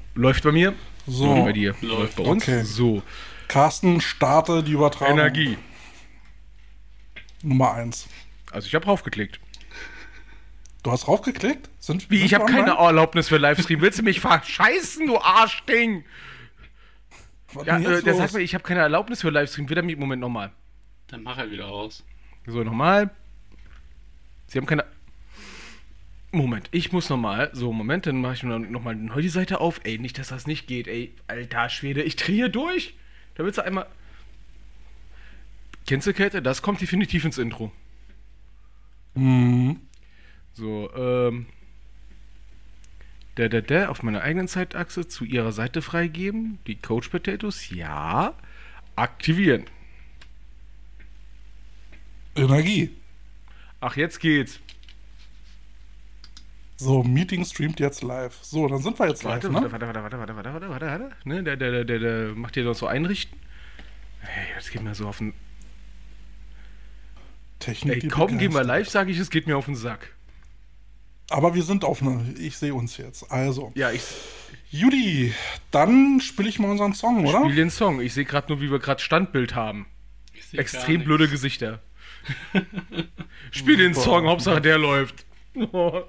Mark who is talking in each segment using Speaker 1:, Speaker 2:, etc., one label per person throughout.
Speaker 1: Läuft bei mir.
Speaker 2: So.
Speaker 1: Läuft bei dir. Läuft bei uns.
Speaker 2: Okay.
Speaker 1: So.
Speaker 2: Carsten, starte die Übertragung.
Speaker 1: Energie.
Speaker 2: Nummer 1.
Speaker 1: Also ich habe raufgeklickt.
Speaker 2: Du hast raufgeklickt?
Speaker 1: Wie, ich habe keine Erlaubnis für Livestream. Willst du mich verscheißen, du Arschding? Ja, der sagt mir, ich habe keine Erlaubnis für Livestream. Wieder mit Moment nochmal.
Speaker 3: Dann mach er wieder aus.
Speaker 1: So, nochmal. Sie haben keine... Moment, ich muss nochmal. So, Moment, dann mache ich nochmal neu die Seite auf. Ey, nicht, dass das nicht geht, ey. Alter Schwede, ich drehe durch. Da willst du einmal... Kennst du, Käthe? Das kommt definitiv ins Intro.
Speaker 2: Mhm.
Speaker 1: So, auf meiner eigenen Zeitachse zu ihrer Seite freigeben. Die Coach Potatoes, ja. Aktivieren.
Speaker 2: Energie.
Speaker 1: Ach, jetzt geht's.
Speaker 2: So, Meeting streamt jetzt live. So, dann sind wir jetzt live, ne?
Speaker 1: Warte. Ne, der macht hier noch so einrichten. Hey, das geht mir so auf den...
Speaker 2: Technik.
Speaker 1: Ey, kaum gehen wir live, sage ich, es geht mir auf den Sack.
Speaker 2: Aber wir sind auf ich sehe uns jetzt. Also.
Speaker 1: Ja,
Speaker 2: Judy, dann spiele ich mal unseren Song, oder?
Speaker 1: Spiel den Song. Ich sehe gerade nur, wie wir gerade Standbild haben. Extrem blöde Gesichter. Spiel den Song, Hauptsache der läuft. Oh.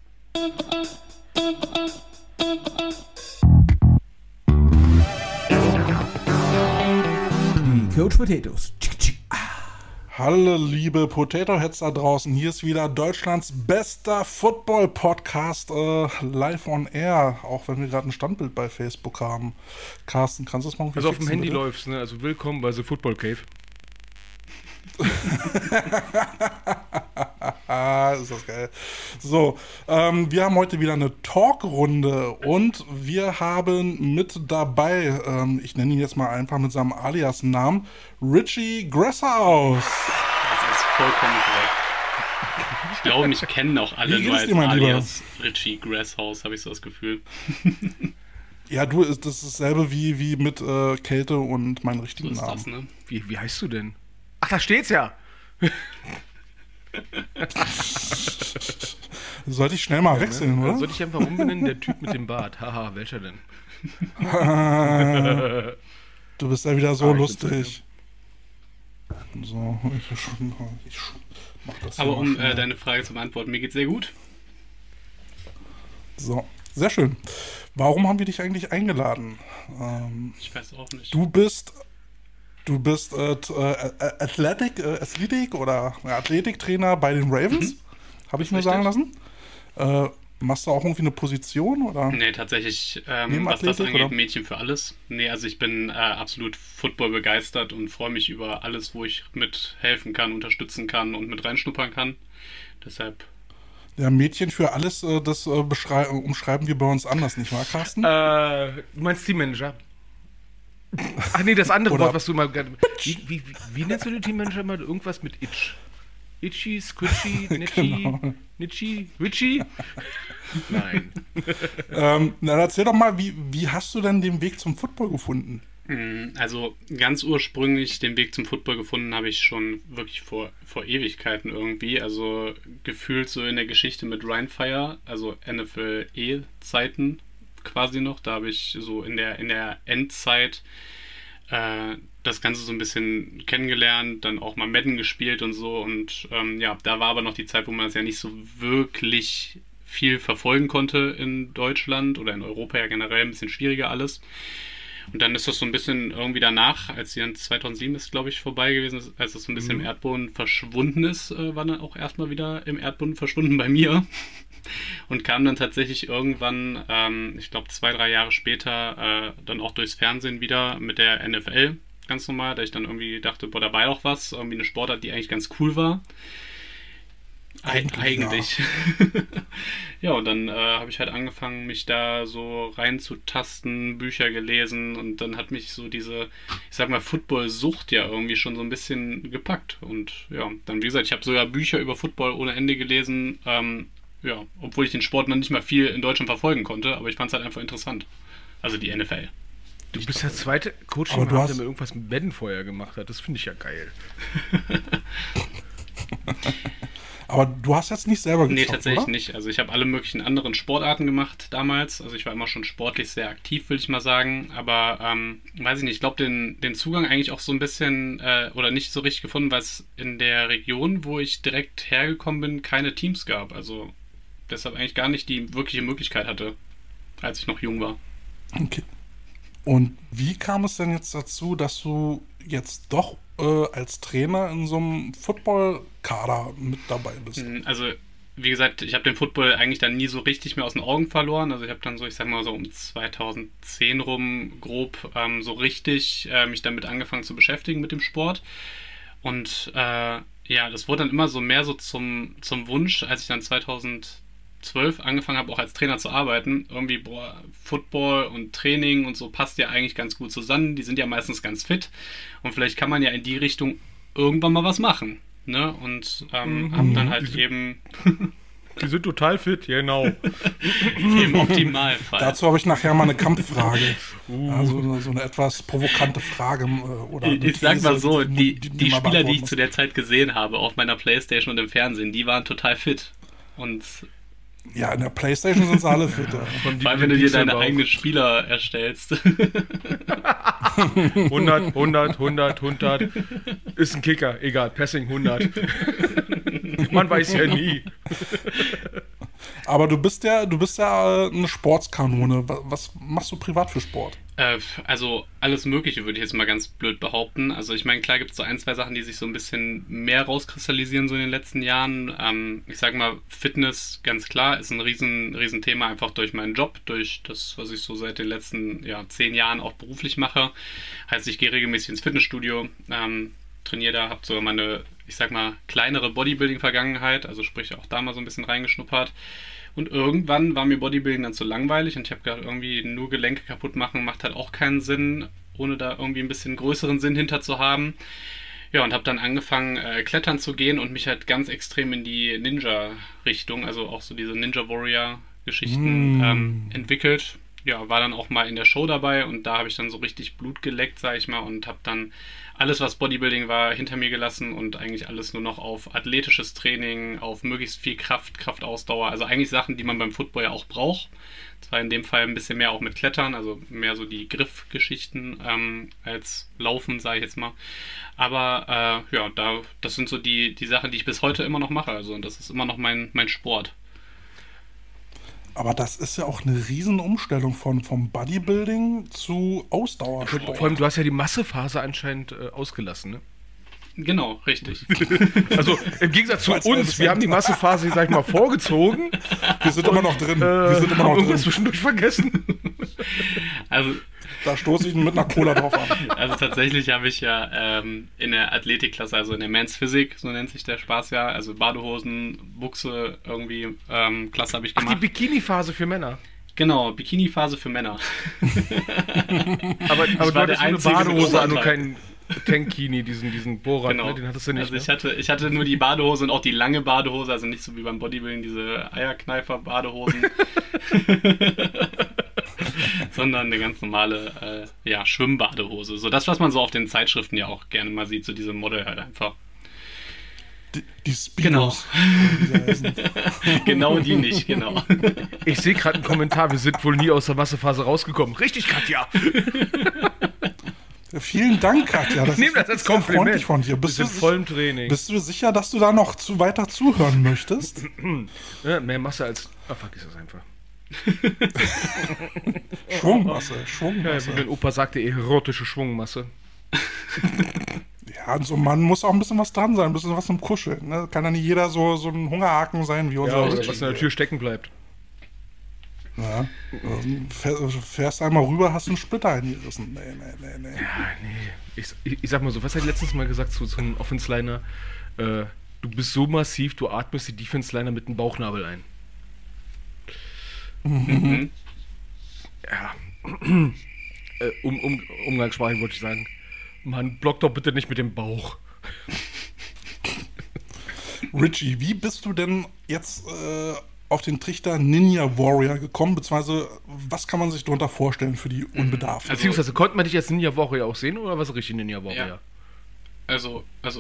Speaker 4: Coach Potatoes.
Speaker 2: Hallo liebe Potato Heads da draußen, hier ist wieder Deutschlands bester Football-Podcast live on air, auch wenn wir gerade ein Standbild bei Facebook haben. Carsten, kannst du das mal
Speaker 1: Also auf dem Handy
Speaker 2: bitte?
Speaker 1: läuft's, ne? Also willkommen bei The Football Cave.
Speaker 2: Ist das geil. So, wir haben heute wieder eine Talkrunde und wir haben mit dabei, ich nenne ihn jetzt mal einfach mit seinem Alias-Namen, Richie Gresshaus.
Speaker 3: Das ist vollkommen korrekt. Ich glaube, mich kennen auch alle nur als Alias Richie Gresshaus, habe ich so das Gefühl.
Speaker 2: Ja, das ist dasselbe wie mit Kälte und meinen richtigen
Speaker 3: So ist
Speaker 2: Namen.
Speaker 3: das, ne?
Speaker 1: Wie heißt du denn? Ach, da steht's ja.
Speaker 2: Sollte ich schnell mal wechseln, oder?
Speaker 1: Sollte ich einfach umbenennen, der Typ mit dem Bart. Haha, welcher denn?
Speaker 2: Du bist ja wieder so lustig. So, ich mach das.
Speaker 3: Aber um deine Frage zu beantworten, mir geht's sehr gut.
Speaker 2: So, sehr schön. Warum haben wir dich eigentlich eingeladen?
Speaker 3: Ich weiß auch nicht.
Speaker 2: Du bist Athletic oder Athletiktrainer bei den Ravens, habe ich mir sagen lassen. Machst du auch irgendwie eine Position? Oder?
Speaker 3: Nee, tatsächlich,
Speaker 2: Neben
Speaker 3: was das
Speaker 2: Athletik,
Speaker 3: angeht,
Speaker 2: oder?
Speaker 3: Mädchen für alles. Nee, also ich bin absolut Football begeistert und freue mich über alles, wo ich mithelfen kann, unterstützen kann und mit reinschnuppern kann. Deshalb...
Speaker 2: Ja, Mädchen für alles, das umschreiben wir bei uns anders, nicht wahr, Carsten?
Speaker 1: Du meinst Teammanager? Ach nee, das andere
Speaker 2: Oder
Speaker 1: Wort, was du mal... Wie nennst du den Teammanager mal? Irgendwas mit Itch. Itchy, Squitchy, Nitchy,
Speaker 2: Genau.
Speaker 1: Nitchy, Witchy? Nein.
Speaker 2: Na, erzähl doch mal, wie hast du denn den Weg zum Football gefunden?
Speaker 3: Also ganz ursprünglich den Weg zum Football gefunden habe ich schon wirklich vor Ewigkeiten irgendwie. Also gefühlt so in der Geschichte mit Ryan Fire, also NFL-Zeiten quasi noch. Da habe ich so in der Endzeit das Ganze so ein bisschen kennengelernt, dann auch mal Madden gespielt und so. Und ja, da war aber noch die Zeit, wo man es ja nicht so wirklich viel verfolgen konnte in Deutschland oder in Europa ja generell, ein bisschen schwieriger alles. Und dann ist das so ein bisschen irgendwie danach, als die dann 2007 ist, glaube ich, vorbei gewesen ist, als das so ein bisschen im Erdboden verschwunden ist, war dann auch erstmal wieder im Erdboden verschwunden bei mir. Und kam dann tatsächlich irgendwann, ich glaube 2-3 Jahre später, dann auch durchs Fernsehen wieder mit der NFL, ganz normal, da ich dann irgendwie dachte, boah, da war ja auch was, irgendwie eine Sportart, die eigentlich ganz cool war. Eigentlich. Ja, und dann habe ich halt angefangen, mich da so reinzutasten, Bücher gelesen und dann hat mich so diese, ich sag mal, Football-Sucht ja irgendwie schon so ein bisschen gepackt. Und ja, dann wie gesagt, ich habe sogar Bücher über Football ohne Ende gelesen, ja, obwohl ich den Sport noch nicht mal viel in Deutschland verfolgen konnte, aber ich fand es halt einfach interessant. Also die NFL.
Speaker 1: Du bist der zweite Coach, der mir irgendwas mit Madden vorher gemacht hat. Das finde ich ja geil.
Speaker 2: Aber du hast jetzt nicht selber gezockt,
Speaker 3: Nee, tatsächlich
Speaker 2: oder?
Speaker 3: nicht. Also ich habe alle möglichen anderen Sportarten gemacht damals. Also ich war immer schon sportlich sehr aktiv, will ich mal sagen. Aber weiß ich nicht, ich glaube den Zugang eigentlich auch so ein bisschen oder nicht so richtig gefunden, weil es in der Region, wo ich direkt hergekommen bin, keine Teams gab. Also deshalb eigentlich gar nicht die wirkliche Möglichkeit hatte, als ich noch jung war.
Speaker 2: Okay. Und wie kam es denn jetzt dazu, dass du jetzt doch als Trainer in so einem Football-Kader mit dabei bist?
Speaker 3: Also, wie gesagt, ich habe den Football eigentlich dann nie so richtig mehr aus den Augen verloren. Also ich habe dann so, ich sag mal so um 2010 rum grob so richtig mich damit angefangen zu beschäftigen mit dem Sport. Und ja, das wurde dann immer so mehr so zum Wunsch, als ich dann 2012 angefangen habe, auch als Trainer zu arbeiten. Irgendwie, boah, Football und Training und so passt ja eigentlich ganz gut zusammen. Die sind ja meistens ganz fit. Und vielleicht kann man ja in die Richtung irgendwann mal was machen. Ne? Und habe dann halt eben
Speaker 1: Die sind total fit, genau.
Speaker 3: im Optimalfall.
Speaker 2: Dazu habe ich nachher mal eine Kampffrage. Also so eine etwas provokante Frage. Oder eine
Speaker 3: Ich sag mal
Speaker 2: These,
Speaker 3: so, die
Speaker 2: mal
Speaker 3: Spieler, die
Speaker 2: beantworten
Speaker 3: ich
Speaker 2: musst.
Speaker 3: zu der Zeit gesehen habe, auf meiner Playstation und im Fernsehen, die waren total fit. Und
Speaker 2: Ja, in der Playstation sind sie alle fit. Ja.
Speaker 3: vor allem, wenn du dir deine eigenen Spieler erstellst.
Speaker 1: 100, 100. Ist ein Kicker, egal, Passing 100. Man weiß ja nie.
Speaker 2: Aber du bist ja eine Sportskanone. Was machst du privat für Sport?
Speaker 3: Also alles Mögliche würde ich jetzt mal ganz blöd behaupten. Also ich meine, klar gibt es so ein, zwei Sachen, die sich so ein bisschen mehr rauskristallisieren so in den letzten Jahren. Ich sage mal, Fitness, ganz klar, ist ein riesen Thema, einfach durch meinen Job, durch das, was ich so seit den letzten 10 Jahren auch beruflich mache. Heißt, ich gehe regelmäßig ins Fitnessstudio, trainiere da, habe so meine, ich sag mal, kleinere Bodybuilding-Vergangenheit, also sprich auch da mal so ein bisschen reingeschnuppert. Und irgendwann war mir Bodybuilding dann zu langweilig und ich habe gedacht, irgendwie nur Gelenke kaputt machen macht halt auch keinen Sinn, ohne da irgendwie ein bisschen größeren Sinn hinter zu haben. Ja, und habe dann angefangen, klettern zu gehen und mich halt ganz extrem in die Ninja-Richtung, also auch so diese Ninja-Warrior-Geschichten entwickelt. Ja, war dann auch mal in der Show dabei und da habe ich dann so richtig Blut geleckt, sag ich mal, und habe dann alles, was Bodybuilding war, hinter mir gelassen und eigentlich alles nur noch auf athletisches Training, auf möglichst viel Kraftausdauer, also eigentlich Sachen, die man beim Football ja auch braucht. Zwar in dem Fall ein bisschen mehr auch mit Klettern, also mehr so die Griffgeschichten als Laufen, sage ich jetzt mal. Aber ja, das sind so die Sachen, die ich bis heute immer noch mache, also das ist immer noch mein Sport.
Speaker 2: Aber das ist ja auch eine Riesenumstellung vom Bodybuilding zu Ausdauersport.
Speaker 1: Vor allem, du hast ja die Massephase anscheinend ausgelassen, ne?
Speaker 3: Genau, richtig.
Speaker 1: Also im Gegensatz zu uns, wir haben die Massephase, sag ich mal, vorgezogen.
Speaker 2: Wir sind immer noch drin. Wir sind immer
Speaker 1: Haben
Speaker 2: noch
Speaker 1: irgendwas
Speaker 2: drin.
Speaker 1: zwischendurch vergessen.
Speaker 3: Also
Speaker 2: Da stoße ich ihn mit einer Cola drauf an.
Speaker 3: Also tatsächlich habe ich ja in der Athletikklasse, also in der Men's Physik, so nennt sich der Spaß ja, also Badehosen, Buchse irgendwie, Klasse habe ich
Speaker 1: Ach, die
Speaker 3: gemacht.
Speaker 1: Bikini-Phase für Männer.
Speaker 3: Genau, Bikini-Phase für Männer.
Speaker 1: Aber du
Speaker 3: war
Speaker 1: hattest
Speaker 3: der
Speaker 1: nur eine
Speaker 3: Einzige mit
Speaker 1: Badehose an und
Speaker 3: Oberteil.
Speaker 1: keinen Tankini, diesen Bohrer,
Speaker 3: Genau.
Speaker 1: ne? Den hattest du nicht,
Speaker 3: Also
Speaker 1: ne?
Speaker 3: ich hatte nur die Badehose und auch die lange Badehose, also nicht so wie beim Bodybuilding diese Eierkneifer-Badehosen. Sondern eine ganz normale Schwimmbadehose. So das, was man so auf den Zeitschriften ja auch gerne mal sieht, so diese Model halt einfach.
Speaker 2: Die Speedos.
Speaker 3: Genau die nicht, genau.
Speaker 1: Ich sehe gerade einen Kommentar, wir sind wohl nie aus der Massephase rausgekommen. Richtig, Katja.
Speaker 2: Vielen Dank, Katja.
Speaker 1: Nehm das als
Speaker 2: sehr
Speaker 1: Kompliment.
Speaker 2: freundlich von dir.
Speaker 1: Wir sind voll im Training.
Speaker 2: Bist du sicher, dass du da noch weiter zuhören möchtest?
Speaker 1: Ja, mehr Masse als... vergiss das einfach.
Speaker 2: Schwungmasse.
Speaker 1: Ja, wie mein Opa sagte, erotische Schwungmasse.
Speaker 2: Ja, an so einem Mann muss auch ein bisschen was dran sein, ein bisschen was zum Kuscheln. Ne? Kann ja nicht jeder so ein Hungerhaken sein wie unser
Speaker 1: Ja, oder
Speaker 2: Richie.
Speaker 1: was in der Tür stecken bleibt.
Speaker 2: Ja. Fährst einmal rüber, hast einen Splitter eingerissen. Nee.
Speaker 1: Ja, nee. Ich sag mal so, was hat letztens mal gesagt zu so einem Offense-Liner? Du bist so massiv, du atmest die Defense-Liner mit dem Bauchnabel ein.
Speaker 3: Mhm.
Speaker 1: Ja. Umgangssprachlich wollte ich sagen. Mann, block doch bitte nicht mit dem Bauch.
Speaker 2: Richie, wie bist du denn jetzt auf den Trichter Ninja Warrior gekommen? Beziehungsweise, was kann man sich darunter vorstellen für die Unbedarften?
Speaker 3: Also-
Speaker 1: Beziehungsweise, konnte man dich als Ninja Warrior auch sehen oder was richtig Ninja Warrior?
Speaker 3: Also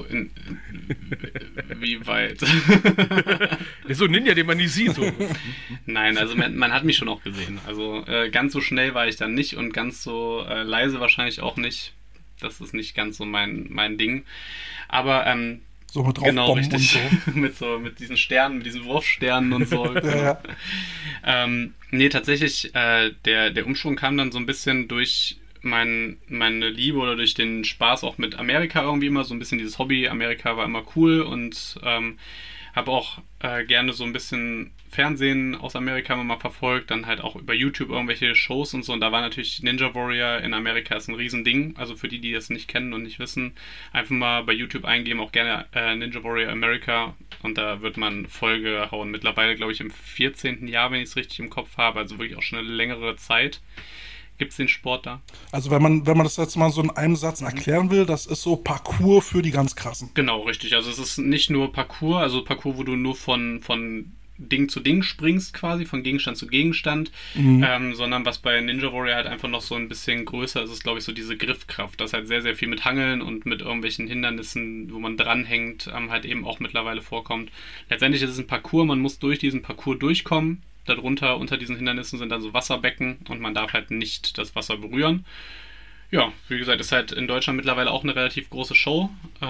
Speaker 3: wie weit?
Speaker 1: Der ist so ein Ninja, den man nie sieht. So.
Speaker 3: Nein, also man hat mich schon auch gesehen. Also ganz so schnell war ich dann nicht und ganz so leise wahrscheinlich auch nicht. Das ist nicht ganz so mein Ding. Aber
Speaker 2: So mit
Speaker 3: genau,
Speaker 2: Rauchbomben
Speaker 3: richtig.
Speaker 2: und so.
Speaker 3: mit diesen Sternen, mit diesen Wurfsternen und so.
Speaker 2: Ja.
Speaker 3: Nee, tatsächlich, der Umschwung kam dann so ein bisschen durch meine Liebe oder durch den Spaß auch mit Amerika irgendwie immer. So ein bisschen dieses Hobby. Amerika war immer cool und habe auch gerne so ein bisschen Fernsehen aus Amerika mal verfolgt, dann halt auch über YouTube irgendwelche Shows und so. Und da war natürlich Ninja Warrior in Amerika ist ein Riesending. Also für die das nicht kennen und nicht wissen, einfach mal bei YouTube eingeben, auch gerne Ninja Warrior America. Und da wird man Folge hauen. Mittlerweile, glaube ich, im 14. Jahr, wenn ich es richtig im Kopf habe. Also wirklich auch schon eine längere Zeit. Gibt es den Sport da?
Speaker 2: Also wenn man das jetzt mal so in einem Satz erklären will, das ist so Parkour für die ganz Krassen.
Speaker 3: Genau, richtig. Also es ist nicht nur Parkour, also Parkour, wo du nur von Ding zu Ding springst quasi, von Gegenstand zu Gegenstand, sondern was bei Ninja Warrior halt einfach noch so ein bisschen größer ist, ist glaube ich so diese Griffkraft. Das halt sehr, sehr viel mit Hangeln und mit irgendwelchen Hindernissen, wo man dranhängt, halt eben auch mittlerweile vorkommt. Letztendlich ist es ein Parkour, man muss durch diesen Parcours durchkommen. Darunter, unter diesen Hindernissen sind dann so Wasserbecken und man darf halt nicht das Wasser berühren. Ja, wie gesagt, ist halt in Deutschland mittlerweile auch eine relativ große Show.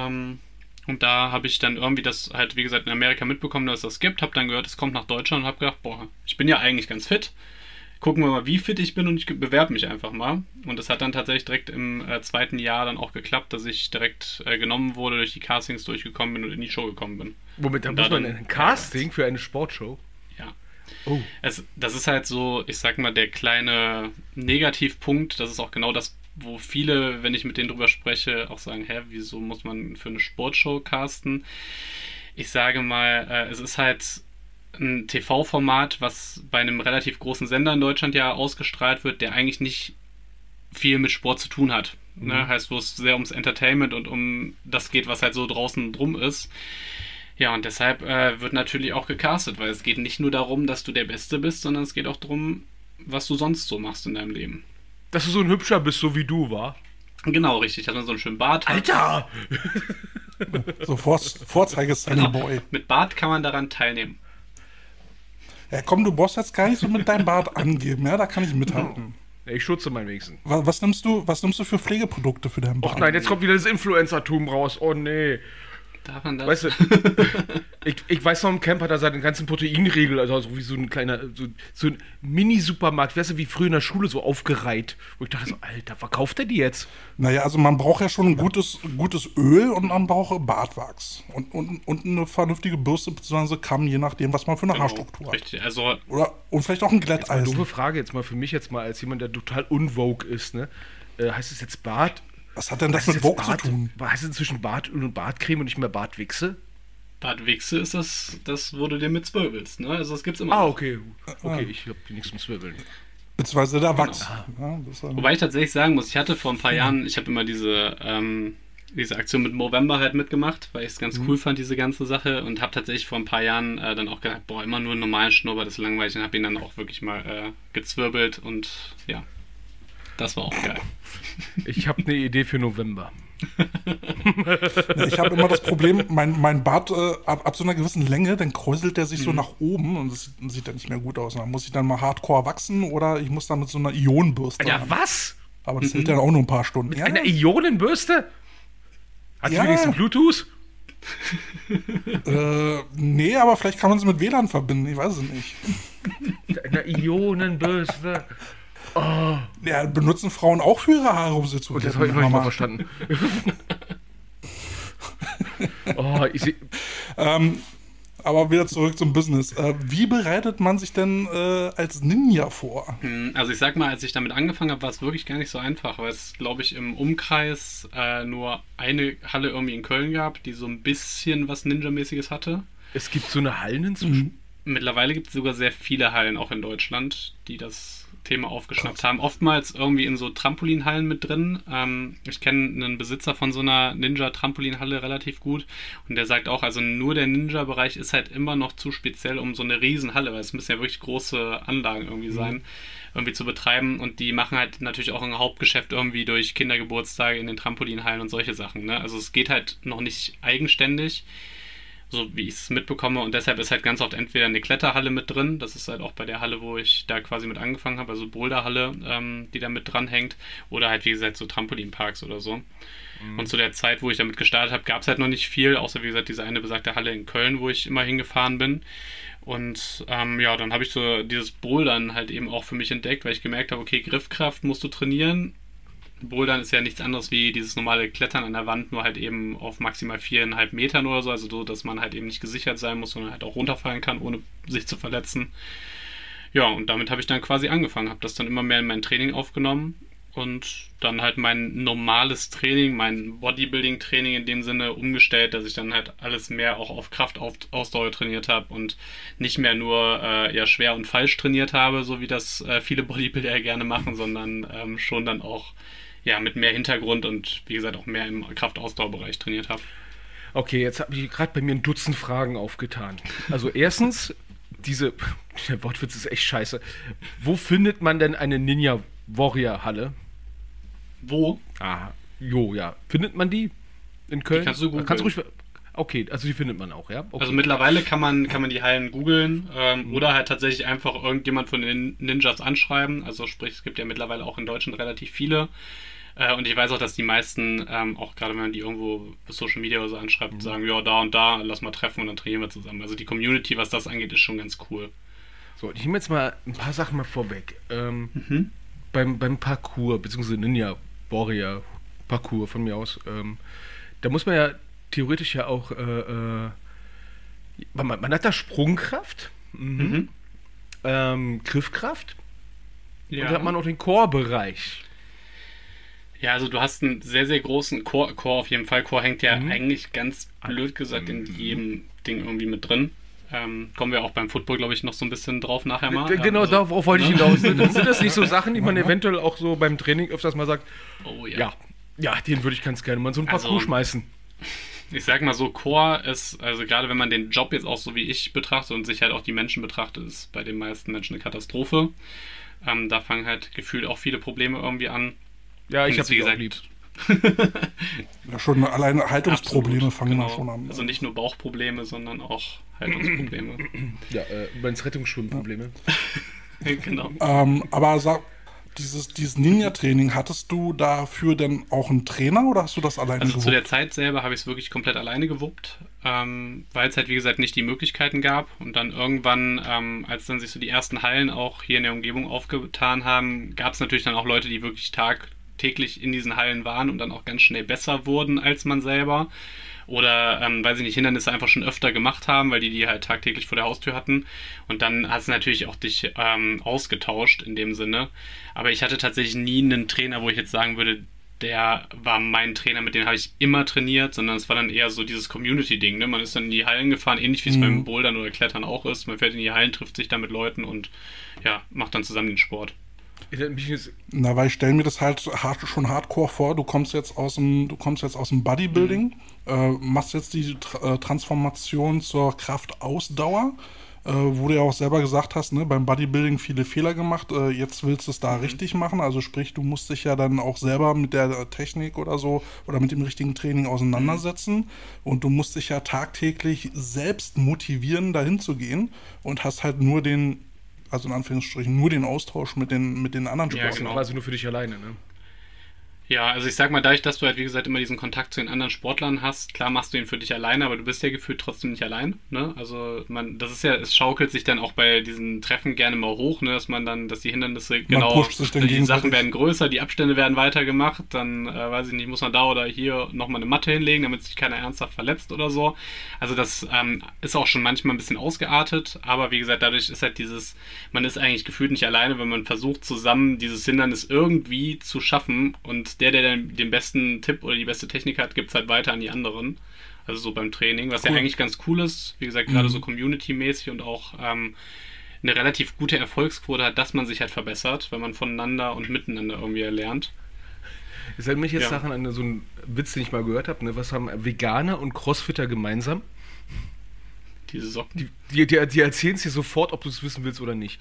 Speaker 3: Und da habe ich dann irgendwie das halt, wie gesagt, in Amerika mitbekommen, dass es das gibt. Habe dann gehört, es kommt nach Deutschland und habe gedacht, boah, ich bin ja eigentlich ganz fit. Gucken wir mal, wie fit ich bin und ich bewerbe mich einfach mal. Und es hat dann tatsächlich direkt im zweiten Jahr dann auch geklappt, dass ich direkt genommen wurde, durch die Castings durchgekommen bin und in die Show gekommen bin.
Speaker 1: Womit, da muss man in ein Casting für eine Sportshow?
Speaker 3: Ja.
Speaker 1: Oh.
Speaker 3: Das ist halt so, ich sag mal, der kleine Negativpunkt. Das ist auch genau das, wo viele, wenn ich mit denen drüber spreche, auch sagen, wieso muss man für eine Sportshow casten? Ich sage mal, es ist halt ein TV-Format, was bei einem relativ großen Sender in Deutschland ja ausgestrahlt wird, der eigentlich nicht viel mit Sport zu tun hat. Ne? Heißt, wo es sehr ums Entertainment und um das geht, was halt so draußen drum ist. Ja, und deshalb wird natürlich auch gecastet, weil es geht nicht nur darum, dass du der Beste bist, sondern es geht auch darum, was du sonst so machst in deinem Leben.
Speaker 1: Dass du so ein Hübscher bist, so wie du, war.
Speaker 3: Genau, richtig, dass man so einen schönen Bart hat.
Speaker 1: Alter!
Speaker 2: So Vorzeige-Sunny-Boy.
Speaker 3: Mit Bart kann man daran teilnehmen.
Speaker 2: Ja, komm, du brauchst jetzt gar nicht so mit deinem Bart angeben, ja, da kann ich mithalten.
Speaker 1: Ja, ich schütze mein wenigstens.
Speaker 2: Was nimmst du für Pflegeprodukte für deinen Bart?
Speaker 1: Och nein, jetzt kommt wieder das Influencer-Tum raus. Oh nee.
Speaker 3: Darf man das?
Speaker 1: Weißt du, ich weiß noch, im Camp hat er seinen ganzen Proteinriegel, also so wie so ein kleiner, so ein Mini-Supermarkt, weißt du, wie früher in der Schule so aufgereiht. Wo ich dachte so, Alter, verkauft er die jetzt?
Speaker 2: Naja, also man braucht ja schon ein gutes Öl und man braucht Bartwachs. Und eine vernünftige Bürste bzw. Kamm, je nachdem, was man für eine Haarstruktur hat.
Speaker 3: Richtig, also
Speaker 2: Und vielleicht auch ein
Speaker 1: Jetzt mal
Speaker 2: Glätteisen.
Speaker 1: doofe Frage jetzt mal für mich jetzt mal als jemand, der total unvogue ist, ne? Heißt es jetzt Bart?
Speaker 2: Was hat denn das
Speaker 1: Heißt
Speaker 2: mit
Speaker 1: es jetzt
Speaker 2: Vogue zu tun?
Speaker 1: Heißt es inzwischen Bartöl und Bartcreme und nicht mehr Bartwichse?
Speaker 3: Bartwichse ist das, wo du dir mit zwirbelst, ne? Also das gibt's immer.
Speaker 1: Ah, okay. Okay, ich hab nichts zum Zwirbeln.
Speaker 2: Beziehungsweise der Wachs. Ja,
Speaker 3: Wobei ich tatsächlich sagen muss, ich hatte vor ein paar Jahren, ich habe immer diese Aktion mit Movember halt mitgemacht, weil ich es ganz cool fand, diese ganze Sache, und habe tatsächlich vor ein paar Jahren dann auch gedacht, boah, immer nur einen normalen Schnurrbart, das ist langweilig, und habe ihn dann auch wirklich mal gezwirbelt und ja, das war auch geil.
Speaker 1: Ich habe eine Idee für November.
Speaker 2: Ich habe immer das Problem, mein Bart ab so einer gewissen Länge, dann kräuselt der sich so nach oben und das sieht dann nicht mehr gut aus. Dann muss ich dann mal hardcore wachsen oder ich muss dann mit so einer Ionenbürste
Speaker 1: Ja,
Speaker 2: ran.
Speaker 1: was?
Speaker 2: Aber das hält dann auch nur ein paar Stunden.
Speaker 1: Mit einer Ionenbürste? Hat die
Speaker 2: Ja.
Speaker 1: wenigstens Bluetooth?
Speaker 2: Nee, aber vielleicht kann man sie mit WLAN verbinden, ich weiß es nicht.
Speaker 1: Mit einer Ionenbürste.
Speaker 2: Ja, benutzen Frauen auch für ihre Haare, um sie zu
Speaker 1: Und das
Speaker 2: glätten,
Speaker 1: habe ich noch nicht mal
Speaker 2: Mama.
Speaker 1: verstanden. Oh, ich seh,
Speaker 2: Aber wieder zurück zum Business. Wie bereitet man sich denn als Ninja vor?
Speaker 3: Also ich sag mal, als ich damit angefangen habe, war es wirklich gar nicht so einfach, weil es, glaube ich, im Umkreis nur eine Halle irgendwie in Köln gab, die so ein bisschen was Ninja-mäßiges hatte.
Speaker 1: es gibt so eine Hallen inzwischen.
Speaker 3: Mittlerweile gibt es sogar sehr viele Hallen auch in Deutschland, die das Thema aufgeschnappt haben. Oftmals irgendwie in so Trampolinhallen mit drin. Ich kenne einen Besitzer von so einer Ninja-Trampolinhalle relativ gut und der sagt auch, also nur der Ninja-Bereich ist halt immer noch zu speziell um so eine Riesenhalle, weil es müssen ja wirklich große Anlagen irgendwie sein, irgendwie zu betreiben und die machen halt natürlich auch ein Hauptgeschäft irgendwie durch Kindergeburtstage in den Trampolinhallen und solche Sachen. Ne? Also es geht halt noch nicht eigenständig, so wie ich es mitbekomme und deshalb ist halt ganz oft entweder eine Kletterhalle mit drin, das ist halt auch bei der Halle, wo ich da quasi mit angefangen habe, also Boulderhalle, die da mit dran hängt oder halt wie gesagt so Trampolinparks oder so. Und zu der Zeit, wo ich damit gestartet habe, gab es halt noch nicht viel, außer wie gesagt diese eine besagte Halle in Köln, wo ich immer hingefahren bin. Und ja, dann habe ich so dieses Bouldern halt eben auch für mich entdeckt, weil ich gemerkt habe, okay, Griffkraft musst du trainieren. Bouldern ist ja nichts anderes wie dieses normale Klettern an der Wand, nur halt eben auf maximal 4,5 Metern oder so, also so, dass man halt eben nicht gesichert sein muss, sondern halt auch runterfallen kann, ohne sich zu verletzen. Ja, und damit habe ich dann quasi angefangen, habe das dann immer mehr in mein Training aufgenommen und dann halt mein normales Training, mein Bodybuilding-Training in dem Sinne umgestellt, dass ich dann halt alles mehr auch auf Kraftausdauer trainiert habe und nicht mehr nur ja, schwer und falsch trainiert habe, so wie das viele Bodybuilder ja gerne machen, sondern schon dann auch ja, mit mehr Hintergrund und wie gesagt auch mehr im Kraftausdauerbereich trainiert habe.
Speaker 1: Okay, jetzt habe ich gerade bei mir ein Dutzend Fragen aufgetan. Also erstens, der Wortwitz ist echt scheiße. Wo findet man denn eine Ninja Warrior Halle?
Speaker 3: Wo?
Speaker 1: Ah, ja. Findet man die in Köln?
Speaker 3: Die kannst du googeln.
Speaker 1: Okay, also die findet man auch, ja? Okay.
Speaker 3: Also mittlerweile kann man die Hallen googeln oder halt tatsächlich einfach irgendjemand von den Ninjas anschreiben. Also sprich, es gibt ja mittlerweile auch in Deutschland relativ viele. Und ich weiß auch, dass die meisten, auch gerade wenn man die irgendwo bei Social Media oder so anschreibt, sagen, ja, da und da, lass mal treffen und dann trainieren wir zusammen. Also die Community, was das angeht, ist schon ganz cool.
Speaker 1: So, ich nehme jetzt mal ein paar Sachen mal vorweg. Beim Parkour, beziehungsweise Ninja Warrior Parkour von mir aus, da muss man ja theoretisch ja auch, man hat da Sprungkraft, Griffkraft und dann hat man auch den Core-Bereich.
Speaker 3: Ja, also du hast einen sehr, sehr großen Core auf jeden Fall. Core hängt ja eigentlich ganz blöd gesagt in jedem Ding irgendwie mit drin. Kommen wir auch beim Football, glaube ich, noch so ein bisschen drauf nachher mal.
Speaker 1: Genau, also, darauf wollte ich hinaus. Sind das nicht so Sachen, die man eventuell auch so beim Training öfters mal sagt,
Speaker 3: oh ja.
Speaker 1: Ja, den würde ich ganz gerne mal so ein Parcours schmeißen.
Speaker 3: Ich sag mal so, Core ist, also gerade wenn man den Job jetzt auch so wie ich betrachtet und sich halt auch die Menschen betrachtet, ist bei den meisten Menschen eine Katastrophe. Da fangen halt gefühlt auch viele Probleme irgendwie an.
Speaker 1: Ja, ich habe wie gesagt lieb.
Speaker 2: Ja, schon alleine Haltungsprobleme fangen
Speaker 3: genau.
Speaker 2: da schon an.
Speaker 3: Also nicht nur Bauchprobleme, sondern auch Haltungsprobleme.
Speaker 1: Ja, übrigens Rettungsschwimmprobleme.
Speaker 3: Genau.
Speaker 2: Aber dieses Ninja-Training, hattest du dafür denn auch einen Trainer oder hast du das alleine gewuppt?
Speaker 3: Also zu der Zeit selber habe ich es wirklich komplett alleine gewuppt, weil es halt wie gesagt nicht die Möglichkeiten gab und dann irgendwann, als dann sich so die ersten Hallen auch hier in der Umgebung aufgetan haben, gab es natürlich dann auch Leute, die wirklich tagtäglich in diesen Hallen waren und dann auch ganz schnell besser wurden als man selber. Oder, weiß ich nicht, Hindernisse einfach schon öfter gemacht haben, weil die halt tagtäglich vor der Haustür hatten. Und dann hast du natürlich auch dich ausgetauscht in dem Sinne. Aber ich hatte tatsächlich nie einen Trainer, wo ich jetzt sagen würde, der war mein Trainer, mit dem habe ich immer trainiert, sondern es war dann eher so dieses Community-Ding. Ne? Man ist dann in die Hallen gefahren, ähnlich wie es beim Bouldern oder Klettern auch ist. Man fährt in die Hallen, trifft sich da mit Leuten und ja, macht dann zusammen den Sport.
Speaker 2: Na, weil ich stelle mir das halt schon hardcore vor. Du kommst jetzt aus dem Bodybuilding, machst jetzt die Transformation zur Kraftausdauer, wo du ja auch selber gesagt hast, ne, beim Bodybuilding viele Fehler gemacht. Jetzt willst du es da richtig machen. Also sprich, du musst dich ja dann auch selber mit der Technik oder so oder mit dem richtigen Training auseinandersetzen. Und du musst dich ja tagtäglich selbst motivieren, dahin zu gehen und hast halt nur den Austausch mit den anderen Sportlern.
Speaker 1: Ja, genau. Quasi nur für dich alleine, ne?
Speaker 3: Ja, also ich sag mal, dadurch, dass du halt, wie gesagt, immer diesen Kontakt zu den anderen Sportlern hast, klar machst du ihn für dich alleine, aber du bist ja gefühlt trotzdem nicht allein, ne? Also das ist ja, es schaukelt sich dann auch bei diesen Treffen gerne mal hoch, ne? Dass die Hindernisse, die Sachen werden größer, die Abstände werden weiter gemacht, dann, weiß ich nicht, muss man da oder hier nochmal eine Matte hinlegen, damit sich keiner ernsthaft verletzt oder so. Also das ist auch schon manchmal ein bisschen ausgeartet, aber wie gesagt, dadurch ist halt man ist eigentlich gefühlt nicht alleine, wenn man versucht, zusammen dieses Hindernis irgendwie zu schaffen und der dann den besten Tipp oder die beste Technik hat, gibt es halt weiter an die anderen. Also so beim Training, was ja eigentlich ganz cool ist. Wie gesagt, gerade so Community-mäßig und auch eine relativ gute Erfolgsquote hat, dass man sich halt verbessert, wenn man voneinander und miteinander irgendwie lernt.
Speaker 1: Das erinnert mich jetzt daran an so einen Witz, den ich mal gehört habe. Ne? Was haben Veganer und Crossfitter gemeinsam?
Speaker 3: Diese Socken.
Speaker 1: Die erzählen es dir sofort, ob du es wissen willst oder nicht.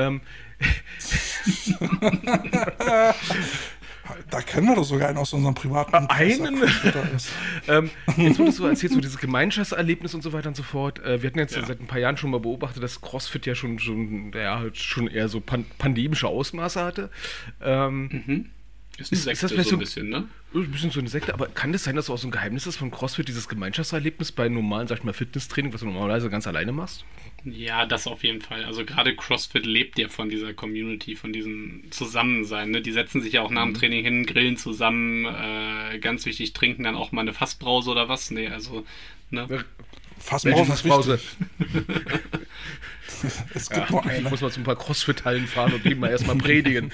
Speaker 2: Da kennen wir doch sogar einen aus unserem privaten
Speaker 1: Einen? Jetzt wurde es so erzählt, so dieses Gemeinschaftserlebnis und so weiter und so fort. Wir hatten jetzt seit ein paar Jahren schon mal beobachtet, dass CrossFit ja schon eher so pandemische Ausmaße hatte.
Speaker 3: Ist eine Sekte
Speaker 1: das
Speaker 3: so ein bisschen, ne?
Speaker 1: Ein bisschen so eine Sekte, aber kann das sein, dass du auch so ein Geheimnis ist von CrossFit, dieses Gemeinschaftserlebnis bei normalen, sag ich mal, Fitnesstraining, was du normalerweise ganz alleine machst?
Speaker 3: Ja, das auf jeden Fall. Also gerade CrossFit lebt ja von dieser Community, von diesem Zusammensein. Ne? Die setzen sich ja auch nach dem Training hin, grillen zusammen, ganz wichtig, trinken dann auch mal eine Fassbrause oder was. Nee, also, ne?
Speaker 2: Fassbrause ist wichtig. Es gibt nur eine.
Speaker 1: Muss man zu ein paar Crossfit-Hallen fahren und die mal erstmal predigen.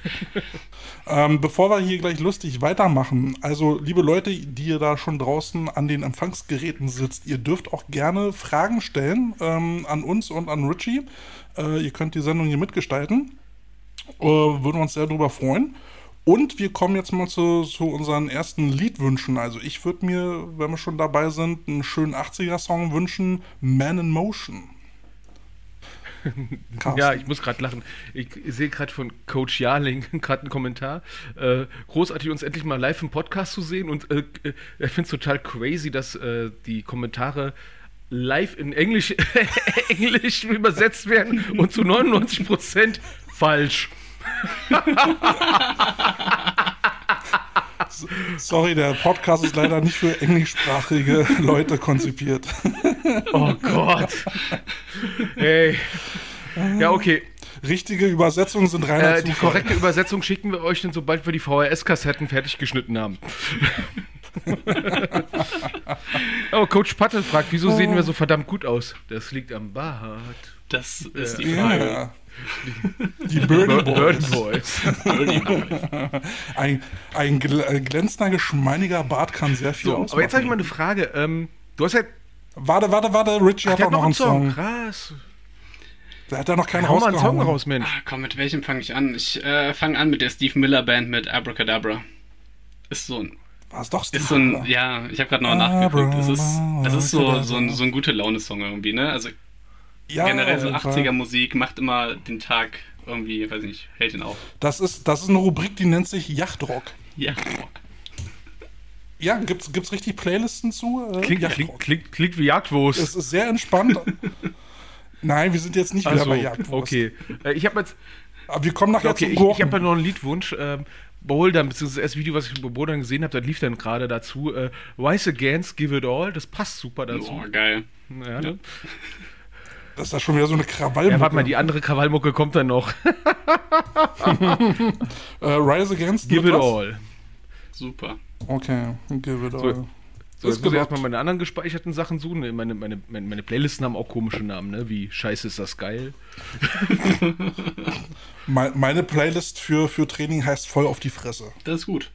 Speaker 2: Bevor wir hier gleich lustig weitermachen, also liebe Leute, die ihr da schon draußen an den Empfangsgeräten sitzt, ihr dürft auch gerne Fragen stellen an uns und an Richie. Ihr könnt die Sendung hier mitgestalten. Würden uns sehr darüber freuen. Und wir kommen jetzt mal zu unseren ersten Liedwünschen. Also ich würde mir, wenn wir schon dabei sind, einen schönen 80er-Song wünschen, Man in Motion.
Speaker 1: Ja, ich muss gerade lachen. Ich sehe gerade von Coach Jarling gerade einen Kommentar. Großartig, uns endlich mal live im Podcast zu sehen. Und er findet es total crazy, dass die Kommentare live in Englisch übersetzt werden und zu 99% falsch.
Speaker 2: Sorry, der Podcast ist leider nicht für englischsprachige Leute konzipiert.
Speaker 1: Oh Gott. Hey. Ja, okay.
Speaker 2: Richtige Übersetzungen sind reiner Zufall.
Speaker 1: Die korrekte Übersetzung schicken wir euch dann, sobald wir die VHS-Kassetten fertig geschnitten haben. Oh, Coach Pattel fragt, wieso sehen wir so verdammt gut aus? Das liegt am Bart.
Speaker 3: Das ist die Frage.
Speaker 2: Ja. Die Birdie
Speaker 1: Boys.
Speaker 2: Ein glänzender, geschmeidiger Bart kann sehr viel ausmachen.
Speaker 1: Aber jetzt habe ich mal eine Frage. Du hast ja...
Speaker 2: Warte, Richie hat doch noch einen Song.
Speaker 1: Krass.
Speaker 2: Der hat da noch keinen
Speaker 1: rausgehauen. Mal einen Song raus,
Speaker 3: Mensch. Komm, mit welchem fange ich an? Ich fange an mit der Steve Miller Band mit Abracadabra. Ist so ein...
Speaker 2: Was doch Steve
Speaker 3: ist so ein... Ja, ich habe gerade noch nachgeguckt. Das ist so ein gute Laune-Song irgendwie, ne? Also generell so 80er-Musik, macht immer den Tag irgendwie, weiß nicht, hält ihn auf.
Speaker 2: Das ist eine Rubrik, die nennt sich Yachtrock.
Speaker 3: Yachtrock.
Speaker 2: Ja, gibt's richtig Playlisten zu?
Speaker 1: Klingt wie Jagdwurst.
Speaker 2: Es ist sehr entspannt. Nein, wir sind jetzt nicht wieder bei Jagdwurst.
Speaker 1: Okay. Ich habe jetzt...
Speaker 2: Aber wir kommen nachher zum
Speaker 1: Gurken. Ich habe ja noch einen Liedwunsch. Bouldern, beziehungsweise das erste Video, was ich bei Bouldern gesehen habe, das lief dann gerade dazu. Rise Against, Give It All, das passt super dazu.
Speaker 3: Oh, geil.
Speaker 1: Ja.
Speaker 2: Das ist da schon wieder so eine Krawallmucke.
Speaker 1: Ja, warte mal, die andere Krawallmucke kommt dann noch.
Speaker 2: Rise Against,
Speaker 1: Give It All.
Speaker 3: Super.
Speaker 2: Okay, Give It All.
Speaker 1: So, jetzt muss ich erstmal meine anderen gespeicherten Sachen suchen. Meine Playlisten haben auch komische Namen, ne? Wie Scheiße ist das geil.
Speaker 2: Meine Playlist für Training heißt voll auf die Fresse.
Speaker 3: Das ist gut.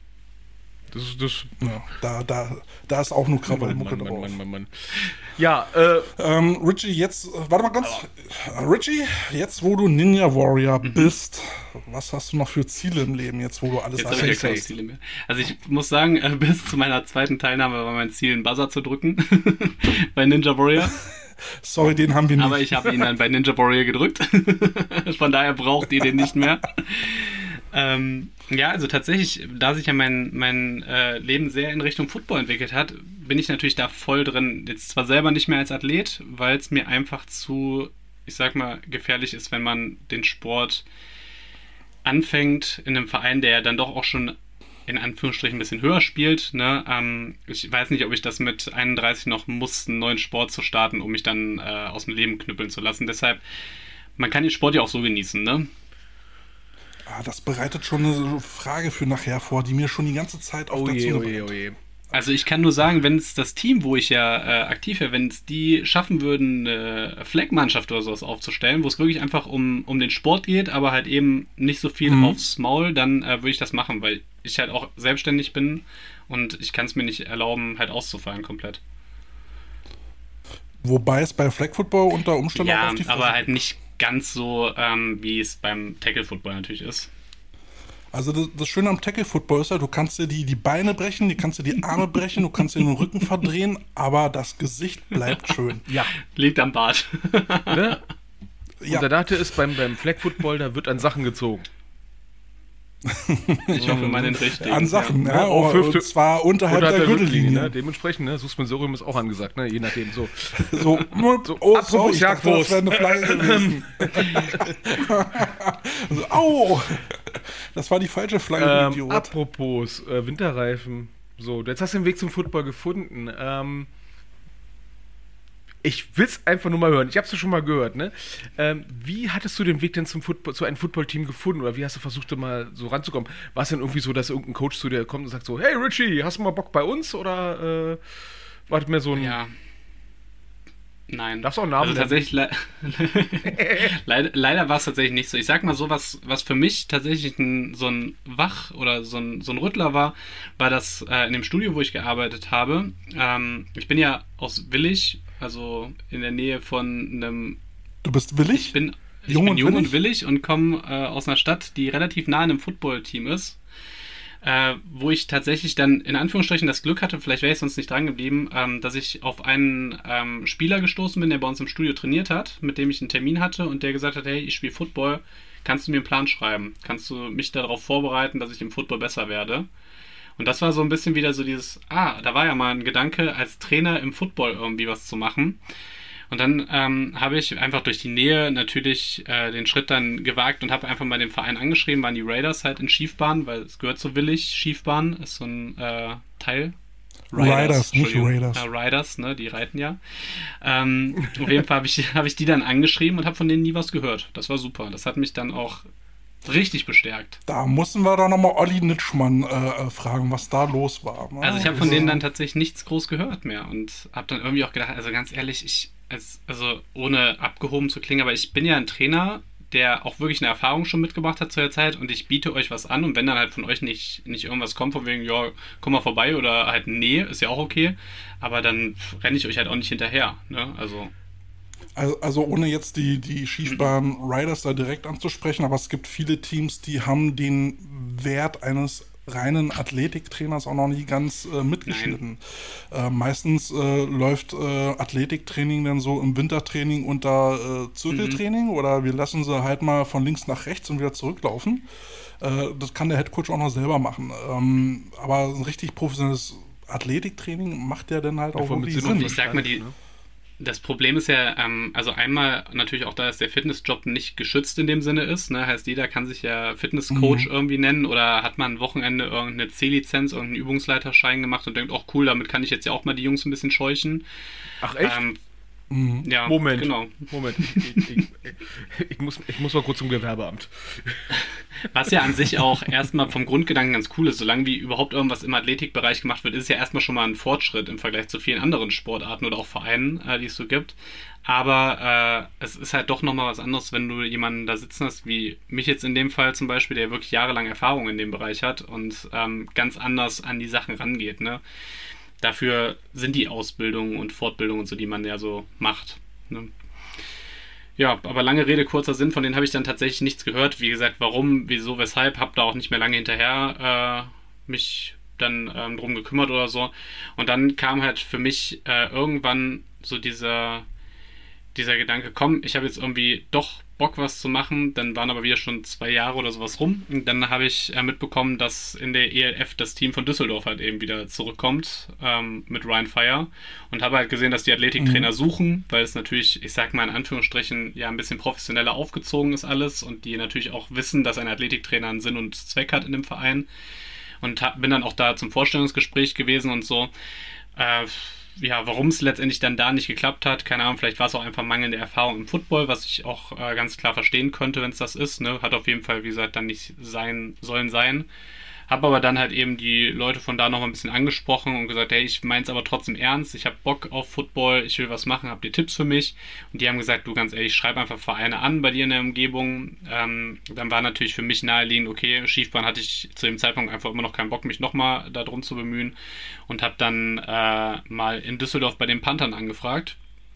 Speaker 2: Ja, da ist auch nur Krawallmucke drauf.
Speaker 1: Mann. Ja,
Speaker 2: Richie, jetzt, warte mal ganz. Richie, jetzt wo du Ninja Warrior bist, was hast du noch für Ziele im Leben, jetzt wo du alles
Speaker 3: jetzt habe ich keine Ziele mehr. Also ich muss sagen, bis zu meiner zweiten Teilnahme war mein Ziel, einen Buzzer zu drücken bei Ninja Warrior.
Speaker 2: Sorry, den haben wir nicht.
Speaker 3: Aber ich habe ihn dann bei Ninja Warrior gedrückt. Von daher braucht ihr den nicht mehr. Ja, also tatsächlich, da sich ja mein Leben sehr in Richtung Football entwickelt hat, bin ich natürlich da voll drin. Jetzt zwar selber nicht mehr als Athlet, weil es mir einfach zu, ich sag mal, gefährlich ist, wenn man den Sport anfängt in einem Verein, der ja dann doch auch schon in Anführungsstrichen ein bisschen höher spielt. Ne? Ich weiß nicht, ob ich das mit 31 noch muss, einen neuen Sport zu starten, um mich dann aus dem Leben knüppeln zu lassen. Deshalb, man kann den Sport ja auch so genießen, ne?
Speaker 2: Das bereitet schon eine Frage für nachher vor, die mir schon die ganze Zeit auf der Zunge brennt.
Speaker 3: Also ich kann nur sagen, wenn es das Team, wo ich ja aktiv wäre, wenn es die schaffen würden, eine Flag-Mannschaft oder sowas aufzustellen, wo es wirklich einfach um den Sport geht, aber halt eben nicht so viel aufs Maul, dann würde ich das machen, weil ich halt auch selbstständig bin und ich kann es mir nicht erlauben, halt auszufallen komplett.
Speaker 2: Wobei es bei Flag Football unter Umständen
Speaker 3: ja,
Speaker 2: auch auf die Fresse
Speaker 3: aber halt nicht ganz so, wie es beim Tackle-Football natürlich ist.
Speaker 2: Also das Schöne am Tackle-Football ist ja, du kannst dir die Beine brechen, du kannst dir die Arme brechen, du kannst dir den Rücken verdrehen, aber das Gesicht bleibt schön.
Speaker 1: Ja.
Speaker 3: Liegt am Bart.
Speaker 1: Ne?
Speaker 2: Ja.
Speaker 1: Und der Dachte ist, beim Flag Football, da wird an Sachen gezogen.
Speaker 3: Ich hoffe, man den richtig.
Speaker 2: An Sachen, ja.
Speaker 1: Auf Hüfte.
Speaker 2: Und zwar unterhalb der Gürtellinie.
Speaker 1: Ne? Dementsprechend, ne? Suspensorium ist auch angesagt, ne? Je nachdem, so.
Speaker 2: So,
Speaker 1: apropos
Speaker 2: ich dachte, das wäre eine Flagge gewesen. Also, au! Das war die falsche Flagge, du Idiot.
Speaker 1: Apropos Winterreifen. So, jetzt hast du den Weg zum Football gefunden. Ich will es einfach nur mal hören. Ich habe es schon mal gehört, ne? Wie hattest du den Weg denn zu einem Footballteam gefunden? Oder wie hast du versucht, da mal so ranzukommen? War es denn irgendwie so, dass irgendein Coach zu dir kommt und sagt so, hey Richie, hast du mal Bock bei uns? Oder war das mehr so ein...
Speaker 3: Ja. Nein.
Speaker 1: Darfst du auch einen Namen
Speaker 3: also tatsächlich leider war es tatsächlich nicht so. Ich sag mal so, was für mich tatsächlich so ein Wach oder so ein Rüttler war das in dem Studio, wo ich gearbeitet habe. Ich bin ja aus Willig, also in der Nähe von einem...
Speaker 2: Du bist willig?
Speaker 3: Ich bin jung und willig und komme aus einer Stadt, die relativ nah an einem Footballteam ist. Wo ich tatsächlich dann in Anführungsstrichen das Glück hatte, vielleicht wäre ich sonst nicht dran geblieben, dass ich auf einen Spieler gestoßen bin, der bei uns im Studio trainiert hat, mit dem ich einen Termin hatte und der gesagt hat, hey, ich spiele Football, kannst du mir einen Plan schreiben? Kannst du mich darauf vorbereiten, dass ich im Football besser werde? Und das war so ein bisschen wieder so dieses, da war ja mal ein Gedanke, als Trainer im Football irgendwie was zu machen. Und dann habe ich einfach durch die Nähe natürlich den Schritt dann gewagt und habe einfach mal den Verein angeschrieben, waren die Raiders halt in Schiefbahn, weil es gehört so Willig, Schiefbahn ist so ein Teil.
Speaker 2: Riders, nicht Raiders.
Speaker 3: Riders, ne, die reiten ja. Auf jeden Fall hab ich die dann angeschrieben und habe von denen nie was gehört. Das war super. Das hat mich dann auch richtig bestärkt.
Speaker 2: Da mussten wir doch nochmal Olli Nitschmann fragen, was da los war.
Speaker 3: Also ich habe von denen dann tatsächlich nichts groß gehört mehr und habe dann irgendwie auch gedacht, also ganz ehrlich, also ohne abgehoben zu klingen, aber ich bin ja ein Trainer, der auch wirklich eine Erfahrung schon mitgebracht hat zu der Zeit und ich biete euch was an und wenn dann halt von euch nicht irgendwas kommt, von wegen, ja, komm mal vorbei oder halt, nee, ist ja auch okay, aber dann renne ich euch halt auch nicht hinterher, ne,
Speaker 2: Also ohne jetzt die Schiefbahn Riders da direkt anzusprechen, aber es gibt viele Teams, die haben den Wert eines reinen Athletiktrainers auch noch nie ganz mitgeschnitten. Meistens läuft Athletiktraining dann so im Wintertraining unter Zirkeltraining oder wir lassen sie halt mal von links nach rechts und wieder zurücklaufen. Das kann der Headcoach auch noch selber machen. Aber ein richtig professionelles Athletiktraining macht ja dann halt auch wirklich Sinn.
Speaker 3: Ich sag mal, das Problem ist ja, also einmal natürlich auch da, dass der Fitnessjob nicht geschützt in dem Sinne ist, ne? Heißt, jeder kann sich ja Fitnesscoach irgendwie nennen oder hat man ein Wochenende irgendeine C-Lizenz, irgendeinen Übungsleiterschein gemacht und denkt, ach cool, damit kann ich jetzt ja auch mal die Jungs ein bisschen scheuchen.
Speaker 1: Ach echt?
Speaker 3: Ja,
Speaker 1: Moment,
Speaker 3: genau.
Speaker 1: Moment. Ich muss mal kurz zum Gewerbeamt.
Speaker 3: Was ja an sich auch erstmal vom Grundgedanken ganz cool ist. Solange wie überhaupt irgendwas im Athletikbereich gemacht wird, ist es ja erstmal schon mal ein Fortschritt im Vergleich zu vielen anderen Sportarten oder auch Vereinen, die es so gibt. Aber es ist halt doch nochmal was anderes, wenn du jemanden da sitzen hast, wie mich jetzt in dem Fall zum Beispiel, der wirklich jahrelang Erfahrung in dem Bereich hat und ganz anders an die Sachen rangeht, ne? Dafür sind die Ausbildungen und Fortbildungen und so, die man ja so macht. Ne? Ja, aber lange Rede, kurzer Sinn, von denen habe ich dann tatsächlich nichts gehört. Wie gesagt, warum, wieso, weshalb, habe da auch nicht mehr lange hinterher mich dann drum gekümmert oder so. Und dann kam halt für mich irgendwann so dieser Gedanke, komm, ich habe jetzt irgendwie doch Bock, was zu machen. Dann waren aber wieder schon 2 Jahre oder sowas rum. Und dann habe ich mitbekommen, dass in der ELF das Team von Düsseldorf halt eben wieder zurückkommt mit Ryan Fire. Und habe halt gesehen, dass die Athletiktrainer suchen, weil es natürlich, ich sag mal in Anführungsstrichen, ja ein bisschen professioneller aufgezogen ist alles. Und die natürlich auch wissen, dass ein Athletiktrainer einen Sinn und Zweck hat in dem Verein. Und bin dann auch da zum Vorstellungsgespräch gewesen und so. Ja, warum es letztendlich dann da nicht geklappt hat, keine Ahnung, vielleicht war es auch einfach mangelnde Erfahrung im Football, was ich auch ganz klar verstehen könnte, wenn es das ist, ne? Hat auf jeden Fall, wie gesagt, dann nicht sein. Habe aber dann halt eben die Leute von da noch ein bisschen angesprochen und gesagt, hey, ich mein's aber trotzdem ernst, ich habe Bock auf Football, ich will was machen, habt ihr Tipps für mich? Und die haben gesagt, du ganz ehrlich, schreib einfach Vereine an bei dir in der Umgebung. Dann war natürlich für mich naheliegend, okay, Schiefbahn hatte ich zu dem Zeitpunkt einfach immer noch keinen Bock, mich nochmal darum zu bemühen und habe dann mal in Düsseldorf bei den Panthern angefragt.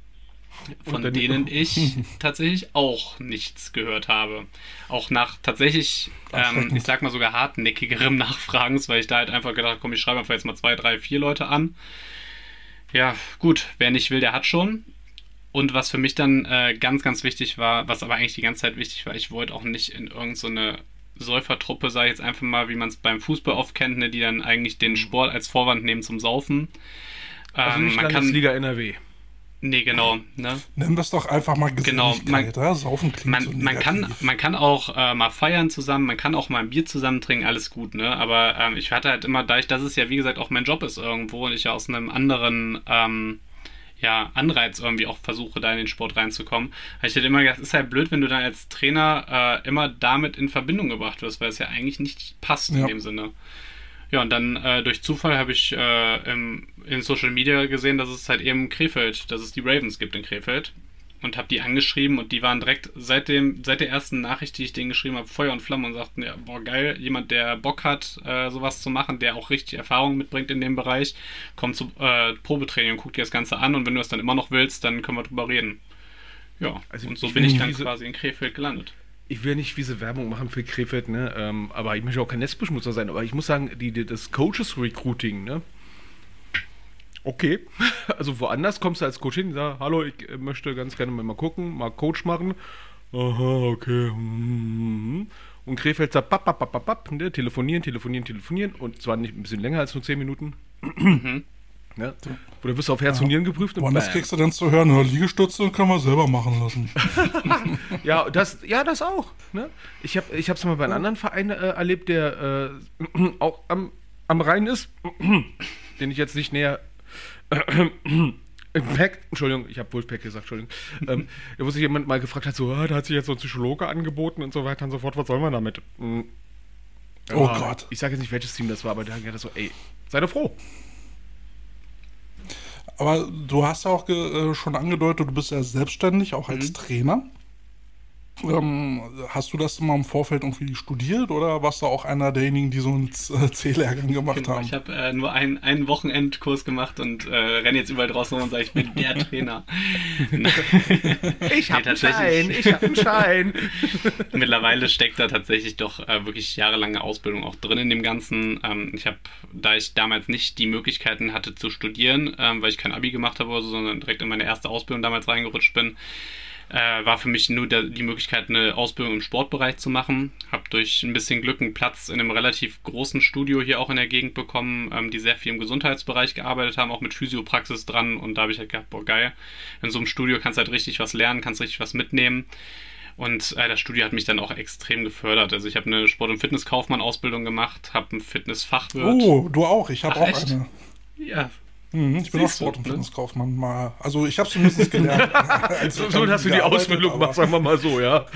Speaker 3: von denen ich tatsächlich auch nichts gehört habe. Auch nach tatsächlich, ich sag mal sogar hartnäckigerem Nachfragens, weil ich da halt einfach gedacht habe, komm, ich schreibe einfach jetzt mal 2, 3, 4 Leute an. Ja, gut, wer nicht will, der hat schon. Und was für mich dann ganz, ganz wichtig war, was aber eigentlich die ganze Zeit wichtig war, ich wollte auch nicht in irgendeine Säufertruppe, sage ich jetzt einfach mal, wie man es beim Fußball oft kennt, ne, die dann eigentlich den Sport als Vorwand nehmen zum Saufen.
Speaker 1: Also nicht
Speaker 3: man
Speaker 1: Landesliga NRW.
Speaker 3: Nee, genau. Ne?
Speaker 2: Nennen wir es doch einfach mal Geselligkeit.
Speaker 3: Genau,
Speaker 2: Saufen klingt so negativ.
Speaker 3: man kann auch mal feiern zusammen, man kann auch mal ein Bier zusammen trinken, alles gut, ne? Aber ich hatte halt immer, dadurch, dass es ja wie gesagt auch mein Job ist irgendwo und ich ja aus einem anderen Anreiz irgendwie auch versuche, da in den Sport reinzukommen, habe ich halt immer gedacht, es ist halt blöd, wenn du dann als Trainer immer damit in Verbindung gebracht wirst, weil es ja eigentlich nicht passt in dem Sinne. Ja, und dann durch Zufall habe ich in Social Media gesehen, dass es halt eben Krefeld, dass es die Ravens gibt in Krefeld. Und habe die angeschrieben und die waren direkt seit der ersten Nachricht, die ich denen geschrieben habe, Feuer und Flamme und sagten, ja, boah, geil, jemand, der Bock hat, sowas zu machen, der auch richtig Erfahrung mitbringt in dem Bereich, kommt zu Probetraining und guckt dir das Ganze an und wenn du das dann immer noch willst, dann können wir drüber reden. Ja, also und so bin ich dann quasi in Krefeld gelandet.
Speaker 1: Ich will nicht diese Werbung machen für Krefeld, ne? Aber ich möchte auch kein Netzbeschmutzer sein. Aber ich muss sagen, das Coaches-Recruiting, ne? Okay. Also woanders kommst du als Coach hin und sagst, hallo, ich möchte ganz gerne mal gucken, mal Coach machen. Aha, okay. Und Krefeld sagt, ne? Telefonieren. Und zwar nicht ein bisschen länger als nur 10 Minuten. Ne? Oder wirst du auf Herz und Nieren geprüft? Und
Speaker 2: das kriegst du dann zu hören, Liegestütze können wir selber machen lassen.
Speaker 1: das auch. Ne? Ich hab's mal bei einem anderen Verein erlebt, der auch am Rhein ist, den ich jetzt nicht näher... Entschuldigung, ich habe Wolfpack gesagt, Entschuldigung. Wo sich jemand mal gefragt hat, so, da hat sich jetzt so ein Psychologe angeboten und so weiter und so fort, was soll man damit?
Speaker 2: Oh Gott.
Speaker 1: Ich sage jetzt nicht, welches Team das war, aber der hat gesagt so, ey, sei doch froh.
Speaker 2: Aber du hast ja auch schon angedeutet, du bist ja selbstständig, auch als Trainer. Hast du das mal im Vorfeld irgendwie studiert oder warst du auch einer derjenigen, die so einen C-Lehrgang gemacht haben?
Speaker 3: Ich habe nur einen Wochenendkurs gemacht und renne jetzt überall draußen rum und sage, ich bin der Trainer.
Speaker 1: Ich habe einen Schein.
Speaker 3: Mittlerweile steckt da tatsächlich doch wirklich jahrelange Ausbildung auch drin in dem Ganzen. Da ich damals nicht die Möglichkeiten hatte zu studieren, weil ich kein Abi gemacht habe oder so, sondern direkt in meine erste Ausbildung damals reingerutscht bin, war für mich nur die Möglichkeit, eine Ausbildung im Sportbereich zu machen. Habe durch ein bisschen Glück einen Platz in einem relativ großen Studio hier auch in der Gegend bekommen, die sehr viel im Gesundheitsbereich gearbeitet haben, auch mit Physiopraxis dran. Und da habe ich halt gedacht, boah, geil, in so einem Studio kannst du halt richtig was lernen, kannst richtig was mitnehmen. Und das Studio hat mich dann auch extrem gefördert. Also ich habe eine Sport- und Fitnesskaufmann-Ausbildung gemacht, habe einen Fitnessfachwirt.
Speaker 2: Oh, du auch? Ich habe auch echt? Eine.
Speaker 3: Ja.
Speaker 2: Ich bin auch Sport- und Fitnesskaufmann mal. Also ich habe es zumindest gelernt.
Speaker 1: So hast du die Ausbildung gemacht, sagen wir mal so, ja.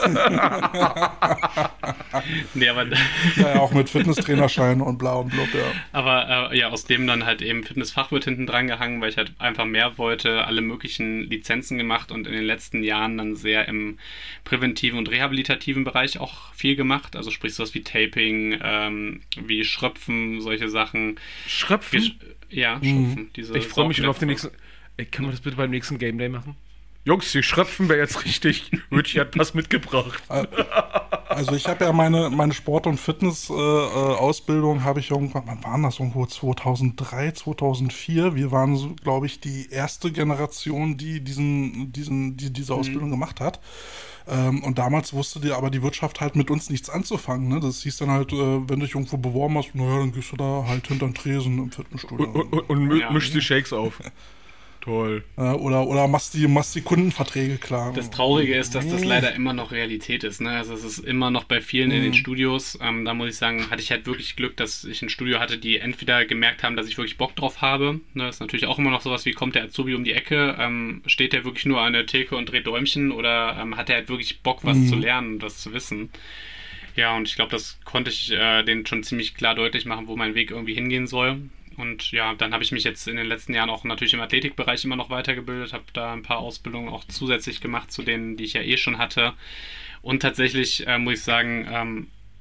Speaker 3: Nee, aber
Speaker 2: ja, auch mit Fitnesstrainerschein und bla und blub, ja.
Speaker 3: Aber aus dem dann halt eben Fitnessfachwirt hinten dran gehangen, weil ich halt einfach mehr wollte, alle möglichen Lizenzen gemacht und in den letzten Jahren dann sehr im präventiven und rehabilitativen Bereich auch viel gemacht. Also sprich sowas wie Taping, wie Schröpfen, solche Sachen.
Speaker 1: Schröpfen?
Speaker 3: Ja, Schröpfen.
Speaker 1: Ich freue mich schon auf den nächsten... Können wir das bitte beim nächsten Game Day machen? Jungs, die Schröpfen wäre jetzt richtig. Rütchi hat was mitgebracht.
Speaker 2: Also ich habe ja meine Sport- und Fitness-Ausbildung habe ich irgendwann, wann war das? Irgendwo 2003, 2004. Wir waren, so, glaube ich, die erste Generation, die diese Ausbildung gemacht hat. Und damals wusste die Wirtschaft halt mit uns nichts anzufangen. Ne? Das hieß dann halt, wenn du dich irgendwo beworben hast, naja, dann gehst du da halt hinter den Tresen im Fitnessstudio.
Speaker 1: Und mischst die Shakes auf. Toll.
Speaker 2: Oder machst die Kundenverträge klar.
Speaker 3: Das Traurige ist, dass das leider immer noch Realität ist. Ne? Also es ist immer noch bei vielen in den Studios. Da muss ich sagen, hatte ich halt wirklich Glück, dass ich ein Studio hatte, die entweder gemerkt haben, dass ich wirklich Bock drauf habe. Ne? Das ist natürlich auch immer noch sowas wie, kommt der Azubi um die Ecke, steht der wirklich nur an der Theke und dreht Däumchen oder hat er halt wirklich Bock, was zu lernen und was zu wissen. Ja, und ich glaube, das konnte ich denen schon ziemlich klar deutlich machen, wo mein Weg irgendwie hingehen soll. Und ja, dann habe ich mich jetzt in den letzten Jahren auch natürlich im Athletikbereich immer noch weitergebildet, habe da ein paar Ausbildungen auch zusätzlich gemacht zu denen, die ich ja eh schon hatte. Und tatsächlich muss ich sagen,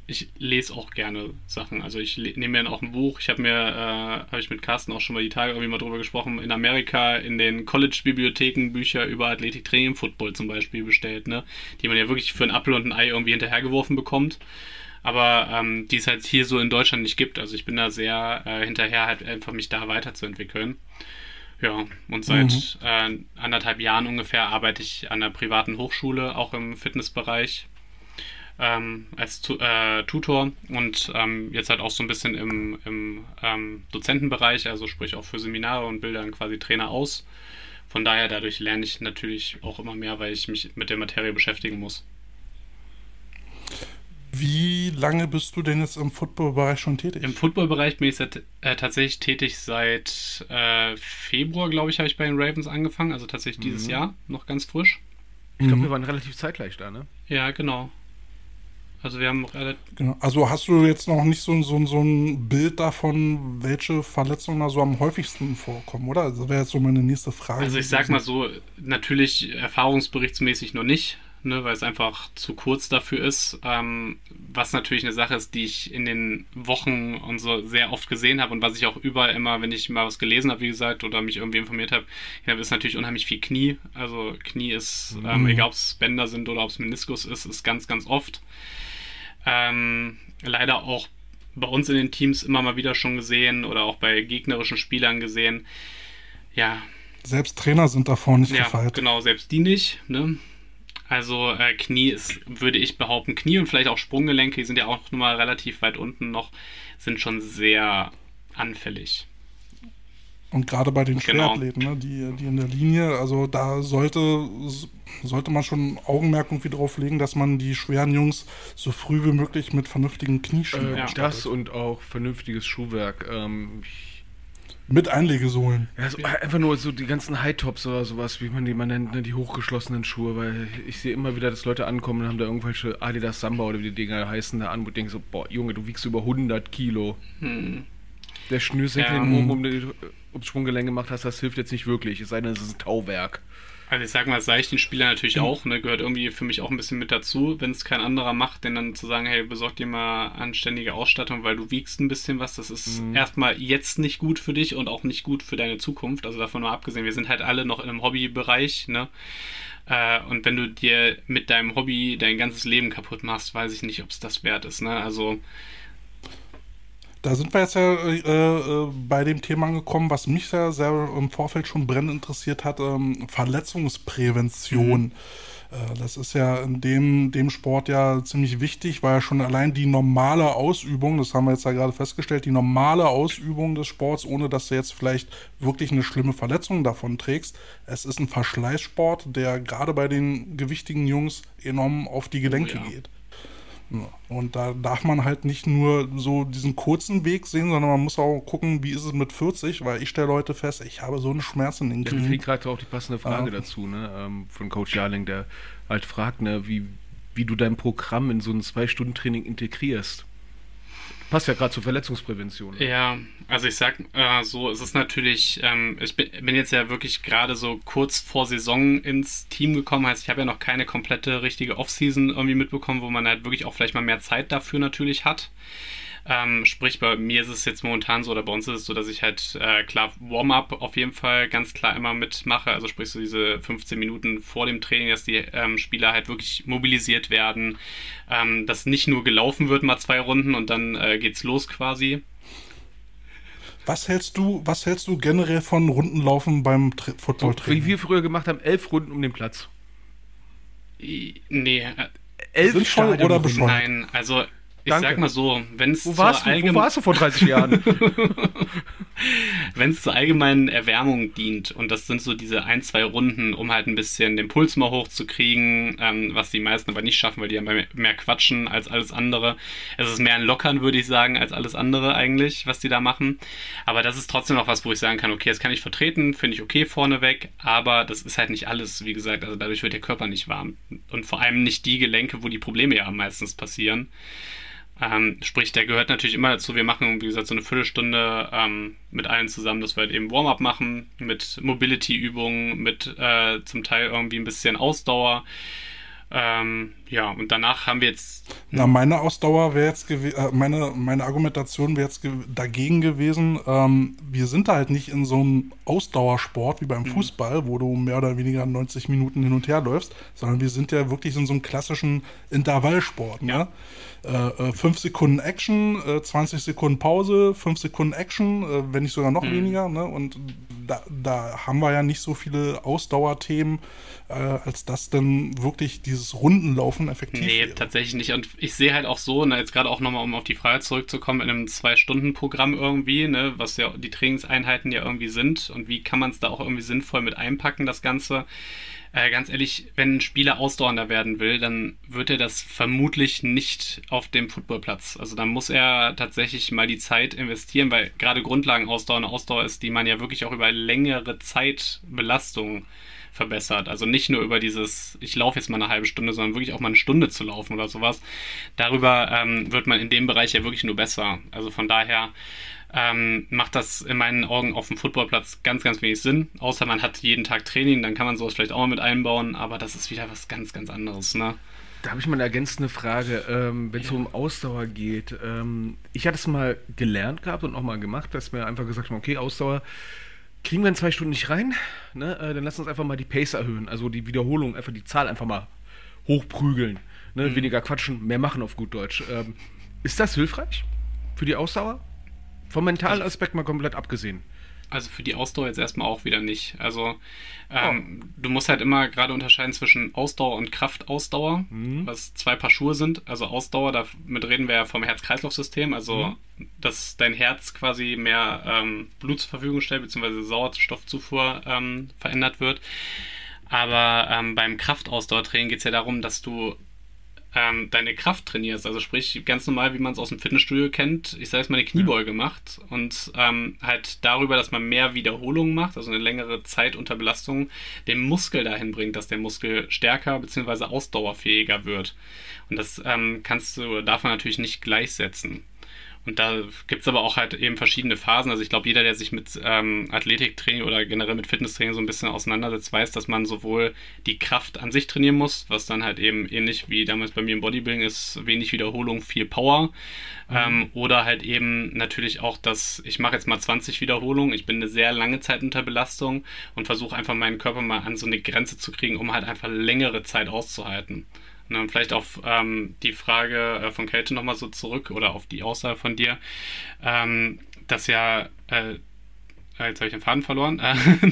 Speaker 3: ich lese auch gerne Sachen. Also ich nehme mir dann auch ein Buch. Habe ich mit Carsten auch schon mal die Tage irgendwie mal drüber gesprochen, in Amerika in den College-Bibliotheken Bücher über Athletik, Training, Football zum Beispiel bestellt, ne? Die man ja wirklich für einen Apfel und ein Ei irgendwie hinterhergeworfen bekommt. Aber die es halt hier so in Deutschland nicht gibt. Also ich bin da sehr hinterher, halt einfach mich da weiterzuentwickeln. Ja, und seit 1,5 Jahren ungefähr arbeite ich an einer privaten Hochschule, auch im Fitnessbereich, als Tutor und jetzt halt auch so ein bisschen im Dozentenbereich, also sprich auch für Seminare und bilde dann quasi Trainer aus. Von daher, dadurch lerne ich natürlich auch immer mehr, weil ich mich mit der Materie beschäftigen muss.
Speaker 2: Wie lange bist du denn jetzt im Football-Bereich schon tätig?
Speaker 3: Im Football-Bereich bin ich tatsächlich tätig seit Februar, glaube ich, habe ich bei den Ravens angefangen, also tatsächlich dieses Jahr, noch ganz frisch.
Speaker 1: Ich glaube, wir waren relativ zeitgleich da, ne?
Speaker 3: Ja, genau. Also wir haben
Speaker 2: Genau. Also hast du jetzt noch nicht so ein Bild davon, welche Verletzungen da so am häufigsten vorkommen, oder? Das wäre jetzt so meine nächste Frage.
Speaker 3: Also ich sag mal so, natürlich erfahrungsberichtsmäßig noch nicht, ne, weil es einfach zu kurz dafür ist. Was natürlich eine Sache ist, die ich in den Wochen und so sehr oft gesehen habe und was ich auch überall immer, wenn ich mal was gelesen habe, wie gesagt, oder mich irgendwie informiert habe, ist natürlich unheimlich viel Knie. Also Knie ist, egal ob es Bänder sind oder ob es Meniskus ist ganz, ganz oft. Leider auch bei uns in den Teams immer mal wieder schon gesehen oder auch bei gegnerischen Spielern gesehen. Ja.
Speaker 2: Selbst Trainer sind davor nicht gefeit.
Speaker 3: Ja, genau, selbst die nicht. Ne? Also Knie ist, würde ich behaupten, Knie und vielleicht auch Sprunggelenke, die sind ja auch nochmal relativ weit unten noch, sind schon sehr anfällig.
Speaker 2: Und gerade bei den Schwerathleten, ne, die in der Linie, also da sollte man schon Augenmerk irgendwie drauf legen, dass man die schweren Jungs so früh wie möglich mit vernünftigen Knieschienen
Speaker 1: das und auch vernünftiges Schuhwerk.
Speaker 2: Mit Einlegesohlen.
Speaker 1: Ja, so, einfach nur so die ganzen High-Tops oder sowas, wie man die nennt, ne, die hochgeschlossenen Schuhe, weil ich sehe immer wieder, dass Leute ankommen und haben da irgendwelche Adidas Samba oder wie die Dinger heißen da an, wo ich denke so, boah, Junge, du wiegst über 100 Kilo. Der Schnürsenkel ums Sprunggelenk gemacht hast, das hilft jetzt nicht wirklich, es sei denn, es ist ein Tauwerk.
Speaker 3: Also ich sag mal, Seichenspieler natürlich auch, ne, gehört irgendwie für mich auch ein bisschen mit dazu, wenn es kein anderer macht, denn dann zu sagen, hey, besorg dir mal anständige Ausstattung, weil du wiegst ein bisschen was, das ist erstmal jetzt nicht gut für dich und auch nicht gut für deine Zukunft, also davon mal abgesehen, wir sind halt alle noch in einem Hobbybereich, ne, und wenn du dir mit deinem Hobby dein ganzes Leben kaputt machst, weiß ich nicht, ob es das wert ist, ne, also...
Speaker 2: Da sind wir jetzt ja bei dem Thema angekommen, was mich sehr, sehr im Vorfeld schon brennend interessiert hat, Verletzungsprävention. Das ist ja in dem Sport ja ziemlich wichtig, weil ja schon allein die normale Ausübung, das haben wir jetzt ja gerade festgestellt, die normale Ausübung des Sports, ohne dass du jetzt vielleicht wirklich eine schlimme Verletzung davon trägst, es ist ein Verschleißsport, der gerade bei den gewichtigen Jungs enorm auf die Gelenke geht. Und da darf man halt nicht nur so diesen kurzen Weg sehen, sondern man muss auch gucken, wie ist es mit 40, weil ich stelle Leute fest, ich habe so einen Schmerz in den Knien.
Speaker 1: Ich kriege gerade auch die passende Frage dazu, ne, von Coach Jarling, der halt fragt, ne, wie du dein Programm in so ein 2-Stunden-Training integrierst. Passt ja gerade zur Verletzungsprävention. Ne?
Speaker 3: Ja, also ich sag so, es ist natürlich, ich bin jetzt ja wirklich gerade so kurz vor Saison ins Team gekommen, heißt, ich habe ja noch keine komplette richtige Offseason irgendwie mitbekommen, wo man halt wirklich auch vielleicht mal mehr Zeit dafür natürlich hat. Sprich, bei mir ist es jetzt momentan so, oder bei uns ist es so, dass ich halt klar Warm-up auf jeden Fall ganz klar immer mitmache, also sprich so diese 15 Minuten vor dem Training, dass die Spieler halt wirklich mobilisiert werden, dass nicht nur gelaufen wird mal 2 Runden und dann geht's los quasi.
Speaker 2: Was hältst du generell von Rundenlaufen beim Footballtraining?
Speaker 1: Wie wir früher gemacht haben, 11 Runden um den Platz.
Speaker 3: Nee.
Speaker 2: 11 Stadien oder bescheuert?
Speaker 3: Nein, also ich sag mal so, wenn es
Speaker 1: Wo warst du vor 30 Jahren?
Speaker 3: Wenn es zur allgemeinen Erwärmung dient, und das sind so diese 1-2 Runden, um halt ein bisschen den Puls mal hochzukriegen, was die meisten aber nicht schaffen, weil die ja mehr quatschen als alles andere. Es ist mehr ein Lockern, würde ich sagen, als alles andere eigentlich, was die da machen. Aber das ist trotzdem noch was, wo ich sagen kann, okay, das kann ich vertreten, finde ich okay vorneweg, aber das ist halt nicht alles, wie gesagt, also dadurch wird der Körper nicht warm. Und vor allem nicht die Gelenke, wo die Probleme ja meistens passieren. Sprich, der gehört natürlich immer dazu. Wir machen, wie gesagt, so eine Viertelstunde mit allen zusammen, dass wir halt eben Warm-up machen, mit Mobility-Übungen, mit zum Teil irgendwie ein bisschen Ausdauer. Ja, und danach haben wir jetzt...
Speaker 2: Na, meine Ausdauer wäre jetzt meine Argumentation wäre jetzt dagegen gewesen. Wir sind da halt nicht in so einem Ausdauersport wie beim Fußball, wo du mehr oder weniger 90 Minuten hin und her läufst, sondern wir sind ja wirklich in so einem klassischen Intervallsport. Ne? 5 Sekunden Action, 20 Sekunden Pause, 5 Sekunden Action, wenn nicht sogar noch weniger. Ne? Und da haben wir ja nicht so viele Ausdauerthemen, als dass dann wirklich dieses Rundenlaufen effektiv wäre.
Speaker 3: Tatsächlich nicht. Und ich sehe halt auch so, jetzt gerade auch nochmal, um auf die Frage zurückzukommen, in einem 2-Stunden-Programm irgendwie, ne, was ja die Trainingseinheiten ja irgendwie sind und wie kann man es da auch irgendwie sinnvoll mit einpacken, das Ganze. Ganz ehrlich, wenn ein Spieler ausdauernder werden will, dann wird er das vermutlich nicht auf dem Footballplatz. Also dann muss er tatsächlich mal die Zeit investieren, weil gerade Grundlagenausdauer eine Ausdauer ist, die man ja wirklich auch über längere Zeitbelastung verbessert. Also nicht nur über dieses, ich laufe jetzt mal eine halbe Stunde, sondern wirklich auch mal eine Stunde zu laufen oder sowas. Darüber wird man in dem Bereich ja wirklich nur besser. Also von daher macht das in meinen Augen auf dem Footballplatz ganz, ganz wenig Sinn. Außer man hat jeden Tag Training, dann kann man sowas vielleicht auch mal mit einbauen, aber das ist wieder was ganz, ganz anderes, ne?
Speaker 1: Da habe ich mal eine ergänzende Frage, wenn es um Ausdauer geht. Ich hatte es mal gelernt gehabt und auch mal gemacht, dass wir einfach gesagt haben, okay, Ausdauer kriegen wir in 2 Stunden nicht rein, ne? Dann lass uns einfach mal die Pace erhöhen, also die Wiederholung, einfach die Zahl einfach mal hochprügeln. Ne? Weniger quatschen, mehr machen auf gut Deutsch. Ist das hilfreich für die Ausdauer? Vom mentalen Aspekt mal komplett abgesehen.
Speaker 3: Also für die Ausdauer jetzt erstmal auch wieder nicht. Also du musst halt immer gerade unterscheiden zwischen Ausdauer und Kraftausdauer, was 2 Paar Schuhe sind. Also Ausdauer, damit reden wir ja vom Herz-Kreislauf-System, also dass dein Herz quasi mehr Blut zur Verfügung stellt, beziehungsweise Sauerstoffzufuhr verändert wird. Aber beim Kraftausdauertraining geht es ja darum, dass du deine Kraft trainierst, also sprich ganz normal, wie man es aus dem Fitnessstudio kennt, ich sage jetzt mal eine Kniebeuge macht und halt darüber, dass man mehr Wiederholungen macht, also eine längere Zeit unter Belastung, den Muskel dahin bringt, dass der Muskel stärker bzw. ausdauerfähiger wird. Und das darf man natürlich nicht gleichsetzen. Und da gibt es aber auch halt eben verschiedene Phasen. Also ich glaube, jeder, der sich mit Athletiktraining oder generell mit Fitnesstraining so ein bisschen auseinandersetzt, weiß, dass man sowohl die Kraft an sich trainieren muss, was dann halt eben ähnlich wie damals bei mir im Bodybuilding ist, wenig Wiederholung, viel Power. Oder halt eben natürlich auch, dass ich mache jetzt mal 20 Wiederholungen, ich bin eine sehr lange Zeit unter Belastung und versuche einfach meinen Körper mal an so eine Grenze zu kriegen, um halt einfach längere Zeit auszuhalten. Und vielleicht auf die Frage von Kälte nochmal so zurück oder auf die Aussage von dir, dass ja, jetzt habe ich den Faden verloren.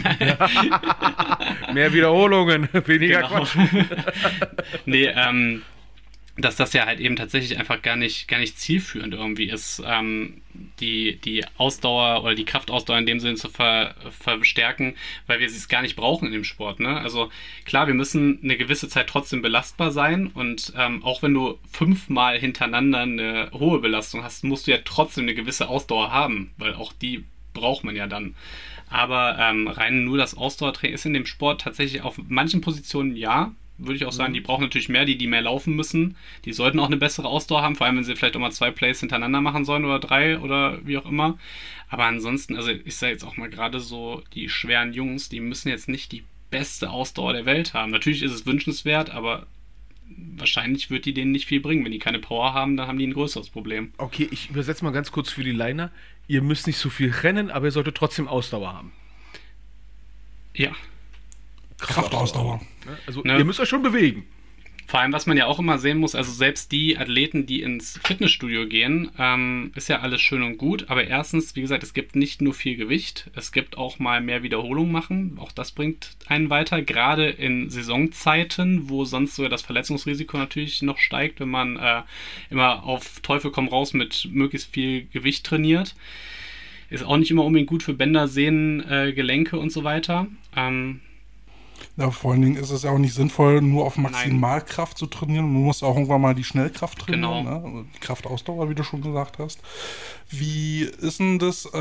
Speaker 1: Mehr Wiederholungen, weniger Quatsch.
Speaker 3: Nee, dass das ja halt eben tatsächlich einfach gar nicht zielführend irgendwie ist, die Ausdauer oder die Kraftausdauer in dem Sinne zu verstärken, weil wir es gar nicht brauchen in dem Sport. Ne? Also klar, wir müssen eine gewisse Zeit trotzdem belastbar sein und auch wenn du 5-mal hintereinander eine hohe Belastung hast, musst du ja trotzdem eine gewisse Ausdauer haben, weil auch die braucht man ja dann. Aber rein nur das Ausdauertraining ist in dem Sport tatsächlich auf manchen Positionen ja, würde ich auch sagen, die brauchen natürlich mehr, die mehr laufen müssen. Die sollten auch eine bessere Ausdauer haben, vor allem wenn sie vielleicht auch mal 2 Plays hintereinander machen sollen oder 3 oder wie auch immer. Aber ansonsten, also ich sage jetzt auch mal gerade so, die schweren Jungs, die müssen jetzt nicht die beste Ausdauer der Welt haben. Natürlich ist es wünschenswert, aber wahrscheinlich wird die denen nicht viel bringen. Wenn die keine Power haben, dann haben die ein größeres Problem.
Speaker 1: Okay, ich übersetze mal ganz kurz für die Liner. Ihr müsst nicht so viel rennen, aber ihr solltet trotzdem Ausdauer haben.
Speaker 3: Ja.
Speaker 2: Kraftausdauer.
Speaker 1: Also ihr müsst euch schon bewegen.
Speaker 3: Vor allem, was man ja auch immer sehen muss, also selbst die Athleten, die ins Fitnessstudio gehen, ist ja alles schön und gut, aber erstens, wie gesagt, es gibt nicht nur viel Gewicht, es gibt auch mal mehr Wiederholung machen, auch das bringt einen weiter, gerade in Saisonzeiten, wo sonst sogar das Verletzungsrisiko natürlich noch steigt, wenn man immer auf Teufel komm raus mit möglichst viel Gewicht trainiert. Ist auch nicht immer unbedingt gut für Bänder, Sehnen, Gelenke und so weiter.
Speaker 2: Ja, vor allen Dingen ist es ja auch nicht sinnvoll, nur auf Maximalkraft zu trainieren. Du musst auch irgendwann mal die Schnellkraft trainieren,
Speaker 3: genau.
Speaker 2: Ne? Die Kraftausdauer, wie du schon gesagt hast. Wie ist denn das,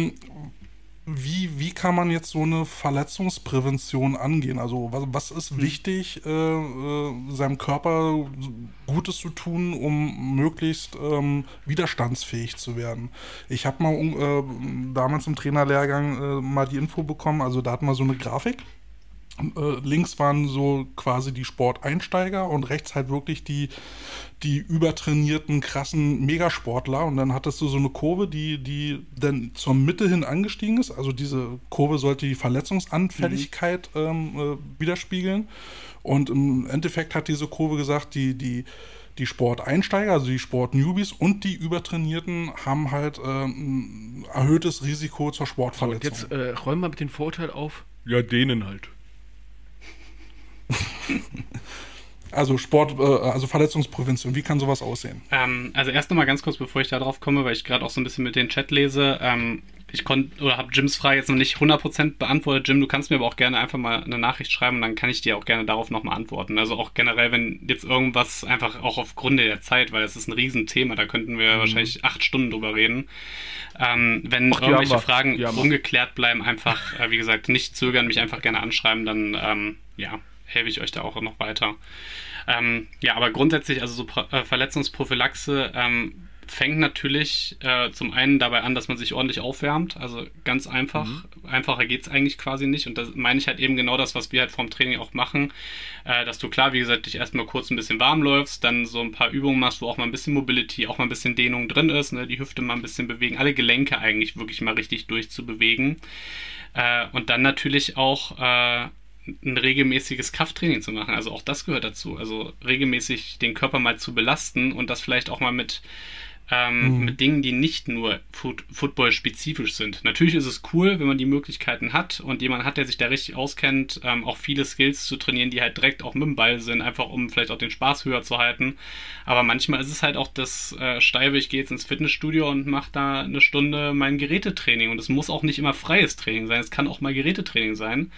Speaker 2: wie kann man jetzt so eine Verletzungsprävention angehen? Also was ist wichtig, seinem Körper Gutes zu tun, um möglichst widerstandsfähig zu werden? Ich habe mal damals im Trainerlehrgang mal die Info bekommen, also da hatten wir so eine Grafik. Links waren so quasi die Sporteinsteiger und rechts halt wirklich die übertrainierten, krassen Megasportler. Und dann hattest du so eine Kurve, die dann zur Mitte hin angestiegen ist. Also diese Kurve sollte die Verletzungsanfälligkeit widerspiegeln. Und im Endeffekt hat diese Kurve gesagt, die Sporteinsteiger, also die Sport-Newbies und die Übertrainierten haben halt ein erhöhtes Risiko zur Sportverletzung.
Speaker 1: Und jetzt räumen wir mit dem Vorurteil auf. Ja, denen halt.
Speaker 2: Also also Verletzungsprävention, wie kann sowas aussehen?
Speaker 3: Also erst nochmal ganz kurz, bevor ich da drauf komme, weil ich gerade auch so ein bisschen mit den Chat lese. Ich konnte oder habe Jims Frage jetzt noch nicht 100% beantwortet. Jim, du kannst mir aber auch gerne einfach mal eine Nachricht schreiben und dann kann ich dir auch gerne darauf nochmal antworten. Also auch generell, wenn jetzt irgendwas einfach auch aufgrund der Zeit, weil es ist ein Riesenthema, da könnten wir wahrscheinlich 8 Stunden drüber reden. Wenn irgendwelche Fragen ungeklärt bleiben, einfach, wie gesagt, nicht zögern, mich einfach gerne anschreiben, dann helfe ich euch da auch noch weiter. Aber grundsätzlich, also so Verletzungsprophylaxe fängt natürlich zum einen dabei an, dass man sich ordentlich aufwärmt, also ganz einfach. Einfacher geht es eigentlich quasi nicht und das meine ich halt eben genau das, was wir halt vorm Training auch machen, dass du klar, wie gesagt, dich erstmal kurz ein bisschen warm läufst, dann so ein paar Übungen machst, wo auch mal ein bisschen Mobility, auch mal ein bisschen Dehnung drin ist, ne? Die Hüfte mal ein bisschen bewegen, alle Gelenke eigentlich wirklich mal richtig durchzubewegen und dann natürlich auch ein regelmäßiges Krafttraining zu machen. Also auch das gehört dazu. Also regelmäßig den Körper mal zu belasten und das vielleicht auch mal mit Dingen, die nicht nur Football-spezifisch sind. Natürlich ist es cool, wenn man die Möglichkeiten hat und jemand hat, der sich da richtig auskennt, auch viele Skills zu trainieren, die halt direkt auch mit dem Ball sind, einfach um vielleicht auch den Spaß höher zu halten. Aber manchmal ist es halt auch das Steife, ich gehe jetzt ins Fitnessstudio und mache da eine Stunde mein Gerätetraining und es muss auch nicht immer freies Training sein, es kann auch mal Gerätetraining sein.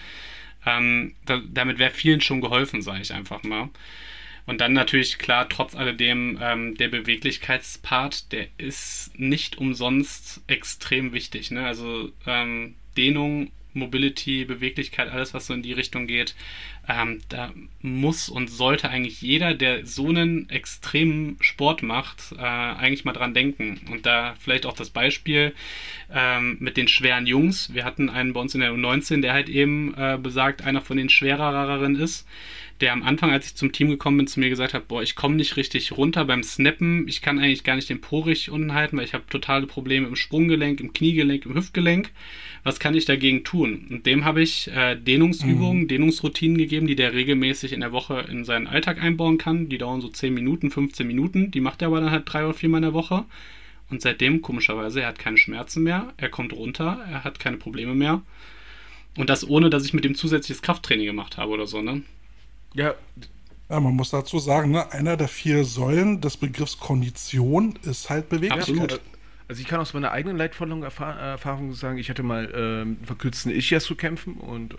Speaker 3: Damit wäre vielen schon geholfen, sage ich einfach mal. Und dann natürlich, klar, trotz alledem, der Beweglichkeitspart, der ist nicht umsonst extrem wichtig. Ne? Also Dehnung, Mobility, Beweglichkeit, alles, was so in die Richtung geht, da muss und sollte eigentlich jeder, der so einen extremen Sport macht, eigentlich mal dran denken. Und da vielleicht auch das Beispiel mit den schweren Jungs. Wir hatten einen bei uns in der U19, der halt eben besagt, einer von den schwereren ist, der am Anfang, als ich zum Team gekommen bin, zu mir gesagt hat, boah, ich komme nicht richtig runter beim Snappen, ich kann eigentlich gar nicht den Po richtig unten halten, weil ich habe totale Probleme im Sprunggelenk, im Kniegelenk, im Hüftgelenk. Was kann ich dagegen tun? Und dem habe ich Dehnungsübungen, Dehnungsroutinen gegeben, die der regelmäßig in der Woche in seinen Alltag einbauen kann. Die dauern so 10 Minuten, 15 Minuten. Die macht er aber dann halt 3 oder 4 Mal in der Woche. Und seitdem, komischerweise, er hat keine Schmerzen mehr, er kommt runter, er hat keine Probleme mehr. Und das ohne, dass ich mit dem zusätzliches Krafttraining gemacht habe oder so, ne?
Speaker 2: Ja, man muss dazu sagen, ne, einer der 4 Säulen des Begriffs Kondition ist halt Beweglichkeit.
Speaker 3: Absolut.
Speaker 1: Also ich kann aus meiner eigenen leidvollen Erfahrung sagen, ich hatte mal verkürzten Ischias zu kämpfen und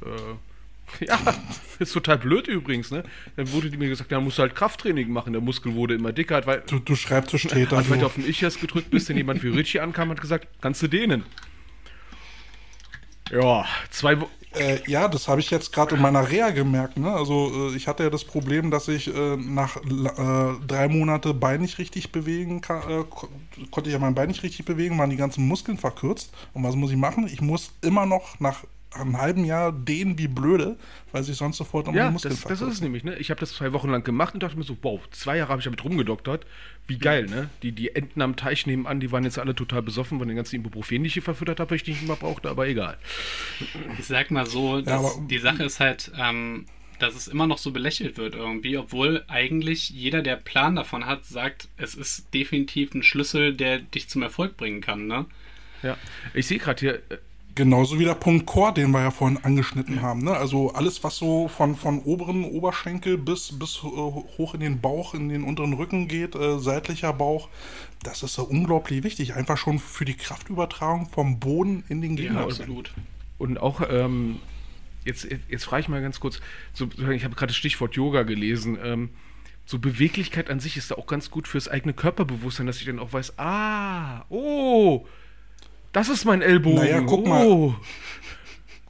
Speaker 1: ist total blöd übrigens, ne? Dann wurde mir gesagt, ja, musst du halt Krafttraining machen, der Muskel wurde immer dicker. Weil
Speaker 2: du Schreibtischtäter.
Speaker 1: Hat weiter auf den Ischias gedrückt, bis dann jemand wie Richie ankam und hat gesagt, kannst du dehnen? Ja, 2 Wochen.
Speaker 2: Ja, das habe ich jetzt gerade in meiner Reha gemerkt. Ne? Also ich hatte ja das Problem, dass ich nach 3 Monate Bein nicht richtig bewegen konnte ich ja mein Bein nicht richtig bewegen, waren die ganzen Muskeln verkürzt. Und was muss ich machen? Ich muss immer noch nach einem halben Jahr dehnen wie blöde, weil sich sonst sofort um die Muskeln verkürzen.
Speaker 1: Das ist es nämlich. Ne? Ich habe das 2 Wochen lang gemacht und dachte mir so, wow, 2 Jahre habe ich damit rumgedoktert. Wie geil, ne? Die Enten am Teich nebenan, die waren jetzt alle total besoffen von den ganzen Ibuprofen, die ich hier verfüttert habe, weil ich die nicht mehr brauchte, aber egal.
Speaker 3: Ich sag mal so, die Sache ist halt, dass es immer noch so belächelt wird irgendwie, obwohl eigentlich jeder, der Plan davon hat, sagt, es ist definitiv ein Schlüssel, der dich zum Erfolg bringen kann, ne?
Speaker 1: Ja, ich sehe gerade hier...
Speaker 2: Genauso wie der Punkt Core, den wir ja vorhin angeschnitten haben. Ne? Also alles, was so von oberen Oberschenkel bis hoch in den Bauch, in den unteren Rücken geht, seitlicher Bauch, das ist so unglaublich wichtig. Einfach schon für die Kraftübertragung vom Boden in den Gegner.
Speaker 3: Ja, absolut.
Speaker 1: Und auch, jetzt frage ich mal ganz kurz, ich habe gerade das Stichwort Yoga gelesen, so Beweglichkeit an sich ist da auch ganz gut fürs eigene Körperbewusstsein, dass ich dann auch weiß, das ist mein Ellbogen.
Speaker 2: Naja, guck mal.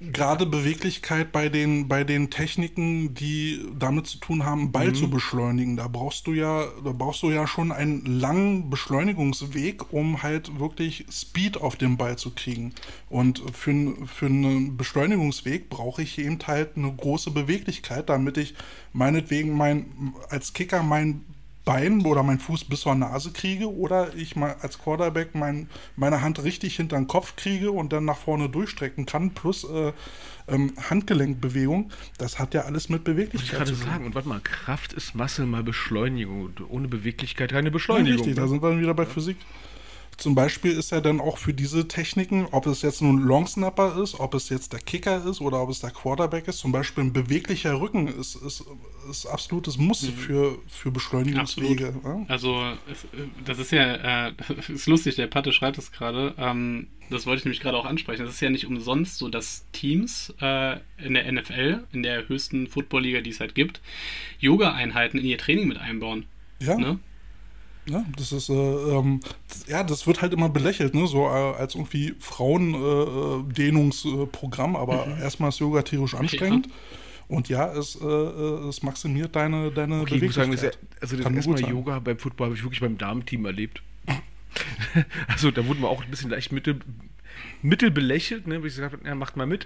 Speaker 2: gerade Beweglichkeit bei den Techniken, die damit zu tun haben, einen Ball zu beschleunigen. Da brauchst du ja schon einen langen Beschleunigungsweg, um halt wirklich Speed auf den Ball zu kriegen. Und für einen Beschleunigungsweg brauche ich eben halt eine große Beweglichkeit, damit ich meinetwegen als Kicker mein Bein oder mein Fuß bis zur Nase kriege oder ich mal als Quarterback meine Hand richtig hinter den Kopf kriege und dann nach vorne durchstrecken kann, plus Handgelenkbewegung. Das hat ja alles mit
Speaker 1: Wollte ich
Speaker 2: Beweglichkeit
Speaker 1: gerade
Speaker 2: zu tun.
Speaker 1: sagen. Und warte mal, Kraft ist Masse mal Beschleunigung. Und ohne Beweglichkeit keine
Speaker 2: Ja,
Speaker 1: Beschleunigung.
Speaker 2: richtig, da sind wir dann wieder bei Physik. Zum Beispiel ist ja dann auch für diese Techniken, ob es jetzt nun ein Longsnapper ist, ob es jetzt der Kicker ist oder ob es der Quarterback ist, zum Beispiel ein beweglicher Rücken ist absolutes Muss für Beschleunigungswege. Ja?
Speaker 3: Also, das ist ja, ist lustig, der Patte schreibt es gerade. Das wollte ich nämlich gerade auch ansprechen. Das ist ja nicht umsonst so, dass Teams in der NFL, in der höchsten Football-Liga, die es halt gibt, Yoga-Einheiten in ihr Training mit einbauen.
Speaker 2: Ja.
Speaker 3: Ne?
Speaker 2: Ja, das ist, das wird halt immer belächelt, ne? So als irgendwie Frauendehnungsprogramm, aber erstmal ist Yoga tierisch anstrengend. Ja. Und ja, es maximiert deine
Speaker 1: Okay, ich muss sagen,
Speaker 2: Beweglichkeit.
Speaker 1: das
Speaker 2: Kann
Speaker 1: erstmal
Speaker 2: gut sein.
Speaker 1: Yoga beim Football habe ich wirklich beim Damenteam erlebt. Also da wurden wir auch ein bisschen leicht mittel belächelt, ne? Wo ich gesagt habe, ja, macht mal mit.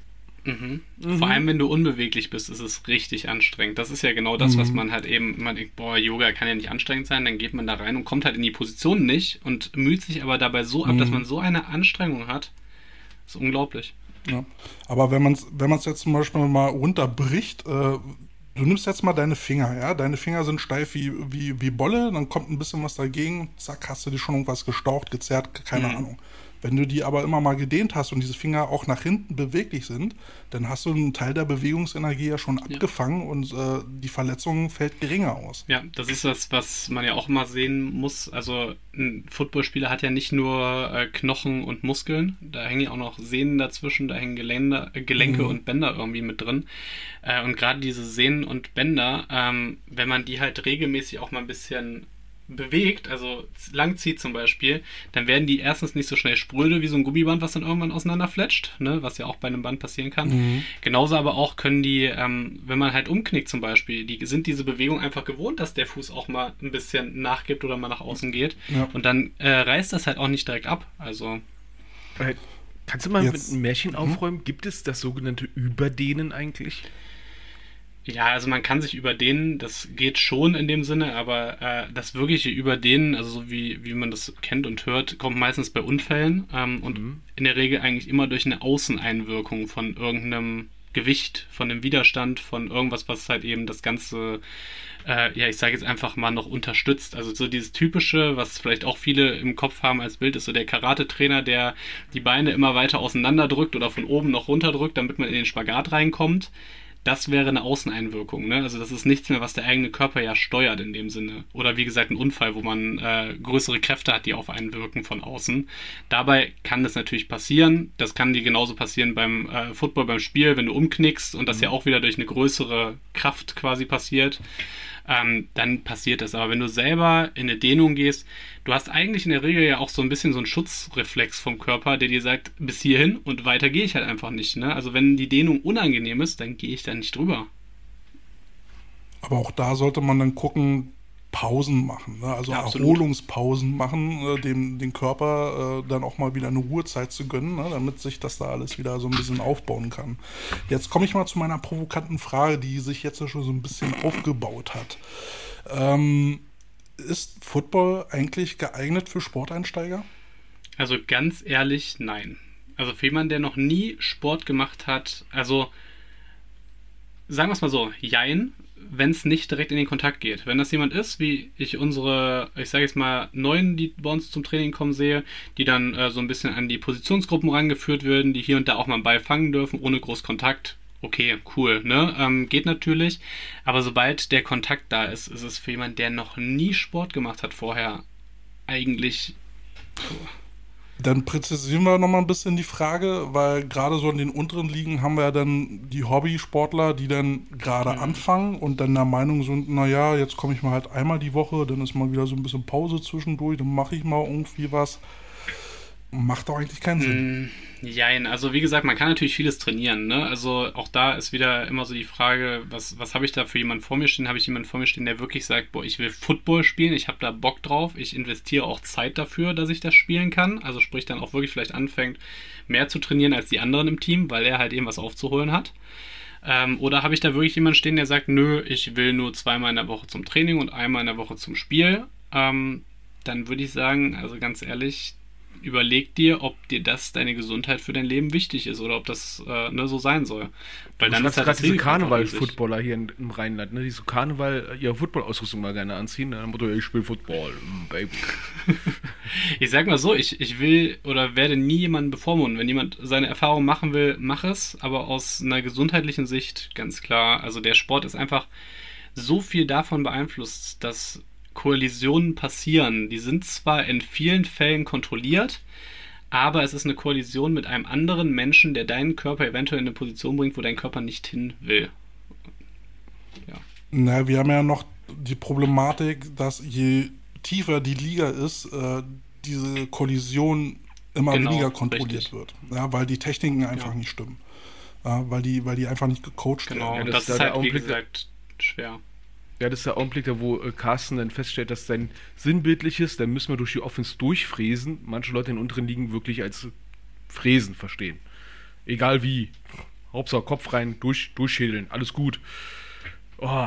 Speaker 3: Vor allem, wenn du unbeweglich bist, ist es richtig anstrengend. Das ist ja genau das, was man halt eben, man denkt, boah, Yoga kann ja nicht anstrengend sein, dann geht man da rein und kommt halt in die Position nicht und müht sich aber dabei so ab, dass man so eine Anstrengung hat. Das ist unglaublich.
Speaker 2: Ja. Aber wenn man es jetzt zum Beispiel mal runterbricht, du nimmst jetzt mal deine Finger, ja, deine Finger sind steif wie Bolle, dann kommt ein bisschen was dagegen, zack, hast du dir schon irgendwas gestaucht, gezerrt, keine Ahnung. Wenn du die aber immer mal gedehnt hast und diese Finger auch nach hinten beweglich sind, dann hast du einen Teil der Bewegungsenergie ja schon abgefangen und die Verletzung fällt geringer aus.
Speaker 3: Ja, das ist das, was man ja auch immer sehen muss. Also ein Footballspieler hat ja nicht nur Knochen und Muskeln, da hängen ja auch noch Sehnen dazwischen, da hängen Gelenke und Bänder irgendwie mit drin. Und gerade diese Sehnen und Bänder, wenn man die halt regelmäßig auch mal ein bisschen bewegt, also lang zieht zum Beispiel, dann werden die erstens nicht so schnell spröde wie so ein Gummiband, was dann irgendwann auseinanderfletscht, ne, was ja auch bei einem Band passieren kann. Genauso aber auch können die, wenn man halt umknickt zum Beispiel, die sind diese Bewegung einfach gewohnt, dass der Fuß auch mal ein bisschen nachgibt oder mal nach außen geht. Ja. Und dann reißt das halt auch nicht direkt ab. Also
Speaker 1: kannst du mal mit einem Märchen aufräumen? Gibt es das sogenannte Überdehnen eigentlich?
Speaker 3: Ja, also man kann sich überdehnen, das geht schon in dem Sinne, aber das wirkliche Überdehnen, also so wie man das kennt und hört, kommt meistens bei Unfällen und in der Regel eigentlich immer durch eine Außeneinwirkung von irgendeinem Gewicht, von dem Widerstand, von irgendwas, was halt eben das Ganze, ich sage jetzt einfach mal noch unterstützt. Also so dieses Typische, was vielleicht auch viele im Kopf haben als Bild, ist so der Karate-Trainer, der die Beine immer weiter auseinanderdrückt oder von oben noch runterdrückt, damit man in den Spagat reinkommt. Das wäre eine Außeneinwirkung, ne? Also das ist nichts mehr, was der eigene Körper ja steuert in dem Sinne. Oder wie gesagt ein Unfall, wo man größere Kräfte hat, die auf einen wirken von außen. Dabei kann das natürlich passieren. Das kann dir genauso passieren beim Football, beim Spiel, wenn du umknickst und das ja auch wieder durch eine größere Kraft quasi passiert. Dann passiert das. Aber wenn du selber in eine Dehnung gehst, du hast eigentlich in der Regel ja auch so ein bisschen so einen Schutzreflex vom Körper, der dir sagt, bis hierhin und weiter gehe ich halt einfach nicht. Ne? Also wenn die Dehnung unangenehm ist, dann gehe ich da nicht drüber.
Speaker 2: Aber auch da sollte man dann gucken, Pausen machen, ne? Also
Speaker 3: ja,
Speaker 2: Erholungspausen machen, den Körper dann auch mal wieder eine Ruhezeit zu gönnen, ne? Damit sich das da alles wieder so ein bisschen aufbauen kann. Jetzt komme ich mal zu meiner provokanten Frage, die sich jetzt schon so ein bisschen aufgebaut hat. Ist Football eigentlich geeignet für Sporteinsteiger?
Speaker 3: Also ganz ehrlich, nein. Also für jemanden, der noch nie Sport gemacht hat, also sagen wir es mal so, jein, wenn es nicht direkt in den Kontakt geht. Wenn das jemand ist, wie ich sage jetzt mal, Neuen, die bei uns zum Training kommen, sehe, die dann so ein bisschen an die Positionsgruppen rangeführt werden, die hier und da auch mal einen Ball fangen dürfen, ohne groß Kontakt. Okay, cool, ne? Geht natürlich. Aber sobald der Kontakt da ist, ist es für jemanden, der noch nie Sport gemacht hat vorher, eigentlich...
Speaker 2: Dann präzisieren wir nochmal ein bisschen die Frage, weil gerade so in den unteren Ligen haben wir ja dann die Hobbysportler, die dann gerade anfangen und dann der Meinung sind, naja, jetzt komme ich mal halt einmal die Woche, dann ist mal wieder so ein bisschen Pause zwischendurch, dann mache ich mal irgendwie was. macht doch eigentlich keinen Sinn.
Speaker 3: Jein, also wie gesagt, man kann natürlich vieles trainieren, ne? Also auch da ist wieder immer so die Frage, was habe ich da für jemanden vor mir stehen? Habe ich jemanden vor mir stehen, der wirklich sagt, boah, ich will Football spielen, ich habe da Bock drauf, ich investiere auch Zeit dafür, dass ich das spielen kann. Also sprich dann auch wirklich vielleicht anfängt, mehr zu trainieren als die anderen im Team, weil er halt eben was aufzuholen hat. Oder habe ich da wirklich jemanden stehen, der sagt, nö, ich will nur 2-mal in der Woche zum Training und 1-mal in der Woche zum Spiel. Dann würde ich sagen, also ganz ehrlich, überleg dir, ob dir das deine Gesundheit für dein Leben wichtig ist oder ob das so sein soll. Weil dann ist halt
Speaker 1: gerade
Speaker 3: das
Speaker 1: diese
Speaker 3: Risiko einfach
Speaker 1: Karneval-Footballer hier im Rheinland, ne, die so Karneval ihre Football-Ausrüstung mal gerne anziehen, dann Motto, ich spiele Football, Baby.
Speaker 3: Ich sag mal so, ich will oder werde nie jemanden bevormunden. Wenn jemand seine Erfahrung machen will, mach es, aber aus einer gesundheitlichen Sicht ganz klar, also der Sport ist einfach so viel davon beeinflusst, dass Kollisionen passieren. Die sind zwar in vielen Fällen kontrolliert, aber es ist eine Kollision mit einem anderen Menschen, der deinen Körper eventuell in eine Position bringt, wo dein Körper nicht hin will. Ja.
Speaker 2: Na, wir haben ja noch die Problematik, dass je tiefer die Liga ist, diese Kollision immer weniger kontrolliert wird. Ja, weil die Techniken einfach nicht stimmen. Ja, weil die einfach nicht gecoacht werden.
Speaker 3: Genau, und das ist halt, wie gesagt, schwer.
Speaker 1: Ja, das ist der Augenblick, da wo Carsten dann feststellt, dass sein sinnbildliches, dann müssen wir durch die Offense durchfräsen, manche Leute in den unteren Ligen wirklich als Fräsen verstehen. Egal wie. Hauptsache Kopf rein, durchschädeln, alles gut. Oh.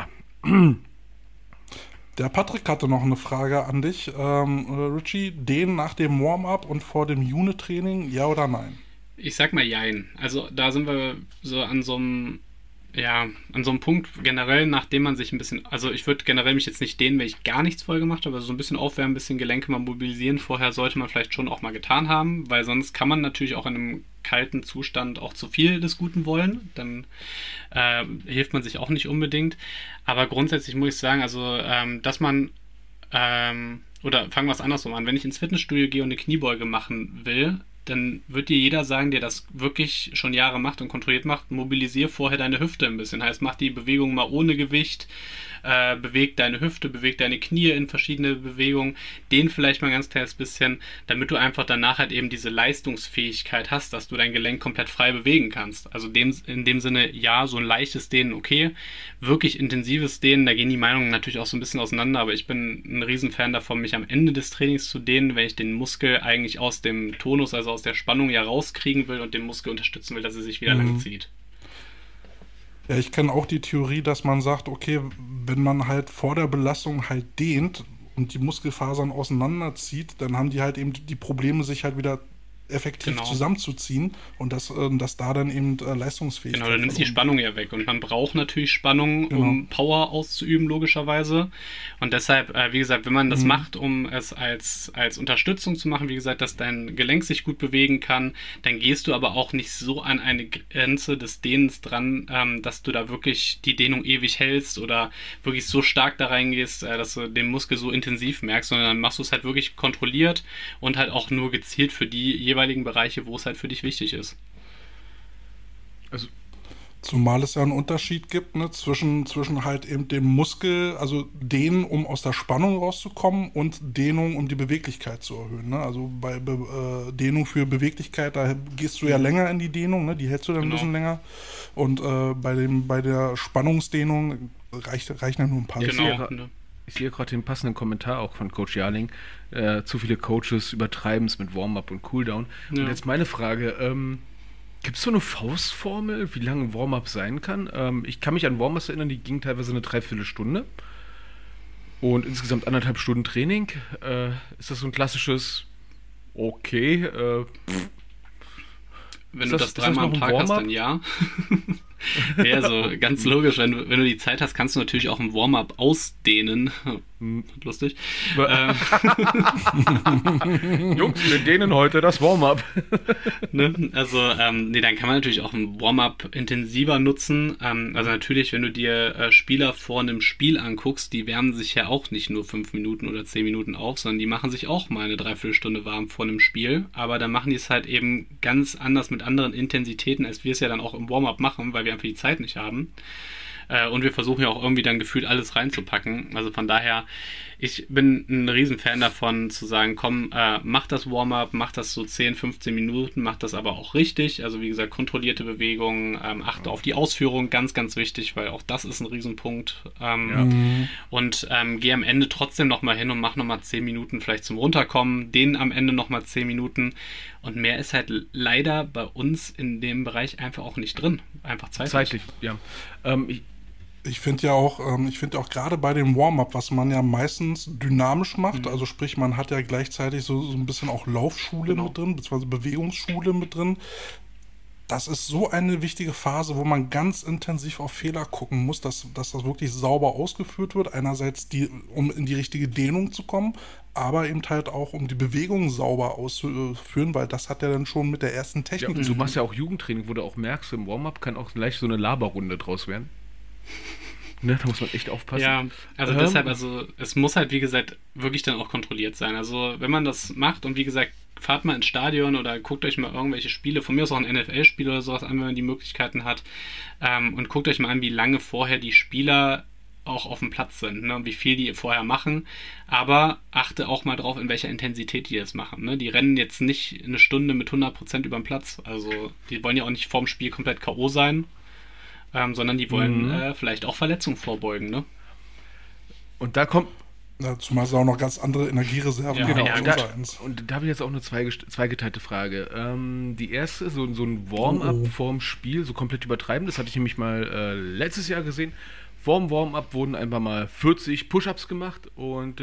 Speaker 2: Der Patrick hatte noch eine Frage an dich. Richie, den nach dem Warm-up und vor dem Unit-Training, ja oder nein?
Speaker 3: Ich sag mal jein. Also da sind wir so an so einem Punkt generell, nachdem man sich ein bisschen, also ich würde generell mich jetzt nicht dehnen, wenn ich gar nichts vorher gemacht habe, also so ein bisschen aufwärmen, ein bisschen Gelenke mal mobilisieren, vorher sollte man vielleicht schon auch mal getan haben, weil sonst kann man natürlich auch in einem kalten Zustand auch zu viel des Guten wollen, dann hilft man sich auch nicht unbedingt, aber grundsätzlich muss ich sagen, also dass man oder fangen wir es andersrum an, wenn ich ins Fitnessstudio gehe und eine Kniebeuge machen will, dann wird dir jeder sagen, der das wirklich schon Jahre macht und kontrolliert macht, mobilisier vorher deine Hüfte ein bisschen. Heißt, mach die Bewegung mal ohne Gewicht, beweg deine Hüfte, beweg deine Knie in verschiedene Bewegungen, dehn vielleicht mal ein ganz kleines bisschen, damit du einfach danach halt eben diese Leistungsfähigkeit hast, dass du dein Gelenk komplett frei bewegen kannst. Also in dem Sinne, ja, so ein leichtes Dehnen, okay. Wirklich intensives Dehnen, da gehen die Meinungen natürlich auch so ein bisschen auseinander, aber ich bin ein Riesenfan davon, mich am Ende des Trainings zu dehnen, wenn ich den Muskel eigentlich aus dem Tonus, also aus der Spannung ja rauskriegen will und den Muskel unterstützen will, dass er sich wieder lang zieht.
Speaker 2: Ja, ich kenne auch die Theorie, dass man sagt, okay, wenn man halt vor der Belastung halt dehnt und die Muskelfasern auseinanderzieht, dann haben die halt eben die Probleme, sich halt wieder effektiv zusammenzuziehen und dass da dann eben Leistungsfähigkeit.
Speaker 3: Genau, dann nimmst die Spannung ja weg und man braucht natürlich Spannung, um Power auszuüben, logischerweise. Und deshalb, wie gesagt, wenn man das macht, um es als Unterstützung zu machen, wie gesagt, dass dein Gelenk sich gut bewegen kann, dann gehst du aber auch nicht so an eine Grenze des Dehnens dran, dass du da wirklich die Dehnung ewig hältst oder wirklich so stark da reingehst, dass du den Muskel so intensiv merkst, sondern dann machst du es halt wirklich kontrolliert und halt auch nur gezielt für die jeweiligen Bereiche, wo es halt für dich wichtig ist.
Speaker 1: Also,
Speaker 2: zumal es ja einen Unterschied gibt, ne, zwischen halt eben dem Muskel, also Dehnen, um aus der Spannung rauszukommen und Dehnung, um die Beweglichkeit zu erhöhen. Ne? Also bei Dehnung für Beweglichkeit, da gehst du ja länger in die Dehnung, ne? Die hältst du dann ein bisschen länger. Und bei der Spannungsdehnung reichen ja nur ein paar
Speaker 3: Genau.
Speaker 1: Ich sehe gerade den passenden Kommentar auch von Coach Jarling. Zu viele Coaches übertreiben es mit Warm-up und Cooldown. Ja. Und jetzt meine Frage, gibt es so eine Faustformel, wie lange ein Warm-up sein kann? Ich kann mich an Warm-ups erinnern, die gingen teilweise eine Dreiviertelstunde. Und insgesamt 1,5 Stunden Training. Ist das so ein klassisches okay?
Speaker 3: Wenn du das dreimal am Tag hast, dann ja. Ja, also ganz logisch, wenn du die Zeit hast, kannst du natürlich auch ein Warm-up ausdehnen. Lustig.
Speaker 1: Jungs, wir dehnen heute das Warm-up.
Speaker 3: Ne? Also, dann kann man natürlich auch ein Warm-up intensiver nutzen. Also natürlich, wenn du dir Spieler vor einem Spiel anguckst, die wärmen sich ja auch nicht nur 5 Minuten oder 10 Minuten auf, sondern die machen sich auch mal eine Dreiviertelstunde warm vor einem Spiel. Aber dann machen die es halt eben ganz anders mit anderen Intensitäten, als wir es ja dann auch im Warm-up machen, weil wir einfach die Zeit nicht haben. Und wir versuchen ja auch irgendwie dann gefühlt alles reinzupacken. Also von daher, ich bin ein Riesenfan davon zu sagen, komm, mach das Warm-up, mach das so 10, 15 Minuten, mach das aber auch richtig. Also wie gesagt, kontrollierte Bewegungen, achte auf die Ausführung, ganz, ganz wichtig, weil auch das ist ein Riesenpunkt. Und geh am Ende trotzdem nochmal hin und mach nochmal 10 Minuten vielleicht zum Runterkommen, den am Ende nochmal 10 Minuten. Und mehr ist halt leider bei uns in dem Bereich einfach auch nicht drin. Einfach zeitlich.
Speaker 1: Zeitlich, ja.
Speaker 2: Ich finde ja auch, gerade bei dem Warm-up, was man ja meistens dynamisch macht, also sprich, man hat ja gleichzeitig so ein bisschen auch Laufschule mit drin, beziehungsweise Bewegungsschule mit drin. Das ist so eine wichtige Phase, wo man ganz intensiv auf Fehler gucken muss, dass das wirklich sauber ausgeführt wird. Einerseits, um in die richtige Dehnung zu kommen, aber eben halt auch, um die Bewegung sauber auszuführen, weil das hat ja dann schon mit der ersten Technik
Speaker 1: Du machst ja auch Jugendtraining, wo du auch merkst, im Warm-up kann auch leicht so eine Laberrunde draus werden. Ne, da muss man echt aufpassen.
Speaker 3: Ja, also deshalb, es muss halt, wie gesagt, wirklich dann auch kontrolliert sein. Also wenn man das macht und wie gesagt, fahrt mal ins Stadion oder guckt euch mal irgendwelche Spiele, von mir aus auch ein NFL-Spiel oder sowas an, wenn man die Möglichkeiten hat, und guckt euch mal an, wie lange vorher die Spieler auch auf dem Platz sind, ne, und wie viel die vorher machen, aber achte auch mal drauf, in welcher Intensität die das machen, ne, die rennen jetzt nicht eine Stunde mit 100% über den Platz, also die wollen ja auch nicht vorm Spiel komplett K.O. sein, sondern die wollen vielleicht auch Verletzungen vorbeugen, ne.
Speaker 1: Und da kommt...
Speaker 2: Ja, zumal es auch noch ganz andere Energiereserven
Speaker 1: Genau,
Speaker 2: haben.
Speaker 1: und da habe ich jetzt auch eine zweigeteilte Frage. Die erste, so ein Warm-up vorm Spiel, so komplett übertreiben, das hatte ich nämlich mal letztes Jahr gesehen. Vorm Warm-up wurden einfach mal 40 Push-Ups gemacht und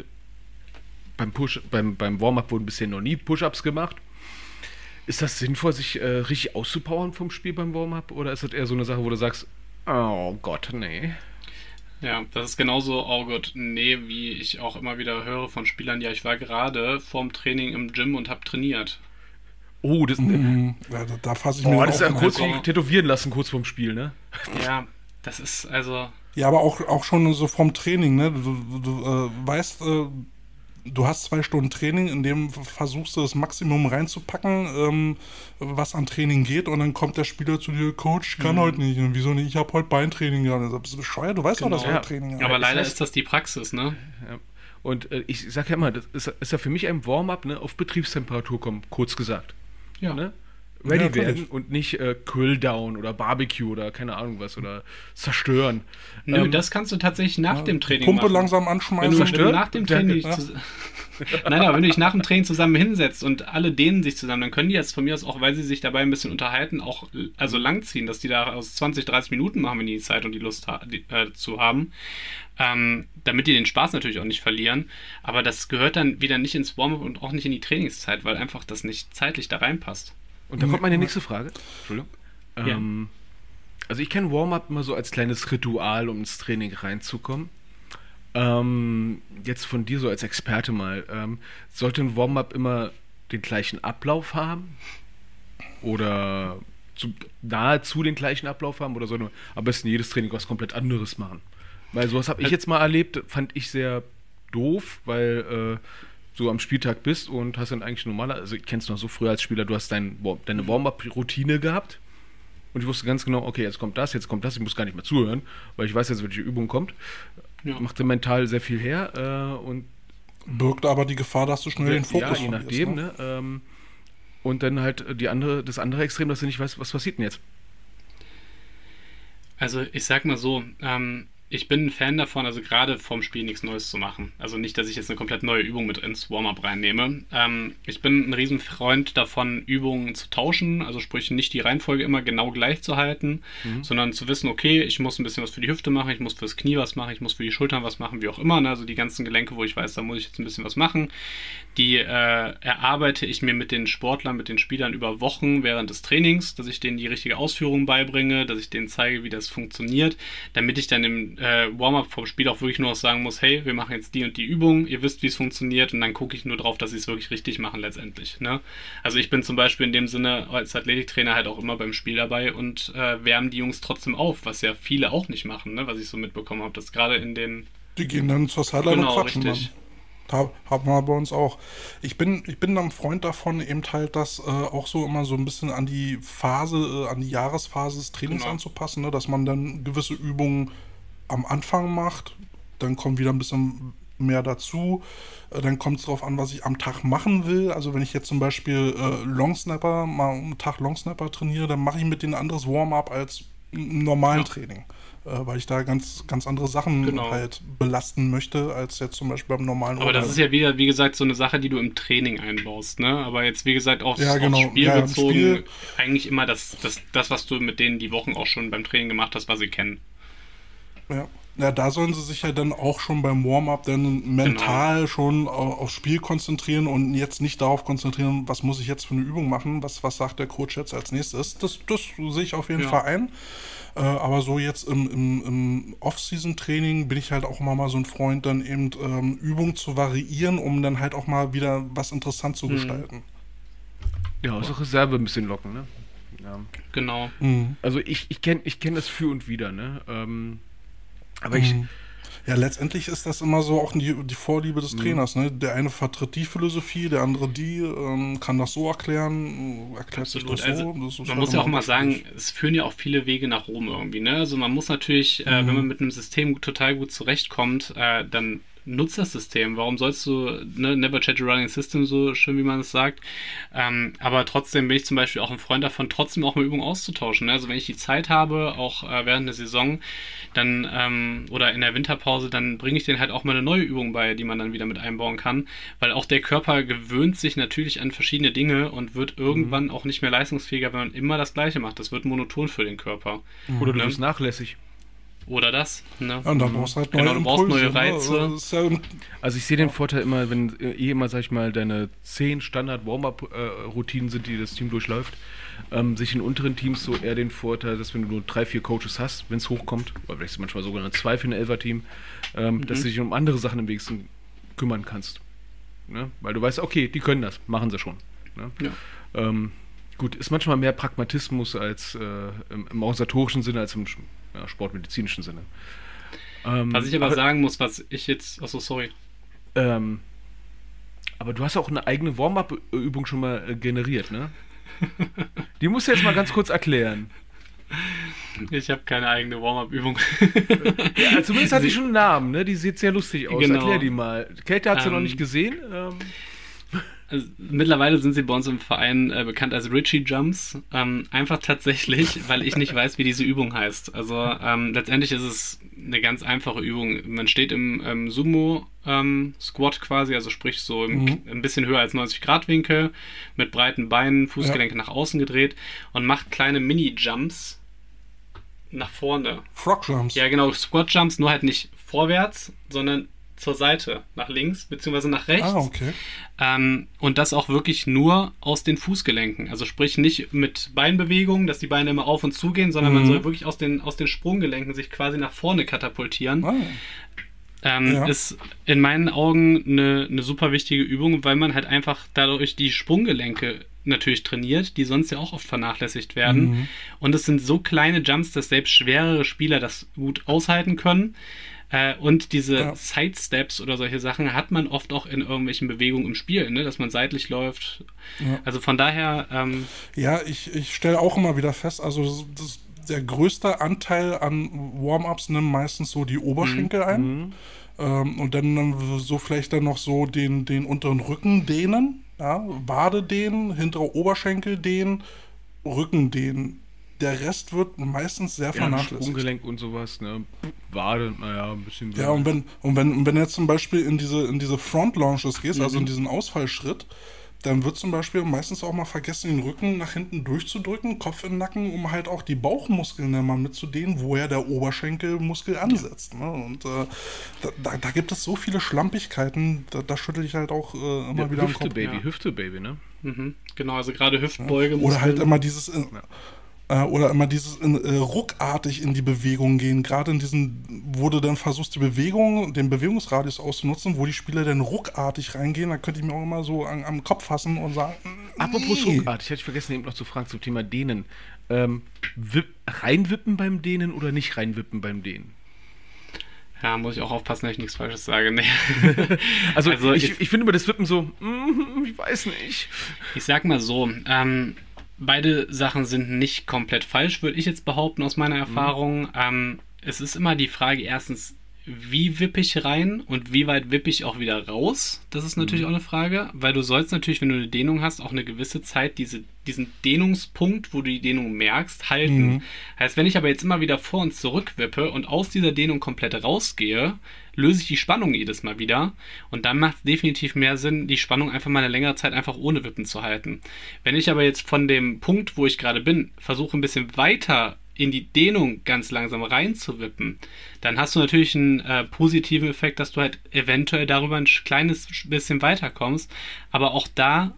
Speaker 1: beim Warm-up wurden bisher noch nie Push-Ups gemacht. Ist das sinnvoll, sich richtig auszupowern vom Spiel beim Warm-up, oder ist das eher so eine Sache, wo du sagst, oh Gott, nee?
Speaker 3: Ja, das ist genauso, oh Gott, nee, wie ich auch immer wieder höre von Spielern, ja, ich war gerade vorm Training im Gym und habe trainiert.
Speaker 1: Oh, das,
Speaker 2: ja, da fasse ich mir
Speaker 1: das ist kurz wie tätowieren lassen, kurz vorm Spiel, ne?
Speaker 3: Ja, das ist also...
Speaker 2: Ja, aber auch schon so vom Training, ne? Du weißt, du hast 2 Stunden Training, in dem versuchst du das Maximum reinzupacken, was an Training geht, und dann kommt der Spieler zu dir, Coach, ich kann heute nicht. Und wieso nicht? Ich habe heute Beintraining gehabt. Also, bist du bescheuert? Du weißt doch, dass wir Training haben.
Speaker 3: Aber leider ist das die Praxis, ne?
Speaker 1: Ja. Und ich sage ja immer, das ist ja für mich ein Warm-up, ne, auf Betriebstemperatur kommen, kurz gesagt.
Speaker 3: Ja.
Speaker 1: Ne? Ready werden und nicht Cool-Down oder Barbecue oder keine Ahnung was oder zerstören.
Speaker 3: Nö, das kannst du tatsächlich nach dem Training
Speaker 2: Pumpe
Speaker 3: machen.
Speaker 2: langsam anschmeißen.
Speaker 3: Wenn du nach dem Training Nein, aber wenn du dich nach dem Training zusammen hinsetzt und alle dehnen sich zusammen, dann können die jetzt von mir aus auch, weil sie sich dabei ein bisschen unterhalten, auch also langziehen, dass die da aus 20, 30 Minuten machen, wenn die Zeit und die Lust zu haben, damit die den Spaß natürlich auch nicht verlieren. Aber das gehört dann wieder nicht ins Warm-up und auch nicht in die Trainingszeit, weil einfach das nicht zeitlich da reinpasst.
Speaker 1: Und da kommt meine nächste Frage. Entschuldigung.
Speaker 3: Ja.
Speaker 1: Also ich kenne Warm-up immer so als kleines Ritual, um ins Training reinzukommen. Jetzt von dir so als Experte mal. Sollte ein Warm-up immer den gleichen Ablauf haben? Oder nahezu den gleichen Ablauf haben? Oder sollte man am besten jedes Training was komplett anderes machen? Weil sowas habe ich jetzt mal erlebt, fand ich sehr doof, weil du am Spieltag bist und hast dann eigentlich also ich kenne es noch so früher als Spieler, du hast deine Warm-up-Routine gehabt und ich wusste ganz genau, okay, jetzt kommt das, ich muss gar nicht mehr zuhören, weil ich weiß jetzt, welche Übung kommt. Ja. Machte mental sehr viel her und
Speaker 2: birgt aber die Gefahr, dass du schnell den Fokus
Speaker 1: verlierst. Ja, je nachdem, ne? Und dann halt das andere Extrem, dass du nicht weißt, was passiert denn jetzt?
Speaker 3: Also ich sag mal so, ich bin ein Fan davon, also gerade vorm Spiel nichts Neues zu machen. Also nicht, dass ich jetzt eine komplett neue Übung mit ins Warm-up reinnehme. Ich bin ein Riesenfreund davon, Übungen zu tauschen, also sprich nicht die Reihenfolge immer genau gleich zu halten, sondern zu wissen, okay, ich muss ein bisschen was für die Hüfte machen, ich muss fürs Knie was machen, ich muss für die Schultern was machen, wie auch immer. Ne? Also die ganzen Gelenke, wo ich weiß, da muss ich jetzt ein bisschen was machen. Die erarbeite ich mir mit den Sportlern, mit den Spielern über Wochen während des Trainings, dass ich denen die richtige Ausführung beibringe, dass ich denen zeige, wie das funktioniert, damit ich dann im Warm-up vom Spiel auch wirklich nur noch sagen muss, hey, wir machen jetzt die und die Übung, ihr wisst, wie es funktioniert, und dann gucke ich nur drauf, dass sie es wirklich richtig machen letztendlich. Ne? Also ich bin zum Beispiel in dem Sinne als Athletiktrainer halt auch immer beim Spiel dabei und wärmen die Jungs trotzdem auf, was ja viele auch nicht machen, ne? Was ich so mitbekommen habe, dass gerade in den...
Speaker 2: Die gehen dann zur Sideline und quatschen dann. Haben wir bei uns auch. Ich bin ein Freund davon, eben halt das auch so immer so ein bisschen an die Jahresphase des Trainings anzupassen, ne? Dass man dann gewisse Übungen am Anfang macht, dann kommt wieder ein bisschen mehr dazu. Dann kommt es darauf an, was ich am Tag machen will. Also wenn ich jetzt zum Beispiel Longsnapper, mal einen Tag Longsnapper trainiere, dann mache ich mit denen ein anderes Warm-up als im normalen Training. Weil ich da ganz andere Sachen halt belasten möchte, als jetzt zum Beispiel beim normalen
Speaker 3: Aber das ist ja wieder, wie gesagt, so eine Sache, die du im Training einbaust, ne? Aber jetzt, wie gesagt, aufs Spiel bezogen, eigentlich immer das, was du mit denen die Wochen auch schon beim Training gemacht hast, was sie kennen.
Speaker 2: Ja, da sollen sie sich ja dann auch schon beim Warm-up dann mental schon aufs Spiel konzentrieren und jetzt nicht darauf konzentrieren, was muss ich jetzt für eine Übung machen, was sagt der Coach jetzt als nächstes. Das sehe ich auf jeden Fall ein. Aber so jetzt im Off-Season-Training bin ich halt auch immer mal so ein Freund, dann eben Übungen zu variieren, um dann halt auch mal wieder was interessant zu gestalten.
Speaker 1: Ja, aus der Reserve ein bisschen locken, ne? Ja.
Speaker 3: Genau.
Speaker 1: Also ich kenn das für und wieder, ne? Aber
Speaker 2: ja, letztendlich ist das immer so auch die Vorliebe des Trainers, ne? Der eine vertritt die Philosophie, der andere die, kann das so erklären, erklärt sich das so.
Speaker 3: Also, man muss ja auch mal sagen, es führen ja auch viele Wege nach Rom irgendwie, ne? Also man muss natürlich, wenn man mit einem System total gut zurechtkommt, dann nutzt das System. Warum sollst du, ne, never change a running system, so schön wie man es sagt. Aber trotzdem bin ich zum Beispiel auch ein Freund davon, trotzdem auch mal Übungen auszutauschen. Ne? Also wenn ich die Zeit habe, auch während der Saison, dann oder in der Winterpause, dann bringe ich denen halt auch mal eine neue Übung bei, die man dann wieder mit einbauen kann. Weil auch der Körper gewöhnt sich natürlich an verschiedene Dinge und wird irgendwann auch nicht mehr leistungsfähiger, wenn man immer das Gleiche macht. Das wird monoton für den Körper.
Speaker 1: Oder du bist nachlässig.
Speaker 3: Oder das. Ne?
Speaker 2: Ja, und dann brauchst du halt
Speaker 3: neue Impulse, neue Reize.
Speaker 2: Ne?
Speaker 1: Also ich sehe den Vorteil immer, wenn immer, sag ich mal, deine 10 Standard-Warm-Up-Routinen sind, die das Team durchläuft, sich in unteren Teams so eher den Vorteil, dass wenn du nur 3-4 Coaches hast, wenn es hochkommt, oder vielleicht manchmal sogar nur 2 für ein 11er-Team, dass du dich um andere Sachen im wenigsten kümmern kannst. Ne? Weil du weißt, okay, die können das, machen sie schon. Ne? Ja. Gut, ist manchmal mehr Pragmatismus als im organisatorischen Sinne als im sportmedizinischen Sinne.
Speaker 3: Was ich aber sagen muss, was ich jetzt... Achso, sorry.
Speaker 1: Aber du hast auch eine eigene Warm-up-Übung schon mal generiert, ne? Die musst du jetzt mal ganz kurz erklären.
Speaker 3: Ich habe keine eigene Warm-up-Übung.
Speaker 1: Ja, zumindest hat sie schon einen Namen, ne? Die sieht sehr lustig aus.
Speaker 3: Genau.
Speaker 1: Erklär die mal. Kälte hat sie noch nicht gesehen.
Speaker 3: Also, mittlerweile sind sie bei uns im Verein bekannt als Richie Jumps. Einfach tatsächlich, weil ich nicht weiß, wie diese Übung heißt. Also letztendlich ist es eine ganz einfache Übung. Man steht im Sumo-Squat quasi, also sprich so ein bisschen höher als 90-Grad-Winkel, mit breiten Beinen, Fußgelenke nach außen gedreht und macht kleine Mini-Jumps nach vorne.
Speaker 2: Frog-Jumps.
Speaker 3: Ja, genau, Squat-Jumps, nur halt nicht vorwärts, sondern zur Seite, nach links, beziehungsweise nach rechts.
Speaker 2: Ah, okay.
Speaker 3: Und das auch wirklich nur aus den Fußgelenken. Also sprich nicht mit Beinbewegungen, dass die Beine immer auf und zu gehen, sondern man soll wirklich aus den Sprunggelenken sich quasi nach vorne katapultieren. Ist in meinen Augen eine super wichtige Übung, weil man halt einfach dadurch die Sprunggelenke natürlich trainiert, die sonst ja auch oft vernachlässigt werden. Und es sind so kleine Jumps, dass selbst schwerere Spieler das gut aushalten können. Und diese Sidesteps oder solche Sachen hat man oft auch in irgendwelchen Bewegungen im Spiel, ne? Dass man seitlich läuft. Ja. Also von daher...
Speaker 2: ja, ich stelle auch immer wieder fest, also der größte Anteil an Warm-Ups nimmt meistens so die Oberschenkel ein. Und dann so vielleicht dann noch so den unteren Rücken dehnen, ja? Wade dehnen, hintere Oberschenkel dehnen, Rücken dehnen. Der Rest wird meistens sehr vernachlässigt.
Speaker 1: Sprunggelenk und sowas, ne? Wade, naja, ein bisschen.
Speaker 2: Ja, und wenn du jetzt zum Beispiel in diese Front-Launches gehst, also in diesen Ausfallschritt, dann wird zum Beispiel meistens auch mal vergessen, den Rücken nach hinten durchzudrücken, Kopf in den Nacken, um halt auch die Bauchmuskeln dann mal mitzudehnen, wo ja der Oberschenkelmuskel ansetzt. Ne? Und da gibt es so viele Schlampigkeiten, da schüttel ich halt auch immer wieder den Kopf.
Speaker 1: Hüfte, Baby, ne?
Speaker 3: Genau, also gerade Hüftbeuge.
Speaker 2: Oder halt immer dieses... ruckartig in die Bewegung gehen, gerade in diesen, wo du dann versuchst, den Bewegungsradius auszunutzen, wo die Spieler dann ruckartig reingehen, da könnte ich mir auch immer so am Kopf fassen und sagen,
Speaker 1: apropos ruckartig, hätte ich vergessen, eben noch zu fragen zum Thema Dehnen. Reinwippen beim Dehnen oder nicht reinwippen beim Dehnen?
Speaker 3: Ja, muss ich auch aufpassen, dass ich nichts Falsches sage. Nee.
Speaker 1: also ich finde über das Wippen so, ich weiß nicht.
Speaker 3: Ich sag mal so, beide Sachen sind nicht komplett falsch, würde ich jetzt behaupten aus meiner Erfahrung. es ist immer die Frage, erstens, wie wippe ich rein und wie weit wippe ich auch wieder raus? Das ist natürlich auch eine Frage, weil du sollst natürlich, wenn du eine Dehnung hast, auch eine gewisse Zeit diesen Dehnungspunkt, wo du die Dehnung merkst, halten. Heißt, wenn ich aber jetzt immer wieder vor und zurück wippe und aus dieser Dehnung komplett rausgehe, löse ich die Spannung jedes Mal wieder und dann macht es definitiv mehr Sinn, die Spannung einfach mal eine längere Zeit einfach ohne Wippen zu halten. Wenn ich aber jetzt von dem Punkt, wo ich gerade bin, versuche ein bisschen weiter in die Dehnung ganz langsam reinzuwippen, dann hast du natürlich einen positiven Effekt, dass du halt eventuell darüber ein kleines bisschen weiterkommst. Aber auch da,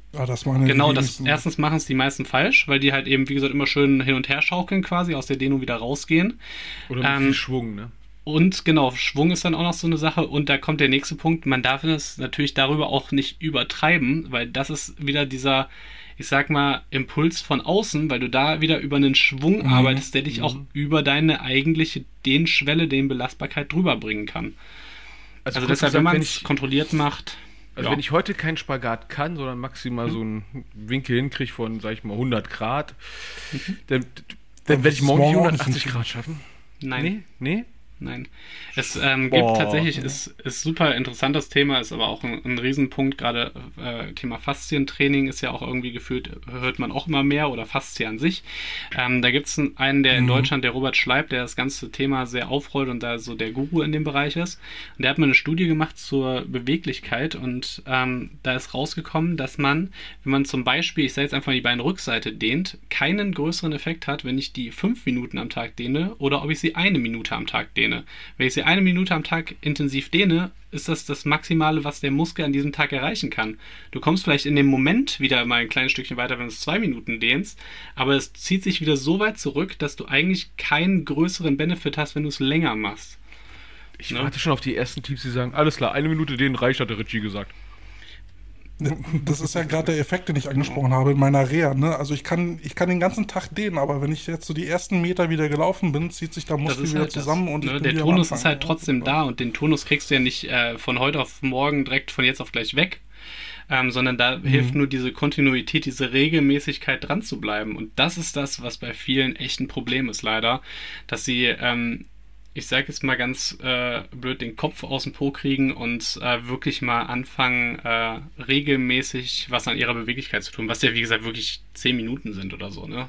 Speaker 3: erstens machen es die meisten falsch, weil die halt eben, wie gesagt, immer schön hin und her schaukeln quasi, aus der Dehnung wieder rausgehen.
Speaker 1: Oder mit viel Schwung, ne?
Speaker 3: Und genau, Schwung ist dann auch noch so eine Sache. Und da kommt der nächste Punkt, man darf es natürlich darüber auch nicht übertreiben, weil das ist wieder dieser, ich sag mal, Impuls von außen, weil du da wieder über einen Schwung arbeitest, der dich auch über deine eigentliche Dehnschwelle, Dehnbelastbarkeit drüber bringen kann. Also deshalb, wenn man es kontrolliert macht.
Speaker 1: Also wenn ich heute keinen Spagat kann, sondern maximal so einen Winkel hinkriege von, sag ich mal, 100 Grad, dann werde ich morgen 180 Grad schaffen.
Speaker 3: Nein.
Speaker 1: Nee?
Speaker 3: Nein. Es gibt tatsächlich, ist super interessantes Thema, ist aber auch ein Riesenpunkt, gerade Thema Faszientraining ist ja auch irgendwie gefühlt, hört man auch immer mehr, oder Faszien an sich. Da gibt es einen, der in Deutschland, der Robert Schleib, der das ganze Thema sehr aufrollt und da so der Guru in dem Bereich ist. Und der hat mal eine Studie gemacht zur Beweglichkeit und da ist rausgekommen, dass man, wenn man zum Beispiel, ich sage jetzt einfach die Beinrückseite dehnt, keinen größeren Effekt hat, wenn ich die 5 Minuten am Tag dehne oder ob ich sie 1 Minute am Tag dehne. Wenn ich sie 1 Minute am Tag intensiv dehne, ist das Maximale, was der Muskel an diesem Tag erreichen kann. Du kommst vielleicht in dem Moment wieder mal ein kleines Stückchen weiter, wenn du es 2 Minuten dehnst, aber es zieht sich wieder so weit zurück, dass du eigentlich keinen größeren Benefit hast, wenn du es länger machst.
Speaker 1: Ich warte schon auf die ersten Teams, die sagen, alles klar, 1 Minute dehnen reicht, hat der Ritchie gesagt.
Speaker 2: Das ist ja gerade der Effekt, den ich angesprochen habe in meiner Reha. Ne? Also ich kann den ganzen Tag dehnen, aber wenn ich jetzt so die ersten Meter wieder gelaufen bin, zieht sich der Muskel wieder zusammen. Und
Speaker 3: der Tonus ist halt trotzdem da und den Tonus kriegst du ja nicht von heute auf morgen direkt von jetzt auf gleich weg, sondern da hilft nur diese Kontinuität, diese Regelmäßigkeit dran zu bleiben. Und das ist das, was bei vielen echt ein Problem ist leider, dass sie ich sage jetzt mal ganz blöd, den Kopf aus dem Po kriegen und wirklich mal anfangen, regelmäßig was an ihrer Beweglichkeit zu tun, was ja wie gesagt wirklich 10 Minuten sind oder so, ne?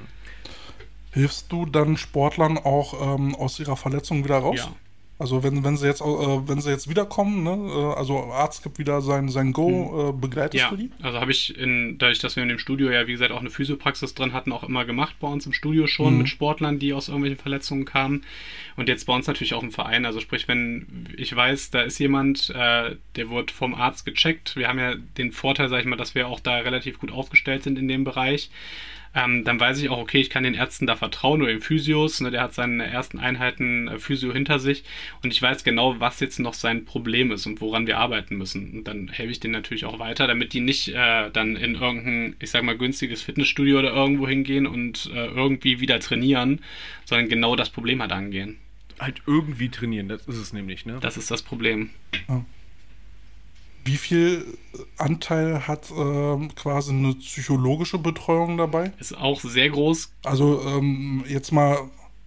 Speaker 2: Hilfst du dann Sportlern auch aus ihrer Verletzung wieder raus?
Speaker 3: Ja.
Speaker 2: Also wenn sie jetzt wiederkommen, ne? Also Arzt gibt wieder sein Go, begleitest du die?
Speaker 3: Also habe ich dadurch, dass wir in dem Studio ja wie gesagt auch eine Physiopraxis drin hatten, auch immer gemacht bei uns im Studio schon mit Sportlern, die aus irgendwelchen Verletzungen kamen und jetzt bei uns natürlich auch im Verein, also sprich, wenn ich weiß, da ist jemand, der wird vom Arzt gecheckt, wir haben ja den Vorteil, sag ich mal, dass wir auch da relativ gut aufgestellt sind in dem Bereich, dann weiß ich auch, okay, ich kann den Ärzten da vertrauen oder den Physios, ne, der hat seine ersten Einheiten Physio hinter sich und ich weiß genau, was jetzt noch sein Problem ist und woran wir arbeiten müssen. Und dann helfe ich denen natürlich auch weiter, damit die nicht dann in irgendein, ich sag mal, günstiges Fitnessstudio oder irgendwo hingehen und irgendwie wieder trainieren, sondern genau das Problem halt angehen.
Speaker 1: Halt irgendwie trainieren, das ist es nämlich, ne?
Speaker 3: Das ist das Problem.
Speaker 2: Ja. Wie viel Anteil hat quasi eine psychologische Betreuung dabei?
Speaker 3: Ist auch sehr groß.
Speaker 2: Also jetzt mal,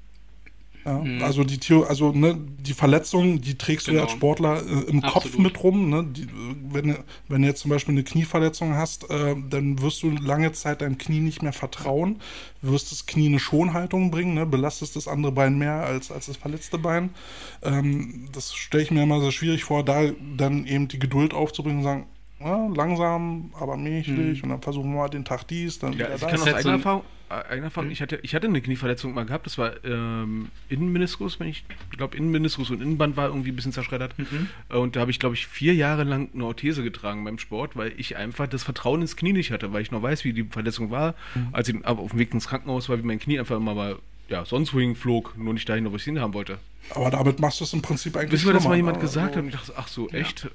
Speaker 2: also die Verletzung, die trägst du ja als Sportler im Kopf mit rum. Ne? Wenn du jetzt zum Beispiel eine Knieverletzung hast, dann wirst du lange Zeit deinem Knie nicht mehr vertrauen, wirst das Knie eine Schonhaltung bringen, ne? Belastest das andere Bein mehr als das verletzte Bein. Das stelle ich mir immer sehr schwierig vor, da dann eben die Geduld aufzubringen und sagen, ja, langsam, aber mächtig und dann versuchen wir mal den Tag dies, dann wieder
Speaker 1: ich
Speaker 2: das.
Speaker 1: kann aus eigener Erfahrung, ich hatte eine Knieverletzung mal gehabt, das war Innenmeniskus, Innenmeniskus und Innenband war irgendwie ein bisschen zerschreddert und da habe ich, glaube ich, 4 Jahre lang eine Orthese getragen beim Sport, weil ich einfach das Vertrauen ins Knie nicht hatte, weil ich noch weiß, wie die Verletzung war, als ich auf dem Weg ins Krankenhaus war, wie mein Knie einfach immer mal sonst wohin flog, nur nicht dahin, wo ich es hinhaben wollte.
Speaker 2: Aber damit machst du es im Prinzip eigentlich
Speaker 1: bis mir das mal jemand gesagt hat und ich dachte, ach so, echt?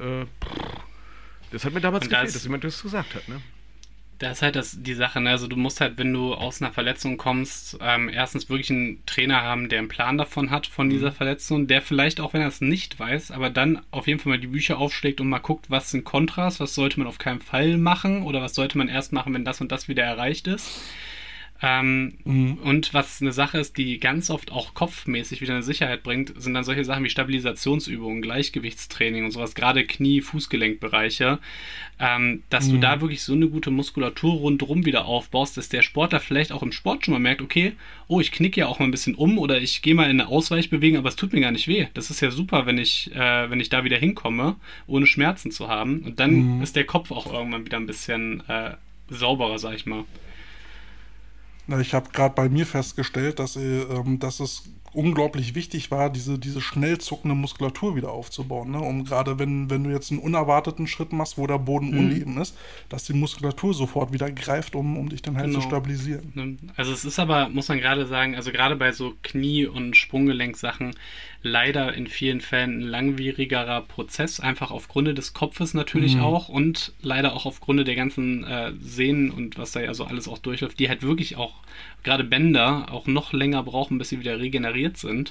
Speaker 1: Das hat mir damals gefehlt, dass jemand das gesagt hat, ne?
Speaker 3: Das ist halt die Sache, ne? Also du musst halt, wenn du aus einer Verletzung kommst, erstens wirklich einen Trainer haben, der einen Plan davon hat, von dieser Verletzung, der vielleicht auch, wenn er es nicht weiß, aber dann auf jeden Fall mal die Bücher aufschlägt und mal guckt, was sind Kontras, was sollte man auf keinen Fall machen oder was sollte man erst machen, wenn das und das wieder erreicht ist. Und was eine Sache ist, die ganz oft auch kopfmäßig wieder eine Sicherheit bringt, sind dann solche Sachen wie Stabilisationsübungen, Gleichgewichtstraining und sowas, gerade Knie-, Fußgelenkbereiche, dass du da wirklich so eine gute Muskulatur rundherum wieder aufbaust, dass der Sportler vielleicht auch im Sport schon mal merkt, okay, oh, ich knicke ja auch mal ein bisschen um oder ich gehe mal in eine Ausweichbewegung, aber es tut mir gar nicht weh. Das ist ja super, wenn ich da wieder hinkomme, ohne Schmerzen zu haben. Und dann ist der Kopf auch irgendwann wieder ein bisschen sauberer, sag ich mal.
Speaker 2: Na, ich habe gerade bei mir festgestellt, dass es unglaublich wichtig war, diese schnell zuckende Muskulatur wieder aufzubauen. Ne? Um gerade wenn du jetzt einen unerwarteten Schritt machst, wo der Boden uneben ist, dass die Muskulatur sofort wieder greift, um dich dann halt zu stabilisieren.
Speaker 3: Also es ist aber, muss man gerade sagen, also gerade bei so Knie- und Sprunggelenksachen leider in vielen Fällen ein langwierigerer Prozess, einfach aufgrund des Kopfes natürlich auch und leider auch aufgrund der ganzen Sehnen und was da ja so alles auch durchläuft, die halt wirklich auch, gerade Bänder, auch noch länger brauchen, bis sie wieder regeneriert sind.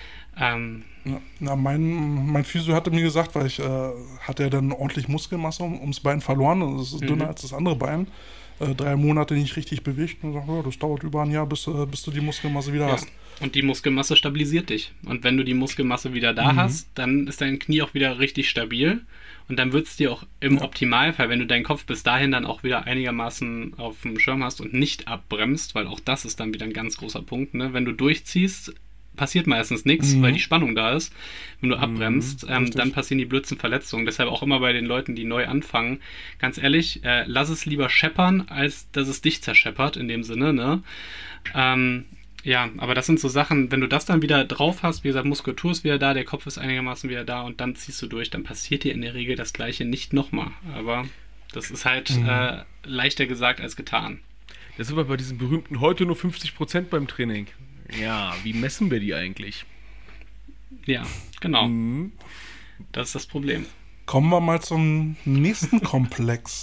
Speaker 2: Mein Physio hatte mir gesagt, weil ich hatte ja dann ordentlich Muskelmasse ums Bein verloren, und es ist dünner als das andere Bein. 3 Monate nicht richtig bewegt und sagt, ja, das dauert über ein Jahr, bis du die Muskelmasse wieder hast.
Speaker 3: Und die Muskelmasse stabilisiert dich. Und wenn du die Muskelmasse wieder da hast, dann ist dein Knie auch wieder richtig stabil. Und dann wird es dir auch im Optimalfall, wenn du deinen Kopf bis dahin dann auch wieder einigermaßen auf dem Schirm hast und nicht abbremst, weil auch das ist dann wieder ein ganz großer Punkt, ne? Wenn du durchziehst, passiert meistens nichts, weil die Spannung da ist. Wenn du abbremst, dann passieren die blödsten Verletzungen. Deshalb auch immer bei den Leuten, die neu anfangen, ganz ehrlich, lass es lieber scheppern, als dass es dich zerscheppert, in dem Sinne, ne? Ja, aber das sind so Sachen, wenn du das dann wieder drauf hast, wie gesagt, Muskulatur ist wieder da, der Kopf ist einigermaßen wieder da und dann ziehst du durch, dann passiert dir in der Regel das Gleiche nicht nochmal. Aber das ist halt leichter gesagt als getan.
Speaker 1: Da sind wir bei diesem berühmten heute nur 50% beim Training. Ja, wie messen wir die eigentlich?
Speaker 3: Ja, genau. Das ist das Problem.
Speaker 2: Kommen wir mal zum nächsten Komplex.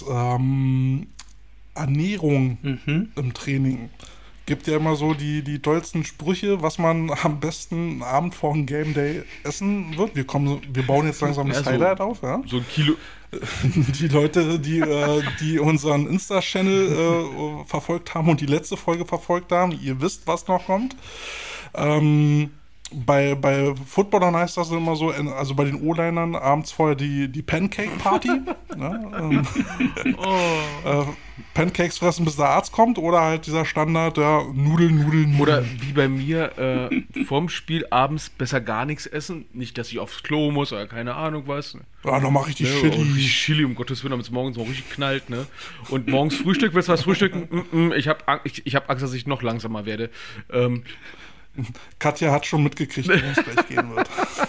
Speaker 2: Ernährung im Training. Gibt ja immer so die tollsten Sprüche, was man am besten Abend vor dem Game Day essen wird. Wir bauen jetzt langsam das Highlight auf. Ja?
Speaker 1: So ein Kilo.
Speaker 2: Die Leute, die unseren Insta-Channel verfolgt haben und die letzte Folge verfolgt haben, ihr wisst, was noch kommt. Bei Footballern heißt das immer so, also bei den O-Linern abends vorher die Pancake-Party. Ne? Pancakes fressen, bis der Arzt kommt, oder halt dieser Standard, ja, Nudeln.
Speaker 1: Oder wie bei mir, vorm Spiel abends besser gar nichts essen. Nicht, dass ich aufs Klo muss oder keine Ahnung was.
Speaker 2: Ja, dann mache ich die
Speaker 1: Chili, um Gottes Willen, damit es morgens mal richtig knallt. Ne? Und morgens Frühstück, willst du was frühstücken? Ich hab Angst, dass ich noch langsamer werde.
Speaker 2: Katja hat schon mitgekriegt, worum es gleich gehen wird.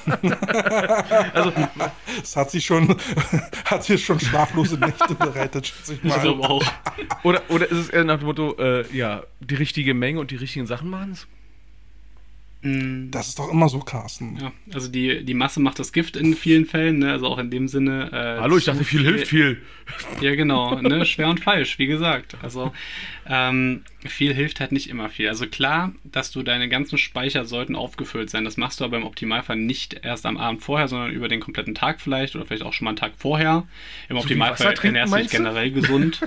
Speaker 1: Also,
Speaker 2: es hat sie schon schlaflose Nächte bereitet, schätze ich mal.
Speaker 3: Ich glaube auch.
Speaker 1: Oder ist es eher nach dem Motto, die richtige Menge und die richtigen Sachen machen es?
Speaker 2: Das ist doch immer so, Carsten.
Speaker 3: Ja, also die Masse macht das Gift in vielen Fällen, ne? Also auch in dem Sinne.
Speaker 1: Hallo, ich dachte, viel hilft viel.
Speaker 3: Ja, genau, ne? Schwer und falsch, wie gesagt. Also viel hilft halt nicht immer viel. Also klar, dass du deine ganzen Speicher sollten aufgefüllt sein. Das machst du aber im Optimalfall nicht erst am Abend vorher, sondern über den kompletten Tag vielleicht oder vielleicht auch schon mal einen Tag vorher. Im Optimalfall ernährst du dich generell gesund.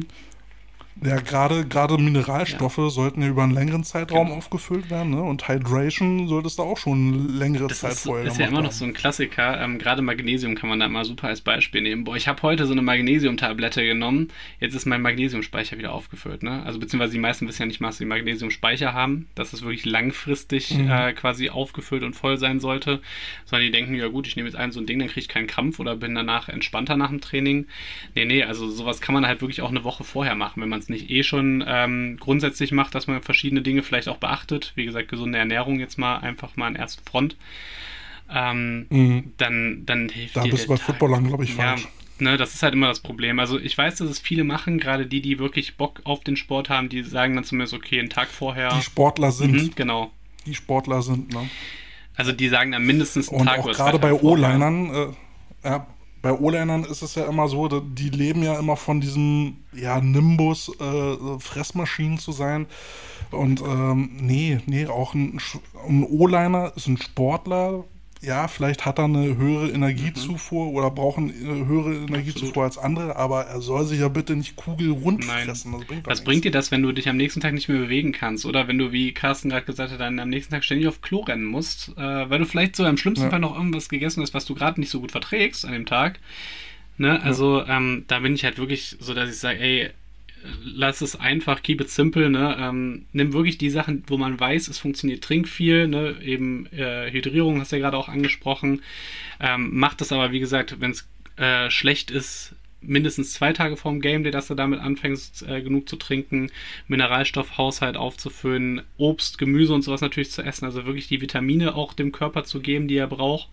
Speaker 2: Ja, gerade Mineralstoffe sollten ja über einen längeren Zeitraum aufgefüllt werden, ne? Und Hydration solltest du auch schon längere Zeit vorher
Speaker 3: Das ist ja immer noch so ein Klassiker. Gerade Magnesium kann man da mal super als Beispiel nehmen. Boah, ich habe heute so eine Magnesiumtablette genommen. Jetzt ist mein Magnesiumspeicher wieder aufgefüllt, ne? Also beziehungsweise die meisten wissen ja nicht mal, dass sie Magnesiumspeicher haben, dass es wirklich langfristig quasi aufgefüllt und voll sein sollte. Sondern die denken, ja gut, ich nehme jetzt so ein Ding, dann kriege ich keinen Krampf oder bin danach entspannter nach dem Training. Nee, also sowas kann man halt wirklich auch eine Woche vorher machen, wenn man es nicht schon grundsätzlich macht, dass man verschiedene Dinge vielleicht auch beachtet. Wie gesagt, gesunde Ernährung jetzt mal einfach mal an erster Front. Dann hilft
Speaker 2: da
Speaker 3: dir
Speaker 2: bist du bei Footballern, glaube ich, falsch.
Speaker 3: Ne, das ist halt immer das Problem. Also ich weiß, dass es viele machen, gerade die wirklich Bock auf den Sport haben, die sagen dann zumindest, okay, einen Tag vorher.
Speaker 2: Die Sportler sind.
Speaker 3: Genau.
Speaker 2: Die Sportler sind, ne?
Speaker 3: Also die sagen dann mindestens einen Tag.
Speaker 2: Und auch gerade bei O-Linern, bei O-Linern ist es ja immer so, die leben ja immer von diesem Nimbus, Fressmaschinen zu sein. Und auch ein O-Liner ist ein Sportler, ja, vielleicht hat er eine höhere Energiezufuhr oder braucht eine höhere Energiezufuhr als andere, aber er soll sich ja bitte nicht kugelrund fressen. Das bringt doch
Speaker 3: Was
Speaker 2: nichts.
Speaker 3: bringt dir das, wenn du dich am nächsten Tag nicht mehr bewegen kannst? Oder wenn du, wie Carsten gerade gesagt hat, dann am nächsten Tag ständig auf Klo rennen musst, weil du vielleicht so im schlimmsten Fall noch irgendwas gegessen hast, was du gerade nicht so gut verträgst an dem Tag. Ne? Also da bin ich halt wirklich so, dass ich sage, ey, lass es einfach, keep it simple, ne? Nimm wirklich die Sachen, wo man weiß, es funktioniert, trink viel, ne? Eben Hydrierung hast du ja gerade auch angesprochen. Mach das aber, wie gesagt, wenn es schlecht ist, mindestens 2 Tage vorm Game Day, dass du damit anfängst, genug zu trinken, Mineralstoffhaushalt aufzufüllen, Obst, Gemüse und sowas natürlich zu essen, also wirklich die Vitamine auch dem Körper zu geben, die er braucht.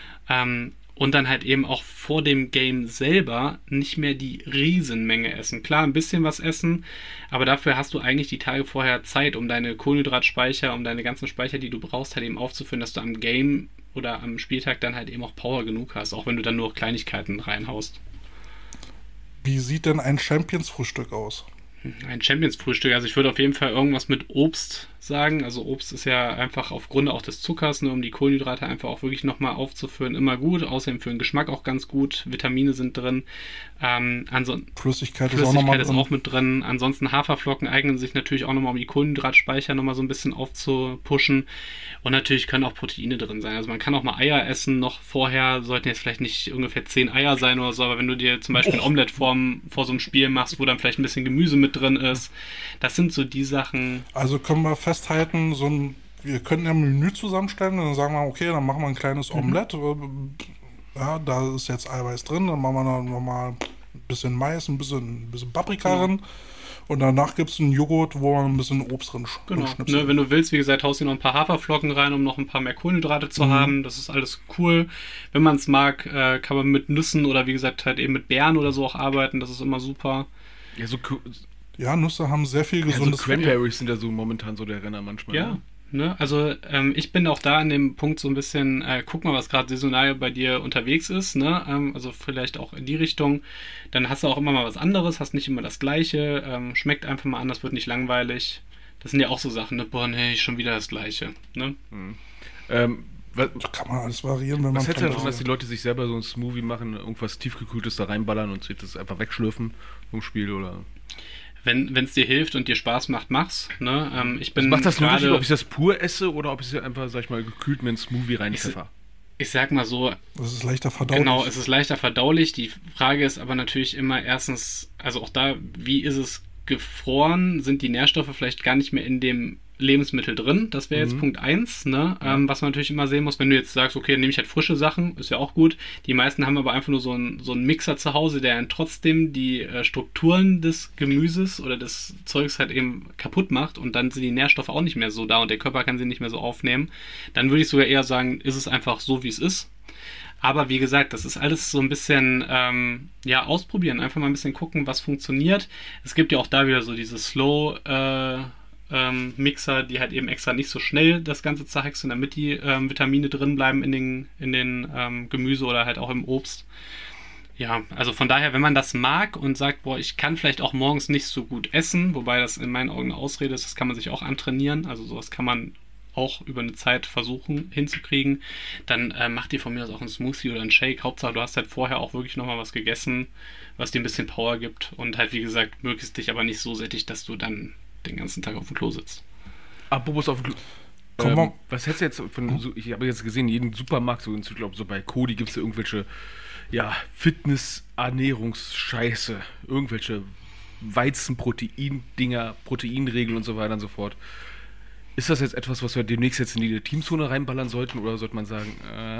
Speaker 3: Und dann halt eben auch vor dem Game selber nicht mehr die Riesenmenge essen. Klar, ein bisschen was essen, aber dafür hast du eigentlich die Tage vorher Zeit, um deine Kohlenhydratspeicher, um deine ganzen Speicher, die du brauchst, halt eben aufzufüllen, dass du am Game oder am Spieltag dann halt eben auch Power genug hast, auch wenn du dann nur Kleinigkeiten reinhaust.
Speaker 2: Wie sieht denn ein Champions-Frühstück aus?
Speaker 3: Ein Champions-Frühstück, also ich würde auf jeden Fall irgendwas mit Obst sagen. Also Obst ist ja einfach aufgrund auch des Zuckers, ne, um die Kohlenhydrate einfach auch wirklich nochmal aufzufüllen, immer gut. Außerdem für den Geschmack auch ganz gut. Vitamine sind drin.
Speaker 2: Flüssigkeit
Speaker 3: ist auch mit drin. Ansonsten Haferflocken eignen sich natürlich auch nochmal, um die Kohlenhydratspeicher nochmal so ein bisschen aufzupushen. Und natürlich können auch Proteine drin sein. Also man kann auch mal Eier essen noch vorher. Sollten jetzt vielleicht nicht ungefähr 10 Eier sein oder so, aber wenn du dir zum Beispiel ein Omelett vor so einem Spiel machst, wo dann vielleicht ein bisschen Gemüse mit drin ist, das sind so die Sachen.
Speaker 2: Also können wir festhalten, wir können ja ein Menü zusammenstellen und dann sagen wir, okay, dann machen wir ein kleines Omelett. Ja, da ist jetzt Eiweiß drin, dann machen wir noch mal ein bisschen Mais, ein bisschen Paprika drin. Und danach gibt es einen Joghurt, wo man ein bisschen Obst drin
Speaker 3: schnipselt. Ne, wenn du willst, wie gesagt, haust du noch ein paar Haferflocken rein, um noch ein paar mehr Kohlenhydrate zu haben. Das ist alles cool. Wenn man es mag, kann man mit Nüssen oder wie gesagt halt eben mit Beeren oder so auch arbeiten. Das ist immer super.
Speaker 1: Ja,
Speaker 2: Nüsse haben sehr viel gesundes
Speaker 1: Fett. Cranberries sind ja so momentan so der Renner manchmal.
Speaker 3: Ja. Ne? Also ich bin auch da an dem Punkt so ein bisschen, guck mal, was gerade saisonal bei dir unterwegs ist, ne? Also vielleicht auch in die Richtung. Dann hast du auch immer mal was anderes, hast nicht immer das Gleiche, schmeckt einfach mal anders, wird nicht langweilig. Das sind ja auch so Sachen, ne? Boah, nee, schon wieder das Gleiche. Ne?
Speaker 2: Kann man alles variieren, wenn man
Speaker 1: was hältst du davon, dass die Leute sich selber so ein Smoothie machen, irgendwas Tiefgekühltes da reinballern und sich das einfach wegschlürfen vom Spiel, oder?
Speaker 3: Wenn es dir hilft und dir Spaß macht, mach's. Ne? Ich bin
Speaker 1: macht das nur Unterschied, ob ich das pur esse oder ob ich es einfach, sag ich mal, gekühlt mir in Smoothie reinpfeffer?
Speaker 3: Ich sag mal so.
Speaker 2: Das ist leichter verdaulich.
Speaker 3: Genau, es ist leichter verdaulich. Die Frage ist aber natürlich immer erstens, also auch da, wie ist es gefroren? Sind die Nährstoffe vielleicht gar nicht mehr in dem Lebensmittel drin? Das wäre jetzt Punkt 1, ne? Was man natürlich immer sehen muss, wenn du jetzt sagst, okay, dann nehme ich halt frische Sachen, ist ja auch gut. Die meisten haben aber einfach nur so einen Mixer zu Hause, der dann trotzdem die Strukturen des Gemüses oder des Zeugs halt eben kaputt macht und dann sind die Nährstoffe auch nicht mehr so da und der Körper kann sie nicht mehr so aufnehmen. Dann würde ich sogar eher sagen, ist es einfach so, wie es ist. Aber wie gesagt, das ist alles so ein bisschen, ausprobieren. Einfach mal ein bisschen gucken, was funktioniert. Es gibt ja auch da wieder so diese Slow Mixer, die halt eben extra nicht so schnell das Ganze zerhexen, damit die Vitamine drin bleiben in den Gemüse oder halt auch im Obst. Ja, also von daher, wenn man das mag und sagt, boah, ich kann vielleicht auch morgens nicht so gut essen, wobei das in meinen Augen eine Ausrede ist, das kann man sich auch antrainieren. Also sowas kann man auch über eine Zeit versuchen hinzukriegen, dann mach dir von mir aus auch einen Smoothie oder einen Shake. Hauptsache, du hast halt vorher auch wirklich nochmal was gegessen, was dir ein bisschen Power gibt und halt, wie gesagt, möglichst dich aber nicht so sättigt, dass du dann den ganzen Tag auf dem Klo sitzt.
Speaker 1: Apropos auf dem Klo. Was hättest du jetzt von, ich habe jetzt gesehen, jeden Supermarkt, so ich glaube, so bei Cody gibt es ja irgendwelche Fitness-Ernährungsscheiße, irgendwelche Weizenprotein-Dinger, Proteinregeln und so weiter und so fort. Ist das jetzt etwas, was wir demnächst jetzt in die Teamzone reinballern sollten, oder sollte man sagen,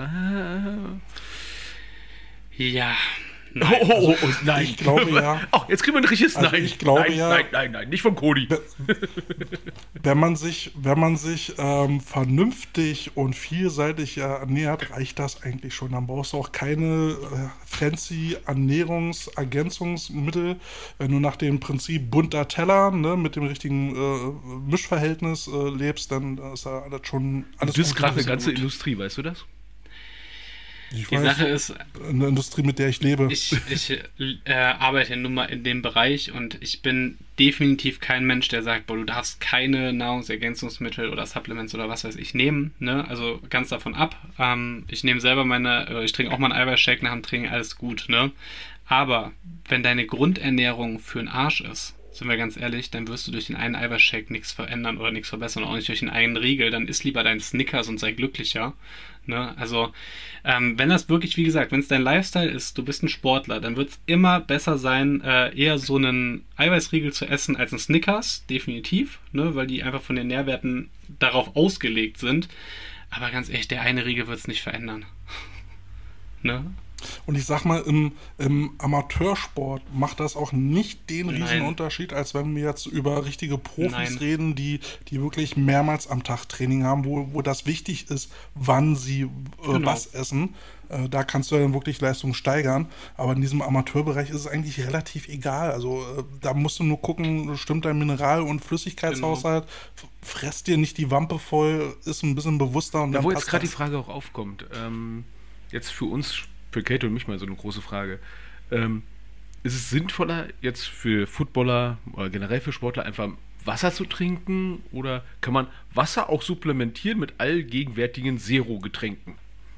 Speaker 3: ja.
Speaker 1: Nein. Nein.
Speaker 2: Ich glaube ja.
Speaker 1: Oh, jetzt kriegen wir ein richtiges Nein.
Speaker 2: Ich glaube
Speaker 1: Nein, nicht von Cody.
Speaker 2: Wenn man sich vernünftig und vielseitig ernährt, reicht das eigentlich schon. Dann brauchst du auch keine fancy Ernährungsergänzungsmittel. Wenn du nach dem Prinzip bunter Teller, ne, mit dem richtigen Mischverhältnis lebst, dann ist da alles schon alles.
Speaker 1: Das ist gerade eine ganze Industrie, weißt du das?
Speaker 3: Die Sache ist,
Speaker 2: eine Industrie, mit der ich lebe.
Speaker 3: Ich arbeite nun mal in dem Bereich und ich bin definitiv kein Mensch, der sagt, boah, du darfst keine Nahrungsergänzungsmittel oder Supplements oder was weiß ich nehmen, ne? Also ganz davon ab. Ich nehme selber ich trinke auch mal einen Eiweißshake nach dem Training, alles gut, ne? Aber wenn deine Grundernährung für den Arsch ist, sind wir ganz ehrlich, dann wirst du durch den einen Eiweißshake nichts verändern oder nichts verbessern, auch nicht durch den einen Riegel, dann isst lieber deinen Snickers und sei glücklicher. Ne? Also, wenn das wirklich, wie gesagt, wenn es dein Lifestyle ist, du bist ein Sportler, dann wird es immer besser sein, eher so einen Eiweißriegel zu essen als einen Snickers, definitiv, ne? Weil die einfach von den Nährwerten darauf ausgelegt sind. Aber ganz ehrlich, der eine Riegel wird es nicht verändern. Ne?
Speaker 2: Und ich sag mal, im Amateursport macht das auch nicht den riesen Unterschied, als wenn wir jetzt über richtige Profis reden, die wirklich mehrmals am Tag Training haben, wo das wichtig ist, wann sie was essen. Da kannst du dann wirklich Leistung steigern. Aber in diesem Amateurbereich ist es eigentlich relativ egal. Also da musst du nur gucken, stimmt dein Mineral- und Flüssigkeitshaushalt, fresst dir nicht die Wampe voll, ist ein bisschen bewusster. Und
Speaker 1: da
Speaker 2: dann
Speaker 1: wo
Speaker 2: passt
Speaker 1: jetzt gerade die
Speaker 2: das.
Speaker 1: Frage auch aufkommt, jetzt für uns, für Kate und mich mal so eine große Frage. Ist es sinnvoller, jetzt für Footballer oder generell für Sportler einfach Wasser zu trinken oder kann man Wasser auch supplementieren mit allgegenwärtigen Zero-Getränken?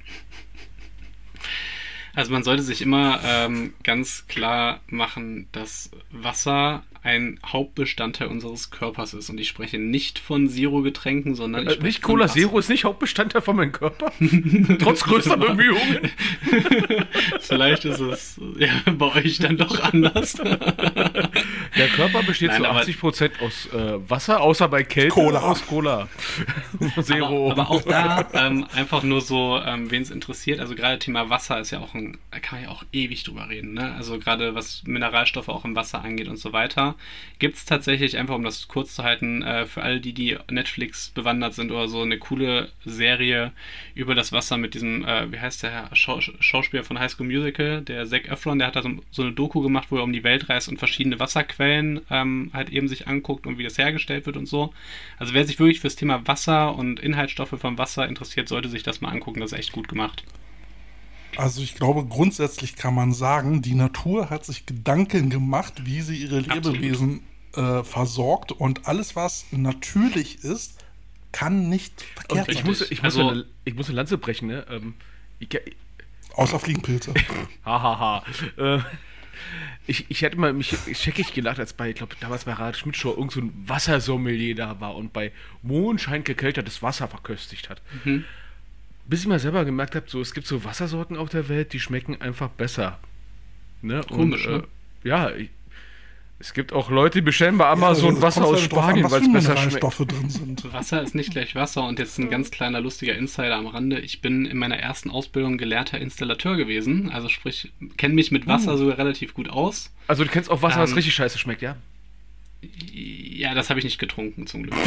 Speaker 3: Also man sollte sich immer ganz klar machen, dass Wasser ein Hauptbestandteil unseres Körpers ist. Und ich spreche nicht von Zero-Getränken, sondern ich spreche
Speaker 1: nicht Cola
Speaker 3: von Wasser.
Speaker 1: Zero ist nicht Hauptbestandteil von meinem Körper? Trotz größter Bemühungen?
Speaker 3: Vielleicht ist es bei euch dann doch anders.
Speaker 1: Der Körper besteht zu 80% aus Wasser, außer bei Kälte aus Cola. Zero.
Speaker 3: Aber auch da einfach nur so, wen es interessiert. Also gerade Thema Wasser ist ja auch da kann man ja auch ewig drüber reden. Ne? Also gerade was Mineralstoffe auch im Wasser angeht und so weiter. Gibt es tatsächlich, einfach um das kurz zu halten, für alle, die Netflix bewandert sind oder so, eine coole Serie über das Wasser mit diesem, wie heißt der Schauspieler von High School Musical, der Zac Efron, der hat da so eine Doku gemacht, wo er um die Welt reist und verschiedene Wasserquellen halt eben sich anguckt und wie das hergestellt wird und so. Also wer sich wirklich fürs Thema Wasser und Inhaltsstoffe vom Wasser interessiert, sollte sich das mal angucken, das ist echt gut gemacht.
Speaker 2: Also ich glaube, grundsätzlich kann man sagen, die Natur hat sich Gedanken gemacht, wie sie ihre Lebewesen versorgt und alles, was natürlich ist, kann nicht verkehrt sein.
Speaker 1: Ich muss eine Lanze brechen, ne?
Speaker 2: Außer Fliegenpilze.
Speaker 1: Hahaha. Ich hätte mal mich scheckig gelacht, als damals bei Harald Schmidt Show irgend so ein Wassersommelier da war und bei Mondschein gekeltertes Wasser verköstigt hat. Mhm. Bis ich mal selber gemerkt habe, es gibt so Wassersorten auf der Welt, die schmecken einfach besser. Ne?
Speaker 3: Komisch, ne?
Speaker 1: Ja, es gibt auch Leute, die bestellen bei Amazon Wasser aus Spanien, weil es besser schmeckt.
Speaker 2: Drin sind.
Speaker 3: Wasser ist nicht gleich Wasser und jetzt ein ganz kleiner, lustiger Insider am Rande. Ich bin in meiner ersten Ausbildung gelehrter Installateur gewesen, also sprich, kenne mich mit Wasser sogar relativ gut aus.
Speaker 1: Also du kennst auch Wasser, das richtig scheiße schmeckt, ja?
Speaker 3: Ja, das habe ich nicht getrunken, zum Glück.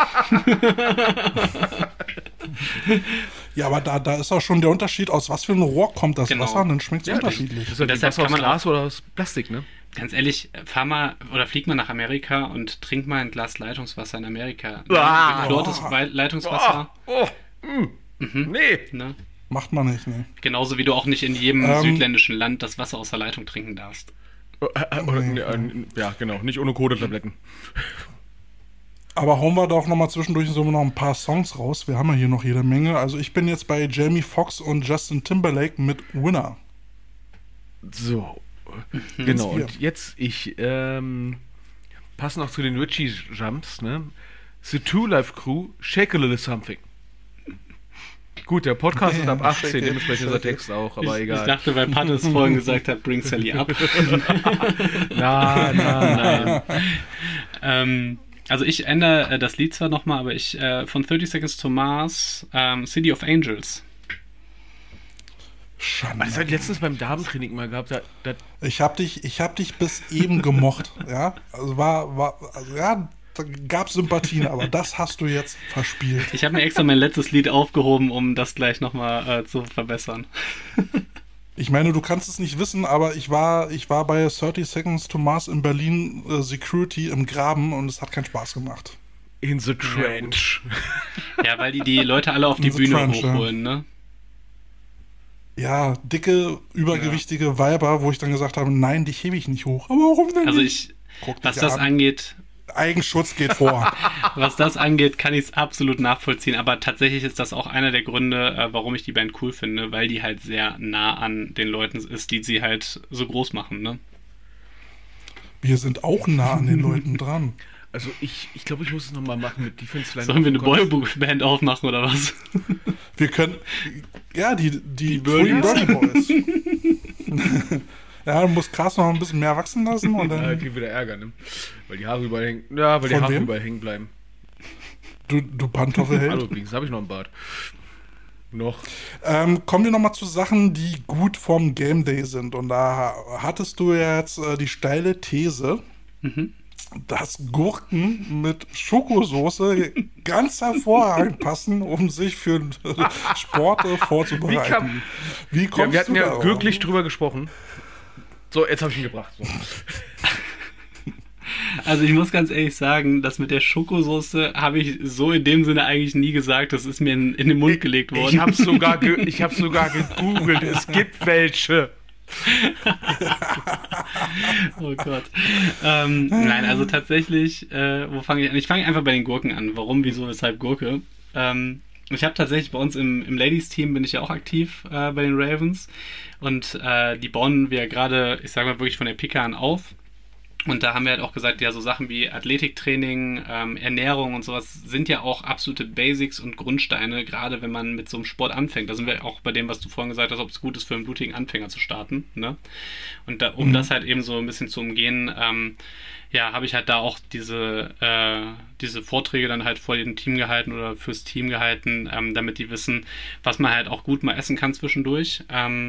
Speaker 2: Ja, aber da ist auch schon der Unterschied, aus was für einem Rohr kommt das Wasser, und dann schmeckt es unterschiedlich.
Speaker 1: Das ist Wasser aus Glas oder aus Plastik, ne?
Speaker 3: Ganz ehrlich, fahr mal oder flieg mal nach Amerika und trink mal ein Glas Leitungswasser in Amerika. Chlortes Leitungswasser.
Speaker 1: Nee.
Speaker 3: Ne?
Speaker 2: Macht man nicht, ne?
Speaker 3: Genauso wie du auch nicht in jedem südländischen Land das Wasser aus der Leitung trinken darfst.
Speaker 1: Ja, genau. Nicht ohne Kohletabletten.
Speaker 2: Aber hauen wir doch nochmal zwischendurch so noch ein paar Songs raus. Wir haben ja hier noch jede Menge. Also ich bin jetzt bei Jamie Foxx und Justin Timberlake mit Winner.
Speaker 1: So. Genau. Und jetzt passen noch zu den Richie Jumps, ne? The Two Life Crew, Shake a Little Something. Gut, der Podcast ist ab 18, dementsprechend unser Text auch, aber egal.
Speaker 3: Ich dachte, weil Pat es vorhin gesagt hat, bring Sally up.
Speaker 1: Nein.
Speaker 3: Also ich ändere das Lied zwar nochmal, aber von 30 Seconds to Mars, City of Angels.
Speaker 2: Schande.
Speaker 1: Das hat letztens beim Damentraining mal gehabt.
Speaker 2: Ich hab dich bis eben gemocht, ja. Also da gab es Sympathien, aber das hast du jetzt verspielt.
Speaker 3: Ich habe mir extra mein letztes Lied aufgehoben, um das gleich nochmal zu verbessern.
Speaker 2: Ich meine, du kannst es nicht wissen, aber ich war bei 30 Seconds to Mars in Berlin Security im Graben und es hat keinen Spaß gemacht.
Speaker 1: In the Trench.
Speaker 3: Ja, weil die Leute alle auf die Bühne hochholen, ne?
Speaker 2: ja, dicke, übergewichtige Weiber, wo ich dann gesagt habe, nein, dich hebe ich nicht hoch. Aber warum denn
Speaker 3: Also
Speaker 2: nicht?
Speaker 3: was das angeht,
Speaker 2: Eigenschutz geht vor.
Speaker 3: was das angeht, kann ich es absolut nachvollziehen. Aber tatsächlich ist das auch einer der Gründe, warum ich die Band cool finde, weil die halt sehr nah an den Leuten ist, die sie halt so groß machen, ne?
Speaker 2: Wir sind auch nah an den Leuten dran.
Speaker 1: Also ich glaube, ich muss es nochmal machen mit Defense Line.
Speaker 3: Sollen wir eine Boyband aufmachen oder was?
Speaker 2: Wir können, ja, die
Speaker 3: Birdie
Speaker 2: Boys. Ja, du musst Gras noch ein bisschen mehr wachsen lassen und
Speaker 1: Ja,
Speaker 2: dann.
Speaker 1: krieg wieder Ärger, ne? Weil die Haare überall hängen. Ja, weil die
Speaker 2: Von
Speaker 1: Haare
Speaker 2: wem?
Speaker 1: überall hängen bleiben.
Speaker 2: Du Pantoffelheld.
Speaker 1: Hallo, übrigens, habe ich noch einen Bart. Noch.
Speaker 2: Kommen wir nochmal zu Sachen, die gut vom Game Day sind. Und da hattest du ja jetzt die steile These, dass Gurken mit Schokosoße ganz hervorragend passen, um sich für Sport vorzubereiten. Wie
Speaker 1: Ja,
Speaker 2: kommst
Speaker 1: wir hatten
Speaker 2: du
Speaker 1: ja
Speaker 2: darauf?
Speaker 1: glücklich drüber gesprochen. So, jetzt habe ich ihn gebracht. So.
Speaker 3: Also ich muss ganz ehrlich sagen, das mit der Schokosoße habe ich so in dem Sinne eigentlich nie gesagt. Das ist mir in den Mund gelegt worden.
Speaker 1: Ich habe sogar gegoogelt. Es gibt welche.
Speaker 3: Oh Gott. Nein, also tatsächlich, wo fange ich an? Ich fange einfach bei den Gurken an. Warum, wieso, weshalb Gurke? Ich habe tatsächlich bei uns im Ladies-Team bin ich ja auch aktiv bei den Ravens. Und die bauen wir gerade, ich sage mal wirklich von der Pike an auf. Und da haben wir halt auch gesagt, ja, so Sachen wie Athletiktraining, Ernährung und sowas sind ja auch absolute Basics und Grundsteine, gerade wenn man mit so einem Sport anfängt. Da sind wir auch bei dem, was du vorhin gesagt hast, ob es gut ist, für einen blutigen Anfänger zu starten. Ne? Und um das halt eben so ein bisschen zu umgehen, ja, habe ich halt da auch diese Vorträge dann halt vor dem Team gehalten oder fürs Team gehalten, damit die wissen, was man halt auch gut mal essen kann zwischendurch.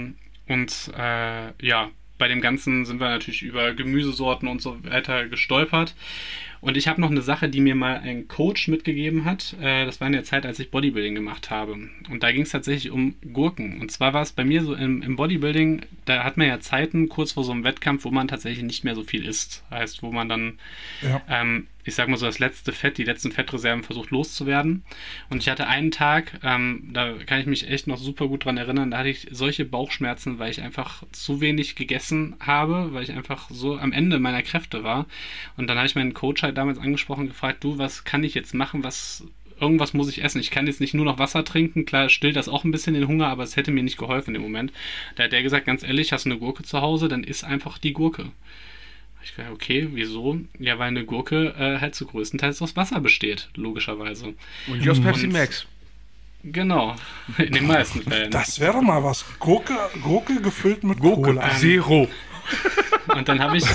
Speaker 3: Ja, bei dem Ganzen sind wir natürlich über Gemüsesorten und so weiter gestolpert. Und ich habe noch eine Sache, die mir mal ein Coach mitgegeben hat. Das war in der Zeit, als ich Bodybuilding gemacht habe. Und da ging es tatsächlich um Gurken. Und zwar war es bei mir so im Bodybuilding, da hat man ja Zeiten kurz vor so einem Wettkampf, wo man tatsächlich nicht mehr so viel isst. Heißt, wo man dann, ich sag mal so, das letzte Fett, die letzten Fettreserven versucht loszuwerden. Und ich hatte einen Tag, da kann ich mich echt noch super gut dran erinnern, da hatte ich solche Bauchschmerzen, weil ich einfach zu wenig gegessen habe, weil ich einfach so am Ende meiner Kräfte war. Und dann habe ich meinen Coach halt damals angesprochen, gefragt, du, was kann ich jetzt machen, irgendwas muss ich essen. Ich kann jetzt nicht nur noch Wasser trinken. Klar, stillt das auch ein bisschen den Hunger, aber es hätte mir nicht geholfen im Moment. Da hat der gesagt, ganz ehrlich, hast du eine Gurke zu Hause, dann iss einfach die Gurke. Ich dachte, okay, wieso? Ja, weil eine Gurke halt zu größtenteils aus Wasser besteht, logischerweise.
Speaker 1: Und die aus Pepsi Max.
Speaker 3: Genau, in den meisten Fällen.
Speaker 2: Das wäre doch mal was. Gurke gefüllt mit
Speaker 1: Gurke
Speaker 2: Cola.
Speaker 1: Zero.
Speaker 3: Und dann habe ich...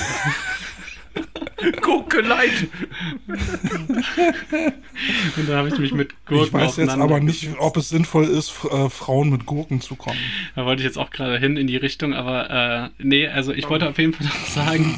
Speaker 1: Gurke Light.
Speaker 3: Und dann habe ich mich mit Gurken
Speaker 2: Ich weiß jetzt aber nicht, ob es sinnvoll ist, Frauen mit Gurken zu kommen.
Speaker 3: Da wollte ich jetzt auch gerade hin in die Richtung, aber nee, also ich wollte auf jeden Fall noch sagen...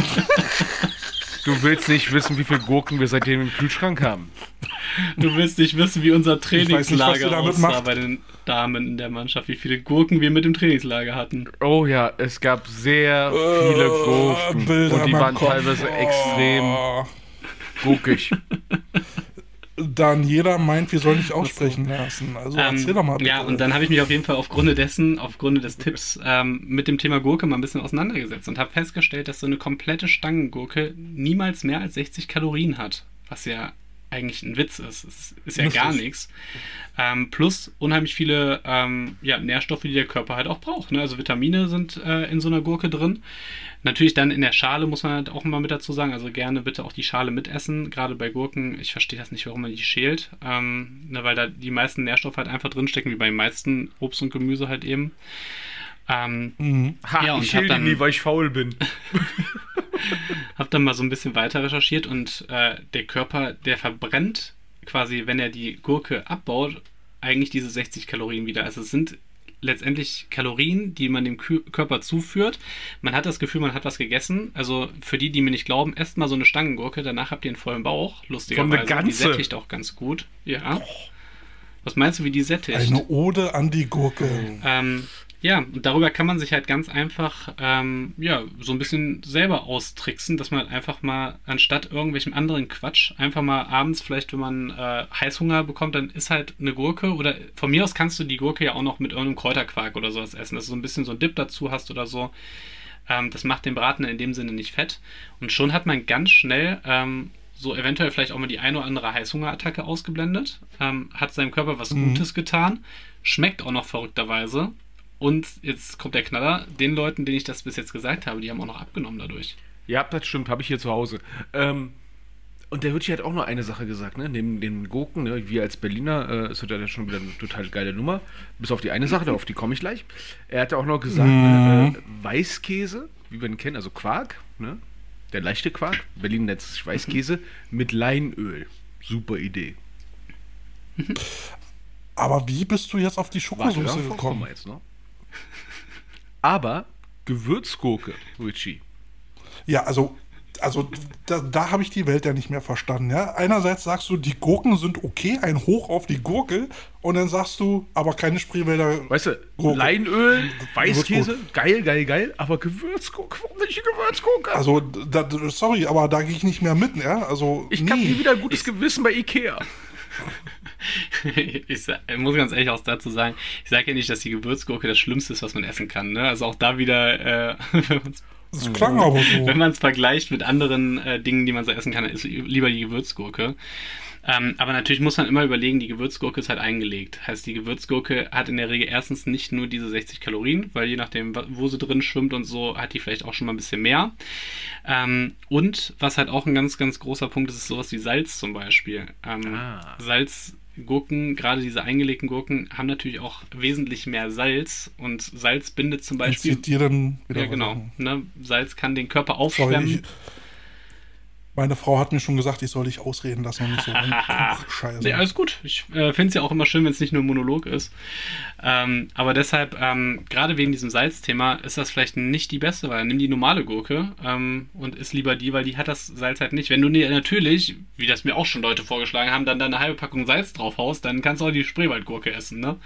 Speaker 1: Du willst nicht wissen, wie viele Gurken wir seitdem im Kühlschrank haben.
Speaker 3: Du willst nicht wissen, wie unser
Speaker 2: weiß nicht, was
Speaker 3: Trainingslager
Speaker 2: ihr damit
Speaker 3: aussah
Speaker 2: macht.
Speaker 3: bei den Damen in der Mannschaft, wie viele Gurken wir mit dem Trainingslager hatten.
Speaker 1: Oh ja, es gab sehr viele Gurken.
Speaker 2: Bilder
Speaker 1: Und die
Speaker 2: in meinem
Speaker 1: waren
Speaker 2: Kopf.
Speaker 1: teilweise extrem gurkig.
Speaker 2: Daniela meint, wir sollen dich aussprechen lassen. Also erzähl doch mal bitte.
Speaker 3: Ja, und dann habe ich mich auf jeden Fall aufgrund des Tipps mit dem Thema Gurke mal ein bisschen auseinandergesetzt und habe festgestellt, dass so eine komplette Stangengurke niemals mehr als 60 Kalorien hat, was ja eigentlich ein Witz ist. Es ist ja gar nichts. Plus unheimlich viele Nährstoffe, die der Körper halt auch braucht. Ne? Also Vitamine sind in so einer Gurke drin. Natürlich dann in der Schale, muss man halt auch mal mit dazu sagen, also gerne bitte auch die Schale mitessen, gerade bei Gurken. Ich verstehe das nicht, warum man die schält, weil da die meisten Nährstoffe halt einfach drinstecken, wie bei den meisten Obst und Gemüse halt eben.
Speaker 1: Ha,
Speaker 3: Ja, und
Speaker 1: ich schäle
Speaker 3: hab dann-
Speaker 1: die nie, weil ich faul bin.
Speaker 3: Hab dann mal so ein bisschen weiter recherchiert und der Körper, der verbrennt quasi, wenn er die Gurke abbaut, eigentlich diese 60 Kalorien wieder. Also es sind letztendlich Kalorien, die man dem Körper zuführt. Man hat das Gefühl, man hat was gegessen. Also für die mir nicht glauben, esst mal so eine Stangengurke, danach habt ihr einen vollen Bauch, lustigerweise.
Speaker 1: Von der
Speaker 3: Die
Speaker 1: ganze?
Speaker 3: sättigt auch ganz gut. Ja. Was meinst du, wie die sättigt?
Speaker 2: Eine Ode an die Gurke.
Speaker 3: Ja, und darüber kann man sich halt ganz einfach so ein bisschen selber austricksen, dass man halt einfach mal anstatt irgendwelchem anderen Quatsch einfach mal abends vielleicht, wenn man Heißhunger bekommt, dann ist halt eine Gurke oder von mir aus kannst du die Gurke ja auch noch mit irgendeinem Kräuterquark oder sowas essen, dass du so ein bisschen so ein Dip dazu hast oder so. Das macht den Braten in dem Sinne nicht fett und schon hat man ganz schnell so eventuell vielleicht auch mal die eine oder andere Heißhungerattacke ausgeblendet, hat seinem Körper was Gutes getan, schmeckt auch noch verrückterweise. Und jetzt kommt der Knaller, den Leuten, denen ich das bis jetzt gesagt habe, die haben auch noch abgenommen dadurch.
Speaker 1: Ja, das stimmt, habe ich hier zu Hause. Und der Ritchie hat auch noch eine Sache gesagt, ne? Neben den Gurken, ne? Wir als Berliner, ist das ja schon wieder eine total geile Nummer. Bis auf die eine Sache, auf die komme ich gleich. Er hatte auch noch gesagt, Weißkäse, wie wir ihn kennen, also Quark, ne? Der leichte Quark, Berlin nennt es sich Weißkäse, mit Leinöl. Super Idee.
Speaker 2: Aber wie bist du jetzt auf die Schokosoße gekommen?
Speaker 1: Jetzt noch. Aber Gewürzgurke, Ritchie.
Speaker 2: Ja, also da habe ich die Welt ja nicht mehr verstanden. Ja? Einerseits sagst du, die Gurken sind okay, ein Hoch auf die Gurke, und dann sagst du, aber keine Spreewälder.
Speaker 1: Weißt du,
Speaker 2: Gurke.
Speaker 1: Leinöl, Weißkäse, geil, aber Gewürzgurke, warum nicht Gewürzgurke?
Speaker 2: Also, sorry, aber da gehe ich nicht mehr mit, ja? Also,
Speaker 1: ich habe nie wieder ein gutes Gewissen bei Ikea.
Speaker 3: Ich muss ganz ehrlich auch dazu sagen, ich sage ja nicht, dass die Gewürzgurke das Schlimmste ist, was man essen kann. Ne? Also auch da wieder,
Speaker 2: das klang aber so.
Speaker 3: Wenn man es vergleicht mit anderen Dingen, die man so essen kann, dann ist lieber die Gewürzgurke. Aber natürlich muss man immer überlegen, die Gewürzgurke ist halt eingelegt. Heißt, die Gewürzgurke hat in der Regel erstens nicht nur diese 60 Kalorien, weil je nachdem, wo sie drin schwimmt und so, hat die vielleicht auch schon mal ein bisschen mehr. Und was halt auch ein ganz, ganz großer Punkt ist, ist sowas wie Salz zum Beispiel. Salzgurken, gerade diese eingelegten Gurken, haben natürlich auch wesentlich mehr Salz und Salz bindet zum Beispiel...
Speaker 2: Entzieht dir dann wieder
Speaker 3: ja, genau. Ne? Salz kann den Körper aufschwemmen.
Speaker 2: Meine Frau hat mir schon gesagt, ich soll dich ausreden lassen und nicht so Scheiße.
Speaker 3: Nee, alles gut. Ich finde es ja auch immer schön, wenn es nicht nur ein Monolog ist. Aber deshalb, gerade wegen diesem Salzthema, ist das vielleicht nicht die beste Wahl. Nimm die normale Gurke und isst lieber die, weil die hat das Salz halt nicht. Wenn du natürlich, wie das mir auch schon Leute vorgeschlagen haben, dann eine halbe Packung Salz drauf haust, dann kannst du auch die Spreewaldgurke essen, ne?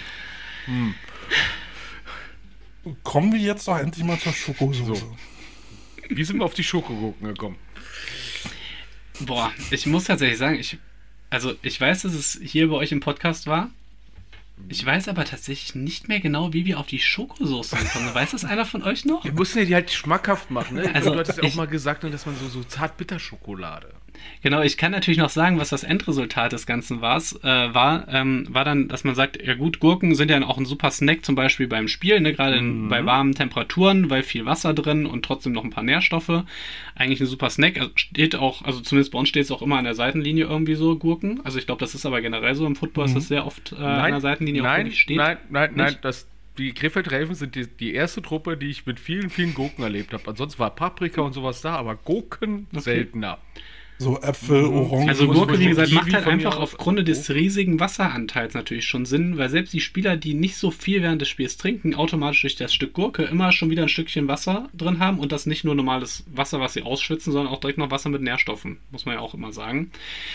Speaker 2: Kommen wir jetzt doch endlich mal zur Schokosoße.
Speaker 1: So. Wie sind wir auf die Schokogurken gekommen?
Speaker 3: Boah, ich muss tatsächlich sagen, ich weiß, dass es hier bei euch im Podcast war. Ich weiß aber tatsächlich nicht mehr genau, wie wir auf die Schokosoße kommen. Weiß das einer von euch noch?
Speaker 1: Wir mussten ja die halt schmackhaft machen, ne?
Speaker 3: Also,
Speaker 1: du hattest ja auch mal gesagt, dass man so Zartbitterschokolade.
Speaker 3: Genau, ich kann natürlich noch sagen, was das Endresultat des Ganzen war dann, dass man sagt, ja gut, Gurken sind ja auch ein super Snack, zum Beispiel beim Spiel, ne? Gerade bei warmen Temperaturen, weil viel Wasser drin und trotzdem noch ein paar Nährstoffe. Eigentlich ein super Snack. Also steht auch, also zumindest bei uns steht es auch immer an der Seitenlinie irgendwie so, Gurken. Also ich glaube, das ist aber generell so im Football, ist das sehr oft an der Seitenlinie auch wirklich steht.
Speaker 1: Nein, die Krefeld-Raven sind die erste Truppe, die ich mit vielen, vielen Gurken erlebt habe. Ansonsten war Paprika und sowas da, aber Gurken seltener.
Speaker 2: So Äpfel, Orangen.
Speaker 3: Also Gurke, wie gesagt, macht halt einfach aufgrund des riesigen Wasseranteils natürlich schon Sinn, weil selbst die Spieler, die nicht so viel während des Spiels trinken, automatisch durch das Stück Gurke immer schon wieder ein Stückchen Wasser drin haben und das nicht nur normales Wasser, was sie ausschwitzen, sondern auch direkt noch Wasser mit Nährstoffen, muss man ja auch immer sagen.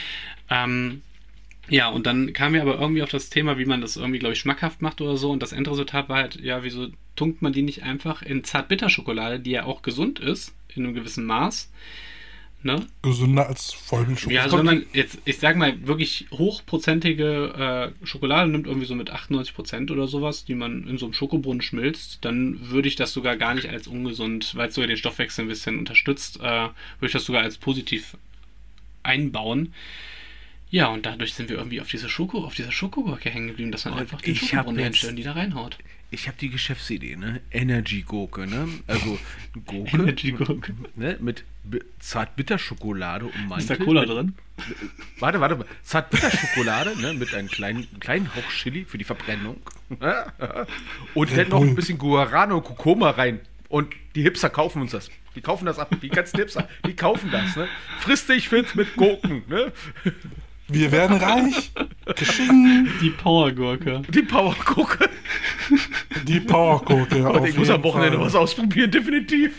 Speaker 3: Ja, und dann kamen wir aber irgendwie auf das Thema, wie man das irgendwie, glaube ich, schmackhaft macht oder so. Und das Endresultat war halt, ja, wieso tunkt man die nicht einfach in Zartbitterschokolade, die ja auch gesund ist, in einem gewissen Maß. Ne?
Speaker 2: Gesünder als Vollmilchschokolade.
Speaker 3: Ja, also wenn man jetzt, ich sag mal, wirklich hochprozentige Schokolade nimmt, irgendwie so mit 98% oder sowas, die man in so einem Schokobrunnen schmilzt, dann würde ich das sogar gar nicht als ungesund, weil es sogar den Stoffwechsel ein bisschen unterstützt, würde ich das sogar als positiv einbauen. Ja, und dadurch sind wir irgendwie auf dieser Schokogurke hängen geblieben, dass man einfach den Schokobrunnen hinstellen, die da reinhaut.
Speaker 1: Ich habe die Geschäftsidee, ne? Energy-Gurke, ne? Also Gurke
Speaker 3: Energy-Gurke.
Speaker 1: Ne? Mit Zartbitterschokolade ummantelt.
Speaker 3: Ist da Cola drin?
Speaker 1: Warte. Zartbitterschokolade, ne? Mit einem kleinen Hauch Chili für die Verbrennung. Und dann noch ein bisschen Guarana und Kurkuma rein. Und die Hipster kaufen uns das. Die kaufen das ab. Die ganzen Hipster, die kaufen das, ne? Friss dich fit mit Gurken, ne?
Speaker 2: Wir werden reich. Gesching.
Speaker 3: Die Powergurke.
Speaker 1: Die Powergurke.
Speaker 2: Die Powergurke.
Speaker 1: Und ich muss am Wochenende was ausprobieren, definitiv.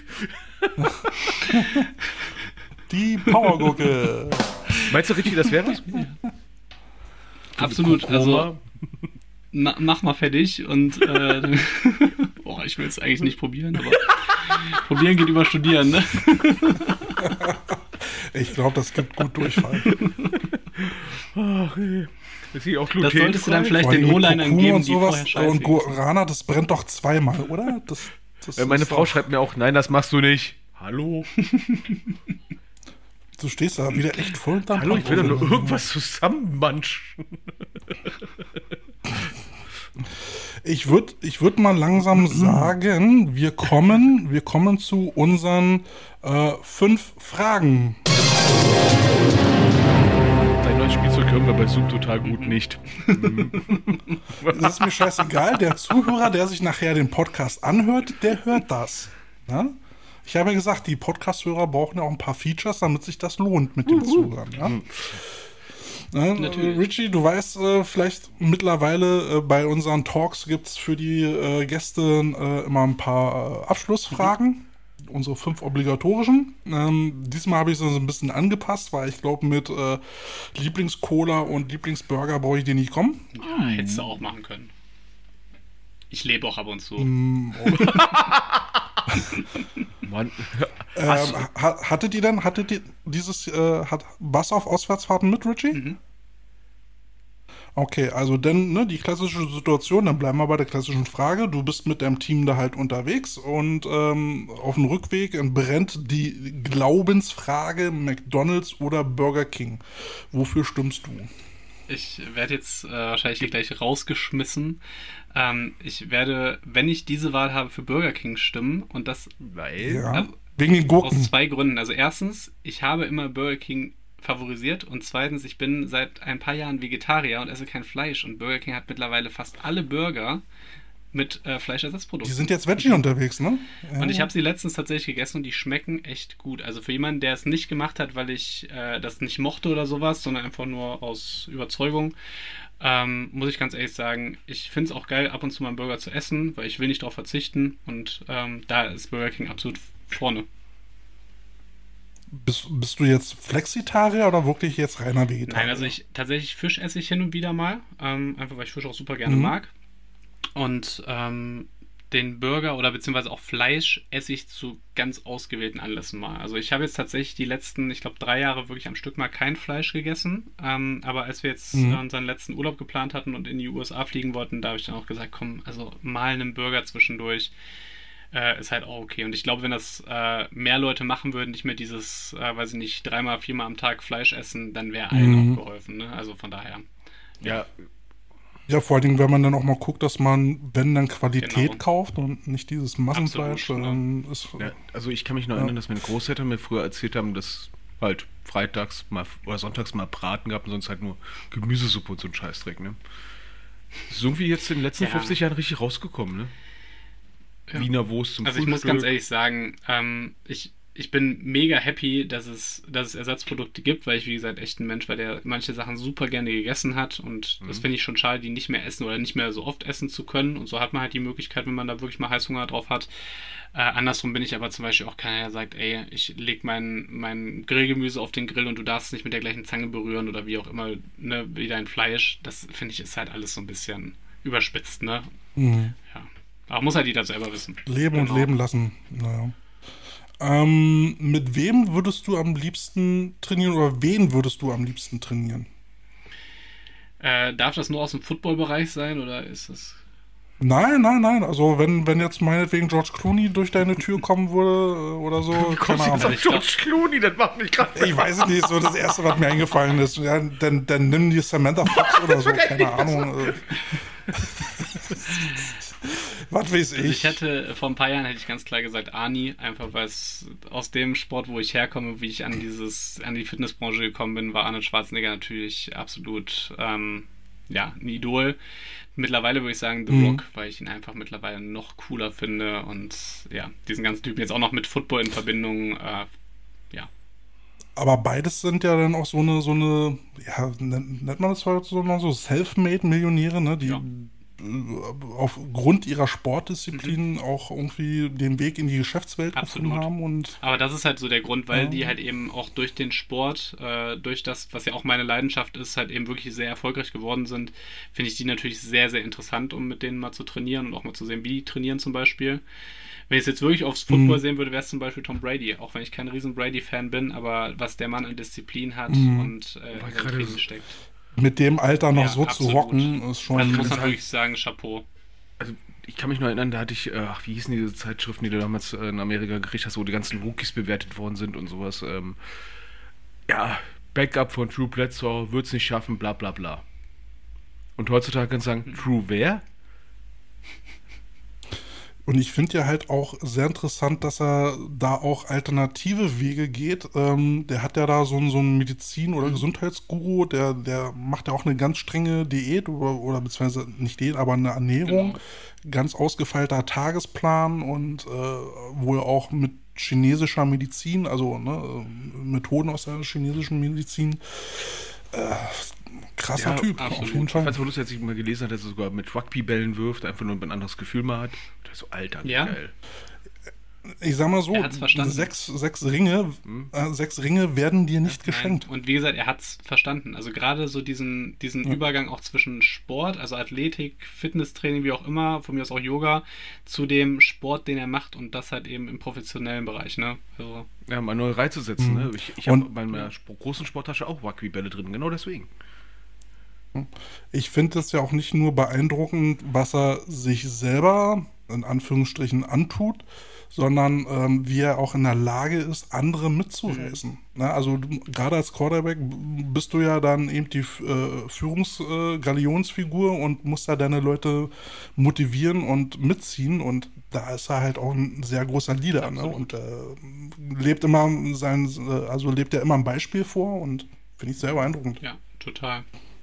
Speaker 2: Die Powergurke.
Speaker 1: Meinst du richtig, das wäre was?
Speaker 3: Absolut. Also mach mal fertig und Oh, ich will es eigentlich nicht probieren, aber probieren geht über studieren, ne?
Speaker 2: Ich glaube, das gibt gut Durchfall.
Speaker 1: Ach, ey. Das ist auch
Speaker 3: Das solltest du dann vielleicht
Speaker 2: Vor allem
Speaker 3: den
Speaker 2: mit
Speaker 3: O-Linern
Speaker 2: Kurkuma
Speaker 3: geben,
Speaker 2: und
Speaker 3: die vorher
Speaker 2: sowas.
Speaker 3: scheiße
Speaker 2: Und Guarana, das brennt doch zweimal, oder?
Speaker 1: Meine
Speaker 2: ist
Speaker 1: Frau
Speaker 2: doch-
Speaker 1: schreibt mir auch, nein, das machst du nicht. Hallo?
Speaker 2: Du stehst da wieder echt voll unterm
Speaker 1: Hallo, ich will doch nur
Speaker 2: Pullover.
Speaker 1: irgendwas zusammenmanschen.
Speaker 2: Ich würd mal langsam sagen, wir kommen zu unseren 5 Fragen.
Speaker 1: Dein neues Spielzeug hören wir bei Zoom total gut nicht.
Speaker 2: Das ist mir scheißegal. Der Zuhörer, der sich nachher den Podcast anhört, der hört das. Ja? Ich habe ja gesagt, die Podcast-Hörer brauchen ja auch ein paar Features, damit sich das lohnt mit dem Zuhören. Ja?
Speaker 3: Natürlich.
Speaker 2: Richie, du weißt vielleicht mittlerweile, bei unseren Talks gibt es für die Gäste immer ein paar Abschlussfragen. Unsere 5 obligatorischen. Diesmal habe ich sie so ein bisschen angepasst, weil ich glaube, mit Lieblingscola und Lieblingsburger brauche ich dir nicht kommen.
Speaker 3: Ja, hättest du auch machen können. Ich lebe auch ab und zu.
Speaker 1: Mann.
Speaker 2: Hattet ihr dieses, hat Bass auf Auswärtsfahrten mit, Richie? Okay, also dann, ne, die klassische Situation, dann bleiben wir bei der klassischen Frage. Du bist mit deinem Team da halt unterwegs und auf dem Rückweg brennt die Glaubensfrage McDonald's oder Burger King. Wofür stimmst du?
Speaker 3: Ich werde jetzt wahrscheinlich hier gleich rausgeschmissen. Ich werde, wenn ich diese Wahl habe, für Burger King stimmen. Und das
Speaker 1: Weil?
Speaker 2: Ja,
Speaker 3: Also,
Speaker 2: wegen den
Speaker 3: aus
Speaker 2: Gurken.
Speaker 3: 2 Gründen. Also erstens, ich habe immer Burger King favorisiert. Und zweitens, ich bin seit ein paar Jahren Vegetarier und esse kein Fleisch. Und Burger King hat mittlerweile fast alle Burger mit Fleischersatzprodukten.
Speaker 2: Die sind jetzt Veggie unterwegs, ne? Ja.
Speaker 3: Und ich habe sie letztens tatsächlich gegessen und die schmecken echt gut. Also für jemanden, der es nicht gemacht hat, weil ich das nicht mochte oder sowas, sondern einfach nur aus Überzeugung, muss ich ganz ehrlich sagen, ich finde es auch geil, ab und zu mal einen Burger zu essen, weil ich will nicht darauf verzichten und da ist Burger King absolut vorne.
Speaker 2: Bist du jetzt Flexitarier oder wirklich jetzt reiner Vegetarier?
Speaker 3: Nein, also tatsächlich Fisch esse ich hin und wieder mal, einfach weil ich Fisch auch super gerne mag. Und den Burger oder beziehungsweise auch Fleisch esse ich zu ganz ausgewählten Anlässen mal. Also ich habe jetzt tatsächlich die letzten, ich glaube 3 Jahre wirklich am Stück mal kein Fleisch gegessen. Aber als wir jetzt unseren letzten Urlaub geplant hatten und in die USA fliegen wollten, da habe ich dann auch gesagt, komm, also mal einen Burger zwischendurch ist halt auch okay. Und ich glaube, wenn das mehr Leute machen würden, nicht mehr dieses, weiß ich nicht, 3-mal, 4-mal am Tag Fleisch essen, dann wäre allen auch geholfen. Ne? Also von daher.
Speaker 1: Ja,
Speaker 2: Ja, vor allen Dingen, wenn man dann auch mal guckt, dass man, wenn dann Qualität
Speaker 3: Genau.
Speaker 2: kauft und nicht dieses Massenfleisch,
Speaker 3: Absolut,
Speaker 2: dann ist.
Speaker 1: ja, also ich kann mich noch erinnern, dass meine Großeltern mir früher erzählt haben, dass halt freitags mal oder sonntags mal Braten gab und sonst halt nur Gemüsesuppe und so ein Scheißdreck, ne? Das ist irgendwie jetzt in den letzten
Speaker 3: Ja.
Speaker 1: 50 Jahren richtig rausgekommen, ne?
Speaker 3: Ja.
Speaker 1: Wiener Wurst zum
Speaker 3: Also ich muss ganz ehrlich sagen, ich bin mega happy, dass es Ersatzprodukte gibt, weil ich, wie gesagt, echt ein Mensch war, der manche Sachen super gerne gegessen hat und das finde ich schon schade, die nicht mehr essen oder nicht mehr so oft essen zu können und so hat man halt die Möglichkeit, wenn man da wirklich mal Heißhunger drauf hat. Andersrum bin ich aber zum Beispiel auch keiner, der sagt, ey, ich leg mein Grillgemüse auf den Grill und du darfst es nicht mit der gleichen Zange berühren oder wie auch immer, ne, wie dein Fleisch. Das finde ich ist halt alles so ein bisschen überspitzt, ne?
Speaker 2: Mhm.
Speaker 3: Ja. Aber muss halt jeder selber wissen.
Speaker 2: Leben
Speaker 3: Genau.
Speaker 2: und leben lassen. Naja. Mit wem würdest du am liebsten trainieren oder wen würdest du am liebsten trainieren?
Speaker 3: Darf das nur aus dem Football-Bereich sein oder ist das...
Speaker 2: Nein. Also wenn jetzt meinetwegen George Clooney durch deine Tür kommen würde oder so, keine
Speaker 1: Kommst du jetzt
Speaker 2: Ahnung.
Speaker 1: auf George Clooney? Das macht mich gerade...
Speaker 2: Ich weiß es nicht, so das Erste, was mir eingefallen ist. Ja, dann nimm die Samantha Fox oder so, keine Ahnung. Was weiß
Speaker 3: Also
Speaker 2: ich.
Speaker 3: ich hätte, vor ein paar Jahren hätte ich ganz klar gesagt Arnie, einfach weil es aus dem Sport, wo ich herkomme, wie ich an die Fitnessbranche gekommen bin, war Arnold Schwarzenegger natürlich absolut, ja, ein Idol. Mittlerweile würde ich sagen The Rock, weil ich ihn einfach mittlerweile noch cooler finde und ja, diesen ganzen Typen jetzt auch noch mit Football in Verbindung, ja.
Speaker 2: Aber beides sind ja dann auch so eine, ja, nennt man das heute so noch so Selfmade-Millionäre, ne? Die
Speaker 3: Ja.
Speaker 2: aufgrund ihrer Sportdisziplin auch irgendwie den Weg in die Geschäftswelt gefunden haben. Und
Speaker 3: aber das ist halt so der Grund, weil die halt eben auch durch den Sport, durch das, was ja auch meine Leidenschaft ist, halt eben wirklich sehr erfolgreich geworden sind, finde ich die natürlich sehr, sehr interessant, um mit denen mal zu trainieren und auch mal zu sehen, wie die trainieren zum Beispiel. Wenn ich es jetzt wirklich aufs Football sehen würde, wäre es zum Beispiel Tom Brady. Auch wenn ich kein riesen Brady-Fan bin, aber was der Mann an Disziplin hat und in steckt.
Speaker 2: Mit dem Alter noch so
Speaker 3: absolut.
Speaker 2: zu rocken, ist schon...
Speaker 3: Also muss man wirklich sagen, Chapeau.
Speaker 1: Also ich kann mich noch erinnern, da hatte ich, wie hießen diese Zeitschriften, die du damals in Amerika gekriegt hast, wo die ganzen Rookies bewertet worden sind und sowas. Ja, Backup von Drew Bledsoe, wird's nicht schaffen, bla bla bla. Und heutzutage kannst du sagen, Drew wer?
Speaker 2: Und ich finde ja halt auch sehr interessant, dass er da auch alternative Wege geht. Der hat ja da so einen Medizin- oder Gesundheitsguru, der macht ja auch eine ganz strenge Diät oder beziehungsweise nicht Diät, aber eine Ernährung. Genau. Ganz ausgefeilter Tagesplan und wohl auch mit chinesischer Medizin, also Methoden aus der chinesischen Medizin. Krasser Typ,
Speaker 1: absolut. Auf jeden Fall. Ich fand es lustig, als ich mal gelesen habe, dass er sogar mit Rugbybällen wirft, einfach nur ein anderes Gefühl mal hat. Das ist so, Alter, geil.
Speaker 2: Ich sag mal so, 6 Ringe werden dir nicht geschenkt.
Speaker 3: Nein. Und wie gesagt, er hat es verstanden. Also gerade so diesen Übergang auch zwischen Sport, also Athletik, Fitnesstraining, wie auch immer, von mir aus auch Yoga, zu dem Sport, den er macht und das halt eben im professionellen Bereich, ne? Also
Speaker 1: ja, mal neue Reize setzen, ne? Ich habe bei meiner großen Sporttasche auch Rugbybälle drin, genau deswegen.
Speaker 2: Ich finde es ja auch nicht nur beeindruckend, was er sich selber in Anführungsstrichen antut, sondern wie er auch in der Lage ist, andere mitzureißen. Ne? Also gerade als Quarterback bist du ja dann eben die Führungsgalionsfigur und musst da deine Leute motivieren und mitziehen und da ist er halt auch ein sehr großer Leader, ne? Und lebt ja immer ein Beispiel vor und finde ich sehr beeindruckend.
Speaker 3: Ja, total.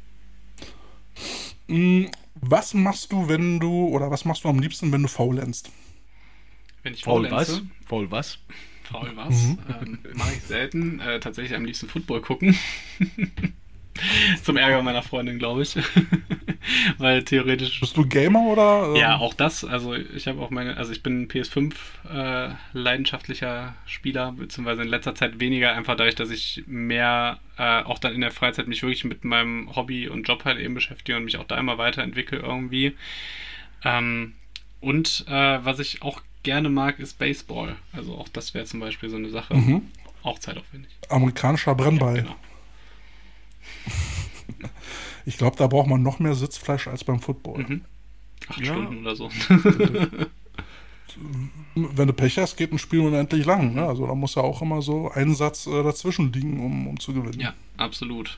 Speaker 2: Was machst du am liebsten, wenn du faulenzst?
Speaker 3: Wenn ich faulenze?
Speaker 1: Faul was?
Speaker 3: Mache ich selten. Tatsächlich am liebsten Football gucken. Zum Ärger meiner Freundin, glaube ich. Weil theoretisch...
Speaker 2: Bist du Gamer oder?
Speaker 3: Ja, auch das. Also ich habe auch ich bin PS5 leidenschaftlicher Spieler, beziehungsweise in letzter Zeit weniger, einfach dadurch, dass ich mehr auch dann in der Freizeit mich wirklich mit meinem Hobby und Job halt eben beschäftige und mich auch da immer weiterentwickle irgendwie. Was ich auch gerne mag, ist Baseball. Also auch das wäre zum Beispiel so eine Sache. Auch zeitaufwendig.
Speaker 2: Amerikanischer Brennball.
Speaker 3: Ja, genau.
Speaker 2: Ich glaube, da braucht man noch mehr Sitzfleisch als beim Football.
Speaker 3: 8 Stunden oder so.
Speaker 2: Wenn du Pech hast, geht ein Spiel unendlich lang. Ne? Also da muss ja auch immer so ein Satz dazwischen liegen, um zu gewinnen.
Speaker 3: Ja, absolut.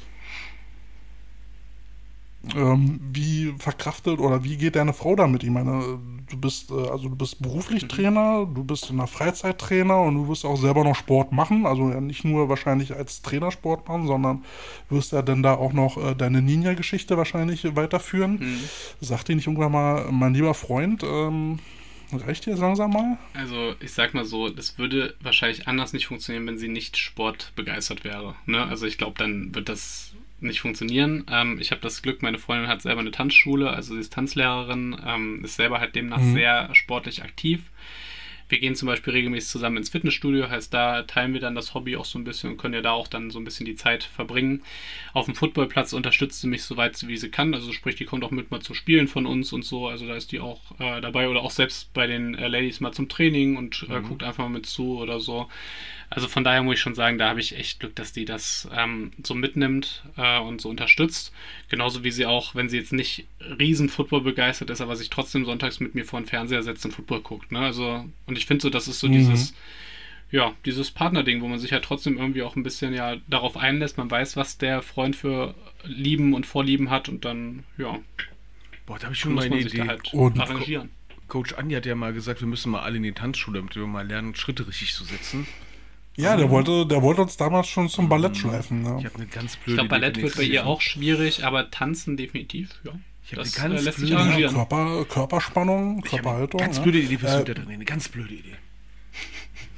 Speaker 2: Wie verkraftet oder wie geht deine Frau damit? Ich meine, du bist beruflich Trainer, du bist in der Freizeit Trainer und du wirst auch selber noch Sport machen. Also ja nicht nur wahrscheinlich als Trainer Sport machen, sondern wirst ja dann da auch noch deine Ninja-Geschichte wahrscheinlich weiterführen. Sagt dir nicht irgendwann mal, mein lieber Freund, reicht dir jetzt langsam mal?
Speaker 3: Also ich sag mal so, das würde wahrscheinlich anders nicht funktionieren, wenn sie nicht sportbegeistert wäre. Ne? Also ich glaube, dann wird das nicht funktionieren. Ich habe das Glück, meine Freundin hat selber eine Tanzschule, also sie ist Tanzlehrerin, ist selber halt demnach sehr sportlich aktiv. Wir gehen zum Beispiel regelmäßig zusammen ins Fitnessstudio, heißt, da teilen wir dann das Hobby auch so ein bisschen und können ja da auch dann so ein bisschen die Zeit verbringen. Auf dem Footballplatz unterstützt sie mich so weit, wie sie kann, also sprich, die kommt auch mit mal zu Spielen von uns und so, also da ist die auch dabei oder auch selbst bei den Ladies mal zum Training und guckt einfach mal mit zu oder so. Also von daher muss ich schon sagen, da habe ich echt Glück, dass die das so mitnimmt und so unterstützt. Genauso wie sie auch, wenn sie jetzt nicht riesen Football begeistert ist, aber sich trotzdem sonntags mit mir vor den Fernseher setzt und Football guckt. Ne? Also, und ich finde so, das ist so dieses Partnerding, wo man sich ja trotzdem irgendwie auch ein bisschen ja darauf einlässt. Man weiß, was der Freund für Lieben und Vorlieben hat und dann, ja.
Speaker 1: Boah, da habe ich schon mal eine Idee.
Speaker 3: Da halt arrangieren.
Speaker 1: Coach Andi hat ja mal gesagt, wir müssen mal alle in die Tanzschule, damit wir mal lernen, Schritte richtig zu setzen.
Speaker 2: Ja, der wollte uns damals schon zum Ballett schleifen. Ja.
Speaker 1: Ich habe eine ganz blöde
Speaker 3: Idee. Ich glaube, Ballett wird bei ihr auch schwierig, aber Tanzen definitiv, ja.
Speaker 1: Ich habe eine ganz
Speaker 3: lässt
Speaker 1: blöde
Speaker 3: sich arrangieren.
Speaker 2: Körperspannung, Körperhaltung.
Speaker 1: Ganz blöde Idee fürs Wintertraining, eine ganz blöde Idee.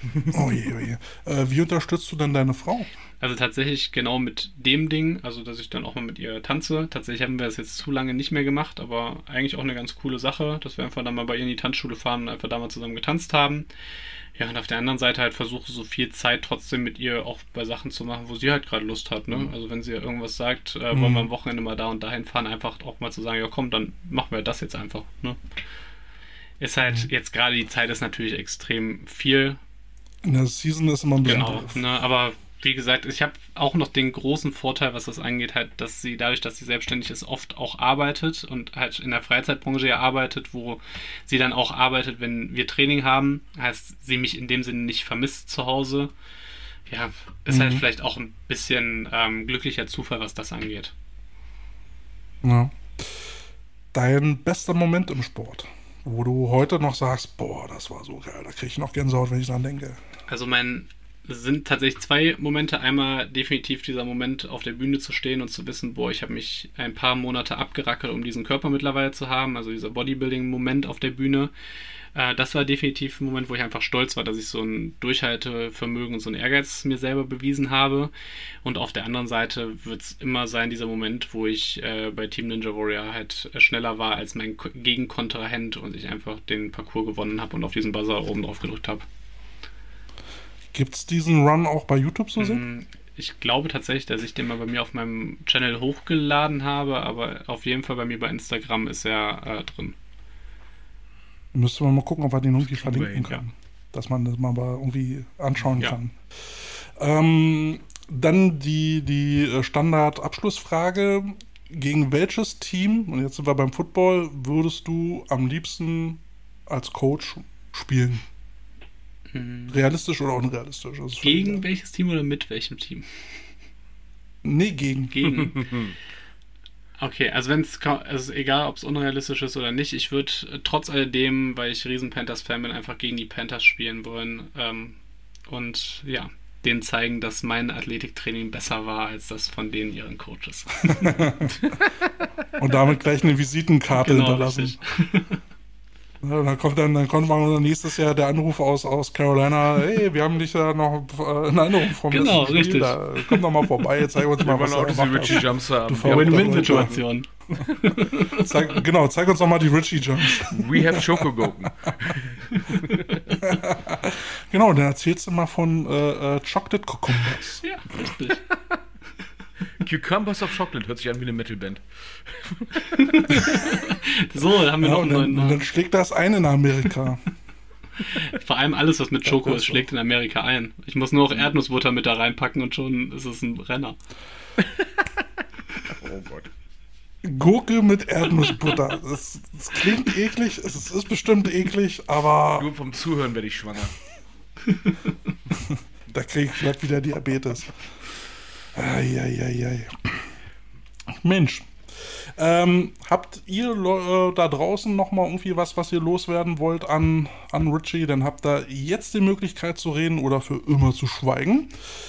Speaker 2: Oh je, oh je. Wie unterstützt du denn deine Frau?
Speaker 3: Also tatsächlich genau mit dem Ding, also dass ich dann auch mal mit ihr tanze. Tatsächlich haben wir das jetzt zu lange nicht mehr gemacht, aber eigentlich auch eine ganz coole Sache, dass wir einfach dann mal bei ihr in die Tanzschule fahren und einfach da mal zusammen getanzt haben. Ja, und auf der anderen Seite halt versuche so viel Zeit trotzdem mit ihr auch bei Sachen zu machen, wo sie halt gerade Lust hat, ne? Also wenn sie ja irgendwas sagt, wollen wir am Wochenende mal da und dahin fahren, einfach auch mal zu sagen, ja komm, dann machen wir das jetzt einfach, ne? Ist halt, jetzt gerade die Zeit ist natürlich extrem viel.
Speaker 2: In der Season ist immer ein bisschen
Speaker 3: Genau,
Speaker 2: doof.
Speaker 3: ne, aber wie gesagt, ich habe auch noch den großen Vorteil, was das angeht, halt, dass sie dadurch, dass sie selbstständig ist, oft auch arbeitet und halt in der Freizeitbranche ja arbeitet, wo sie dann auch arbeitet, wenn wir Training haben. Heißt, sie mich in dem Sinne nicht vermisst zu Hause. Ja, ist halt vielleicht auch ein bisschen glücklicher Zufall, was das angeht.
Speaker 2: Ja. Dein bester Moment im Sport, wo du heute noch sagst, boah, das war so geil, da kriege ich noch Gänsehaut, wenn ich dran denke.
Speaker 3: Also es sind tatsächlich zwei Momente. Einmal definitiv dieser Moment, auf der Bühne zu stehen und zu wissen, boah, ich habe mich ein paar Monate abgerackert, um diesen Körper mittlerweile zu haben. Also dieser Bodybuilding-Moment auf der Bühne. Das war definitiv ein Moment, wo ich einfach stolz war, dass ich so ein Durchhaltevermögen und so einen Ehrgeiz mir selber bewiesen habe. Und auf der anderen Seite wird es immer sein, dieser Moment, wo ich bei Team Ninja Warrior halt schneller war als mein Gegenkontrahent und ich einfach den Parcours gewonnen habe und auf diesen Buzzer oben drauf gedrückt habe.
Speaker 2: Gibt es diesen Run auch bei YouTube zu sehen?
Speaker 3: Ich glaube tatsächlich, dass ich den mal bei mir auf meinem Channel hochgeladen habe, aber auf jeden Fall bei mir bei Instagram ist er drin.
Speaker 2: Müsste man mal gucken, ob wir den irgendwie verlinken
Speaker 3: hin,
Speaker 2: können. Dass man das mal irgendwie anschauen
Speaker 3: Ja.
Speaker 2: kann. Dann die Standard-Abschlussfrage. Gegen welches Team, und jetzt sind wir beim Football, würdest du am liebsten als Coach spielen? Realistisch oder unrealistisch? Das ist völlig
Speaker 3: Gegen
Speaker 2: egal.
Speaker 3: welches Team oder mit welchem Team?
Speaker 2: Nee, gegen.
Speaker 3: Gegen. Okay, also also egal, ob es unrealistisch ist oder nicht, ich würde trotz alledem, weil ich riesen Panthers-Fan bin, einfach gegen die Panthers spielen wollen. Und ja, denen zeigen, dass mein Athletiktraining besser war als das von denen ihren Coaches.
Speaker 2: Und damit gleich eine Visitenkarte hinterlassen.
Speaker 3: richtig.
Speaker 2: Ja, dann kommt man nächstes Jahr der Anruf aus Carolina, hey, wir haben dich da noch in Erinnerung vom
Speaker 3: Genau,
Speaker 2: letzten Spiel,
Speaker 3: richtig.
Speaker 2: da komm doch mal vorbei, zeig uns mal,
Speaker 1: Wir
Speaker 2: was
Speaker 1: wollen auch
Speaker 2: du
Speaker 1: diese
Speaker 2: gemacht
Speaker 1: Richie
Speaker 2: hast.
Speaker 1: Jumps haben.
Speaker 2: Du verrückter
Speaker 3: Win-Win-Situation.
Speaker 2: Zeig uns doch mal die Richie Jumps.
Speaker 1: We have Chocogoken.
Speaker 2: Genau, dann erzählst du mal von Chocolate Cucumbers.
Speaker 3: Ja, richtig.
Speaker 1: Cucumbers of Chocolate hört sich an wie eine Metalband.
Speaker 3: So, dann haben wir
Speaker 2: Ja,
Speaker 3: noch
Speaker 2: und
Speaker 3: einen neuen
Speaker 2: dann
Speaker 3: Namen.
Speaker 2: schlägt das ein in Amerika.
Speaker 3: Vor allem alles, was mit Schoko
Speaker 2: das
Speaker 3: ist,
Speaker 2: so.
Speaker 3: schlägt in Amerika ein. Ich muss nur auch Erdnussbutter mit da reinpacken und schon ist es ein Renner.
Speaker 1: Oh Gott.
Speaker 2: Gurke mit Erdnussbutter. Das klingt eklig, es ist bestimmt eklig, aber
Speaker 1: Nur vom Zuhören werde ich schwanger.
Speaker 2: da kriege ich glatt wieder Diabetes. Eieiei. Mensch. Habt ihr da draußen nochmal irgendwie was ihr loswerden wollt an Richie? Dann habt ihr jetzt die Möglichkeit zu reden oder für immer zu schweigen.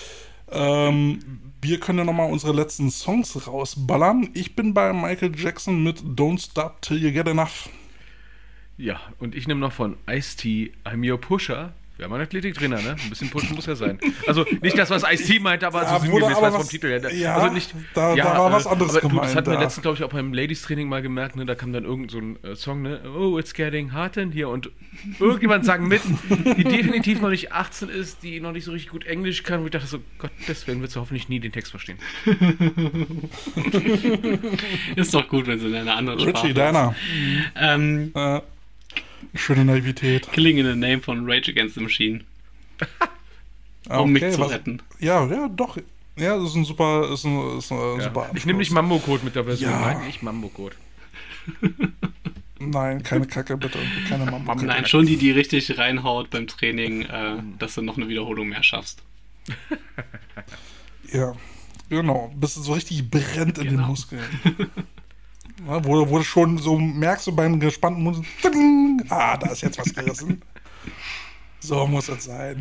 Speaker 2: Wir können ja nochmal unsere letzten Songs rausballern. Ich bin bei Michael Jackson mit Don't Stop Till You Get Enough.
Speaker 1: Ja, und ich nehme noch von Ice-T, I'm Your Pusher. Wir haben einen Athletiktrainer, ne? Ein bisschen pushen muss ja sein. Also nicht das, was Ice-T meint, aber
Speaker 2: Ja,
Speaker 1: so
Speaker 2: wurde
Speaker 1: sinngemäß,
Speaker 2: aber
Speaker 1: was vom
Speaker 2: was-
Speaker 1: Titel her.
Speaker 2: ja,
Speaker 1: Also nicht,
Speaker 2: da war was anderes
Speaker 1: aber du, das
Speaker 2: gemeint,
Speaker 1: hatten wir
Speaker 2: ja.
Speaker 1: letztens, glaube ich, auch beim Ladies-Training mal gemerkt, ne? Da kam dann irgend so ein Song, ne? Oh, it's getting hot in here. Und irgendjemand sang mit, die definitiv noch nicht 18 ist, die noch nicht so richtig gut Englisch kann. Und ich dachte so, Gott, deswegen wird sie hoffentlich nie den Text verstehen.
Speaker 3: Ist doch gut, wenn sie in einer anderen Sprache
Speaker 2: Richie, deiner.
Speaker 3: ist.
Speaker 2: Schöne Naivität.
Speaker 3: Killing in the Name von Rage Against the Machine. Um mich zu retten.
Speaker 2: Ja, doch. Ja, das ist ein super,
Speaker 1: Ja.
Speaker 2: super
Speaker 1: Ich nehme nicht Mambo-Code mit der Version.
Speaker 2: Ja.
Speaker 1: Nein, nicht Mambo-Code.
Speaker 2: Nein, keine Kacke, bitte. Keine Mama.
Speaker 3: Nein, schon die richtig reinhaut beim Training, dass du noch eine Wiederholung mehr schaffst.
Speaker 2: Ja, genau. Bis es so richtig brennt in den
Speaker 3: Genau.
Speaker 2: Muskeln. Ja, wo du schon so merkst, du beim gespannten Mund, da ist jetzt was gerissen. So muss es sein.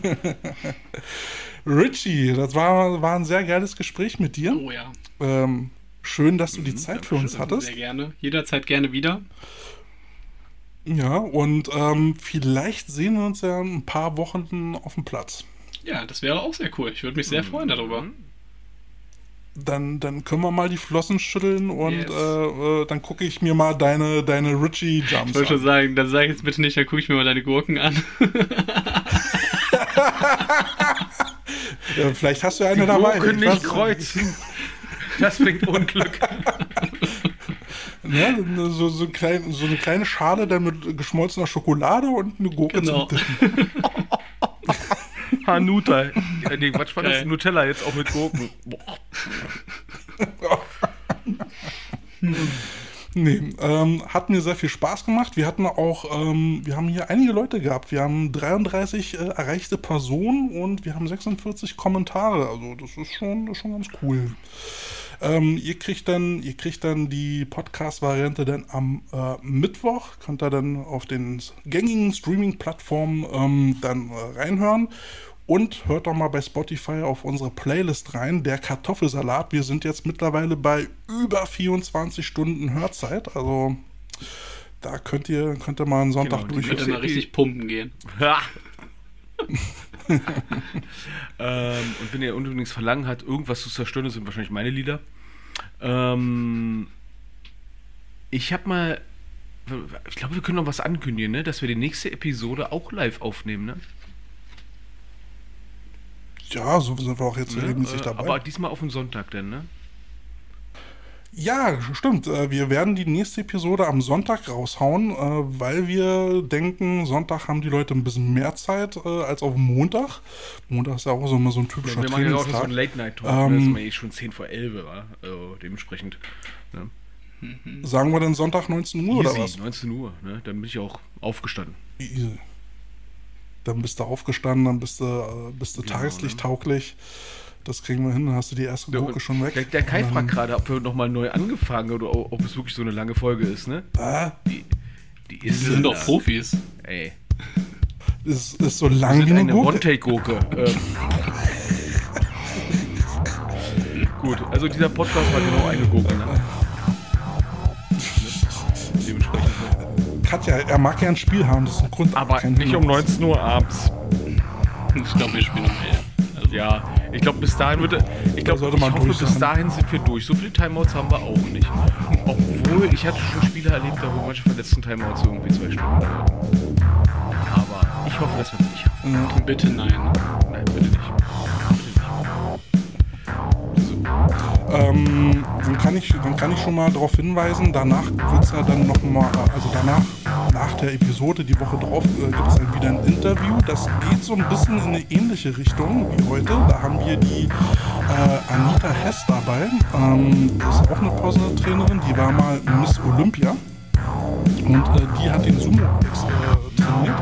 Speaker 2: Richie, das war ein sehr geiles Gespräch mit dir.
Speaker 3: Oh ja.
Speaker 2: Schön, dass du die Zeit für uns hattest.
Speaker 3: Sehr gerne. Jederzeit gerne wieder.
Speaker 2: Ja, und vielleicht sehen wir uns ja in ein paar Wochen auf dem Platz.
Speaker 3: Ja, das wäre auch sehr cool. Ich würde mich sehr freuen darüber.
Speaker 2: Dann können wir mal die Flossen schütteln und
Speaker 3: Yes.
Speaker 2: dann gucke ich mir mal deine Richie-Jumps
Speaker 3: Ich wollte schon
Speaker 2: an.
Speaker 3: sagen, dann sag ich jetzt bitte nicht, dann gucke ich mir mal deine Gurken an.
Speaker 2: Vielleicht hast du ja eine
Speaker 1: Die
Speaker 2: dabei.
Speaker 1: Gurken
Speaker 2: Ich
Speaker 1: nicht
Speaker 2: weiß-
Speaker 1: kreuzen. Das bringt Unglück.
Speaker 2: Ja, so eine kleine Schale dann mit geschmolzener Schokolade und eine Gurke
Speaker 3: Genau.
Speaker 2: zum Dippen.
Speaker 1: Hanuta. Nee, was war das?
Speaker 3: Geil.
Speaker 1: Nutella jetzt auch mit Gurken. Boah.
Speaker 2: Nee, hat mir sehr viel Spaß gemacht. Wir hatten auch, wir haben hier einige Leute gehabt. Wir haben 33 erreichte Personen und wir haben 46 Kommentare. Also das ist schon ganz cool. Ihr kriegt dann die Podcast-Variante dann am Mittwoch. Könnt ihr dann auf den gängigen Streaming-Plattformen dann reinhören. Und hört doch mal bei Spotify auf unsere Playlist rein, der Kartoffelsalat. Wir sind jetzt mittlerweile bei über 24 Stunden Hörzeit. Also da könnt ihr mal einen Sonntag
Speaker 1: Genau, die
Speaker 2: durch.
Speaker 3: Könnte mal richtig pumpen gehen.
Speaker 1: Ha. Und wenn ihr übrigens Verlangen hat, irgendwas zu zerstören, das sind wahrscheinlich meine Lieder. Ich habe mal, ich glaube, wir können noch was ankündigen, ne? Dass wir die nächste Episode auch live aufnehmen, ne?
Speaker 2: Ja, so sind wir auch jetzt regelmäßig dabei.
Speaker 1: Aber diesmal auf den Sonntag denn, ne?
Speaker 2: Ja, stimmt. Wir werden die nächste Episode am Sonntag raushauen, weil wir denken, Sonntag haben die Leute ein bisschen mehr Zeit als auf Montag. Montag ist ja auch so immer so ein typischer
Speaker 1: Wir machen ja auch so
Speaker 2: Trainingstag.
Speaker 1: einen Late-Night-Talk, ne? Das ist mir schon 10 vor 11, war. Also dementsprechend. Ne?
Speaker 2: Sagen wir dann Sonntag 19 Uhr oder
Speaker 1: Easy,
Speaker 2: was?
Speaker 1: 19 Uhr, ne? Dann bin ich auch aufgestanden.
Speaker 2: Easy. Dann bist du aufgestanden, dann bist du
Speaker 1: Genau,
Speaker 2: tageslichttauglich. Das kriegen wir hin, dann hast du die erste Gurke schon weg.
Speaker 1: Der Kai
Speaker 2: Und
Speaker 1: fragt gerade, ob wir nochmal neu angefangen oder ob es wirklich so eine lange Folge ist, ne? Die ist
Speaker 3: Wir sind doch Profis.
Speaker 1: Ey.
Speaker 2: ist so
Speaker 1: Wir
Speaker 2: lang
Speaker 1: sind
Speaker 2: wie eine
Speaker 1: eine
Speaker 2: Gurke.
Speaker 1: One-Take-Gurke. Gut, also dieser Podcast war genau eine Gurke, ne? Dementsprechend.
Speaker 2: Katja, er mag ja ein Spiel haben, das ist ein Grund.
Speaker 1: Aber nicht um 19 Uhr abends.
Speaker 3: Ich glaube, wir spielen um 11. Also,
Speaker 1: Ja, ich glaube, bis dahin wird. Ich glaube,
Speaker 2: sollte
Speaker 1: ich
Speaker 2: man
Speaker 1: hoffe,
Speaker 2: durch
Speaker 1: bis
Speaker 2: sein.
Speaker 1: dahin sind wir durch. So viele Timeouts haben wir auch nicht. Obwohl, ich hatte schon Spiele erlebt, da wo manche verletzten Timeouts irgendwie 2 Stunden dauern. Aber ich hoffe, dass wir das nicht haben.
Speaker 3: bitte nein.
Speaker 1: Nein, bitte nicht.
Speaker 2: Dann kann ich schon mal darauf hinweisen, danach wird es ja dann nochmal, also nach der Episode, die Woche drauf, gibt es dann wieder ein Interview. Das geht so ein bisschen in eine ähnliche Richtung wie heute. Da haben wir die Anita Hess dabei. Das ist auch eine Personal Trainerin, die war mal Miss Olympia. Und die hat den Sumo-Alex trainiert.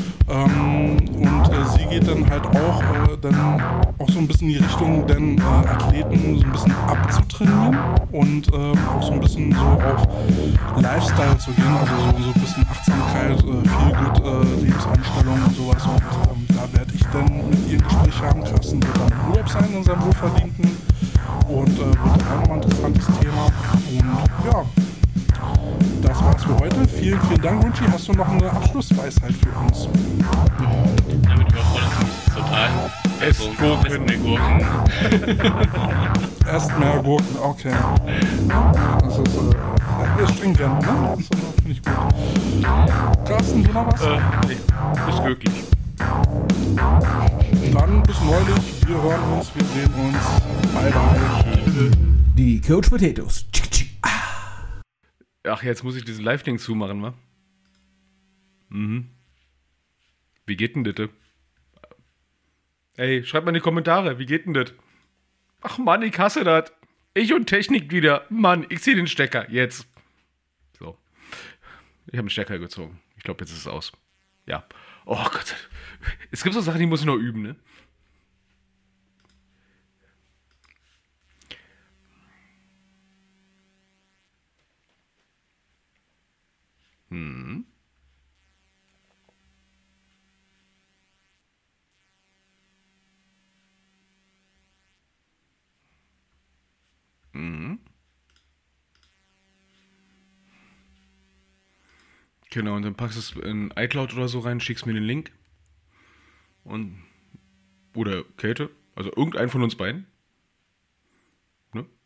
Speaker 2: Und sie geht dann halt auch so ein bisschen in die Richtung, Athleten so ein bisschen abzutrainieren und auch so ein bisschen so auf Lifestyle zu gehen, also so ein bisschen Achtsamkeit, viel gut Lebenseinstellung und sowas. Und da werde ich dann mit ihr ein Gespräch haben. Carsten wird dann im Urlaub sein in seinem wohlverdienten und wird dann auch nochmal ein interessantes Thema. Und ja, das war's für heute. Vielen, vielen Dank, Runchi. Hast du noch eine Abschlussweisheit für uns?
Speaker 3: Damit überfordert es mich total. Also,
Speaker 1: Gurken.
Speaker 3: esst mehr Gurken.
Speaker 2: Erst mehr Gurken, okay. Das ist stringent, ne? Das finde ich gut. Carsten, du noch was?
Speaker 1: Nee, ist glücklich.
Speaker 2: Dann bis neulich. Wir hören uns, wir sehen uns. Bye, bye.
Speaker 4: Die Coach Potatoes.
Speaker 1: Ach, jetzt muss ich diesen Live-Ding zumachen, wa? Mhm. Wie geht denn das? Ey, schreibt mal in die Kommentare, wie geht denn das? Ach Mann, ich hasse das. Ich und Technik wieder. Mann, ich zieh den Stecker. Jetzt. So. Ich habe den Stecker gezogen. Ich glaube, jetzt ist es aus. Ja. Oh Gott. Es gibt so Sachen, die muss ich noch üben, ne? Hm. Genau, und dann packst du es in iCloud oder so rein, schickst mir den Link. Oder Käthe, also irgendein von uns beiden. Ne?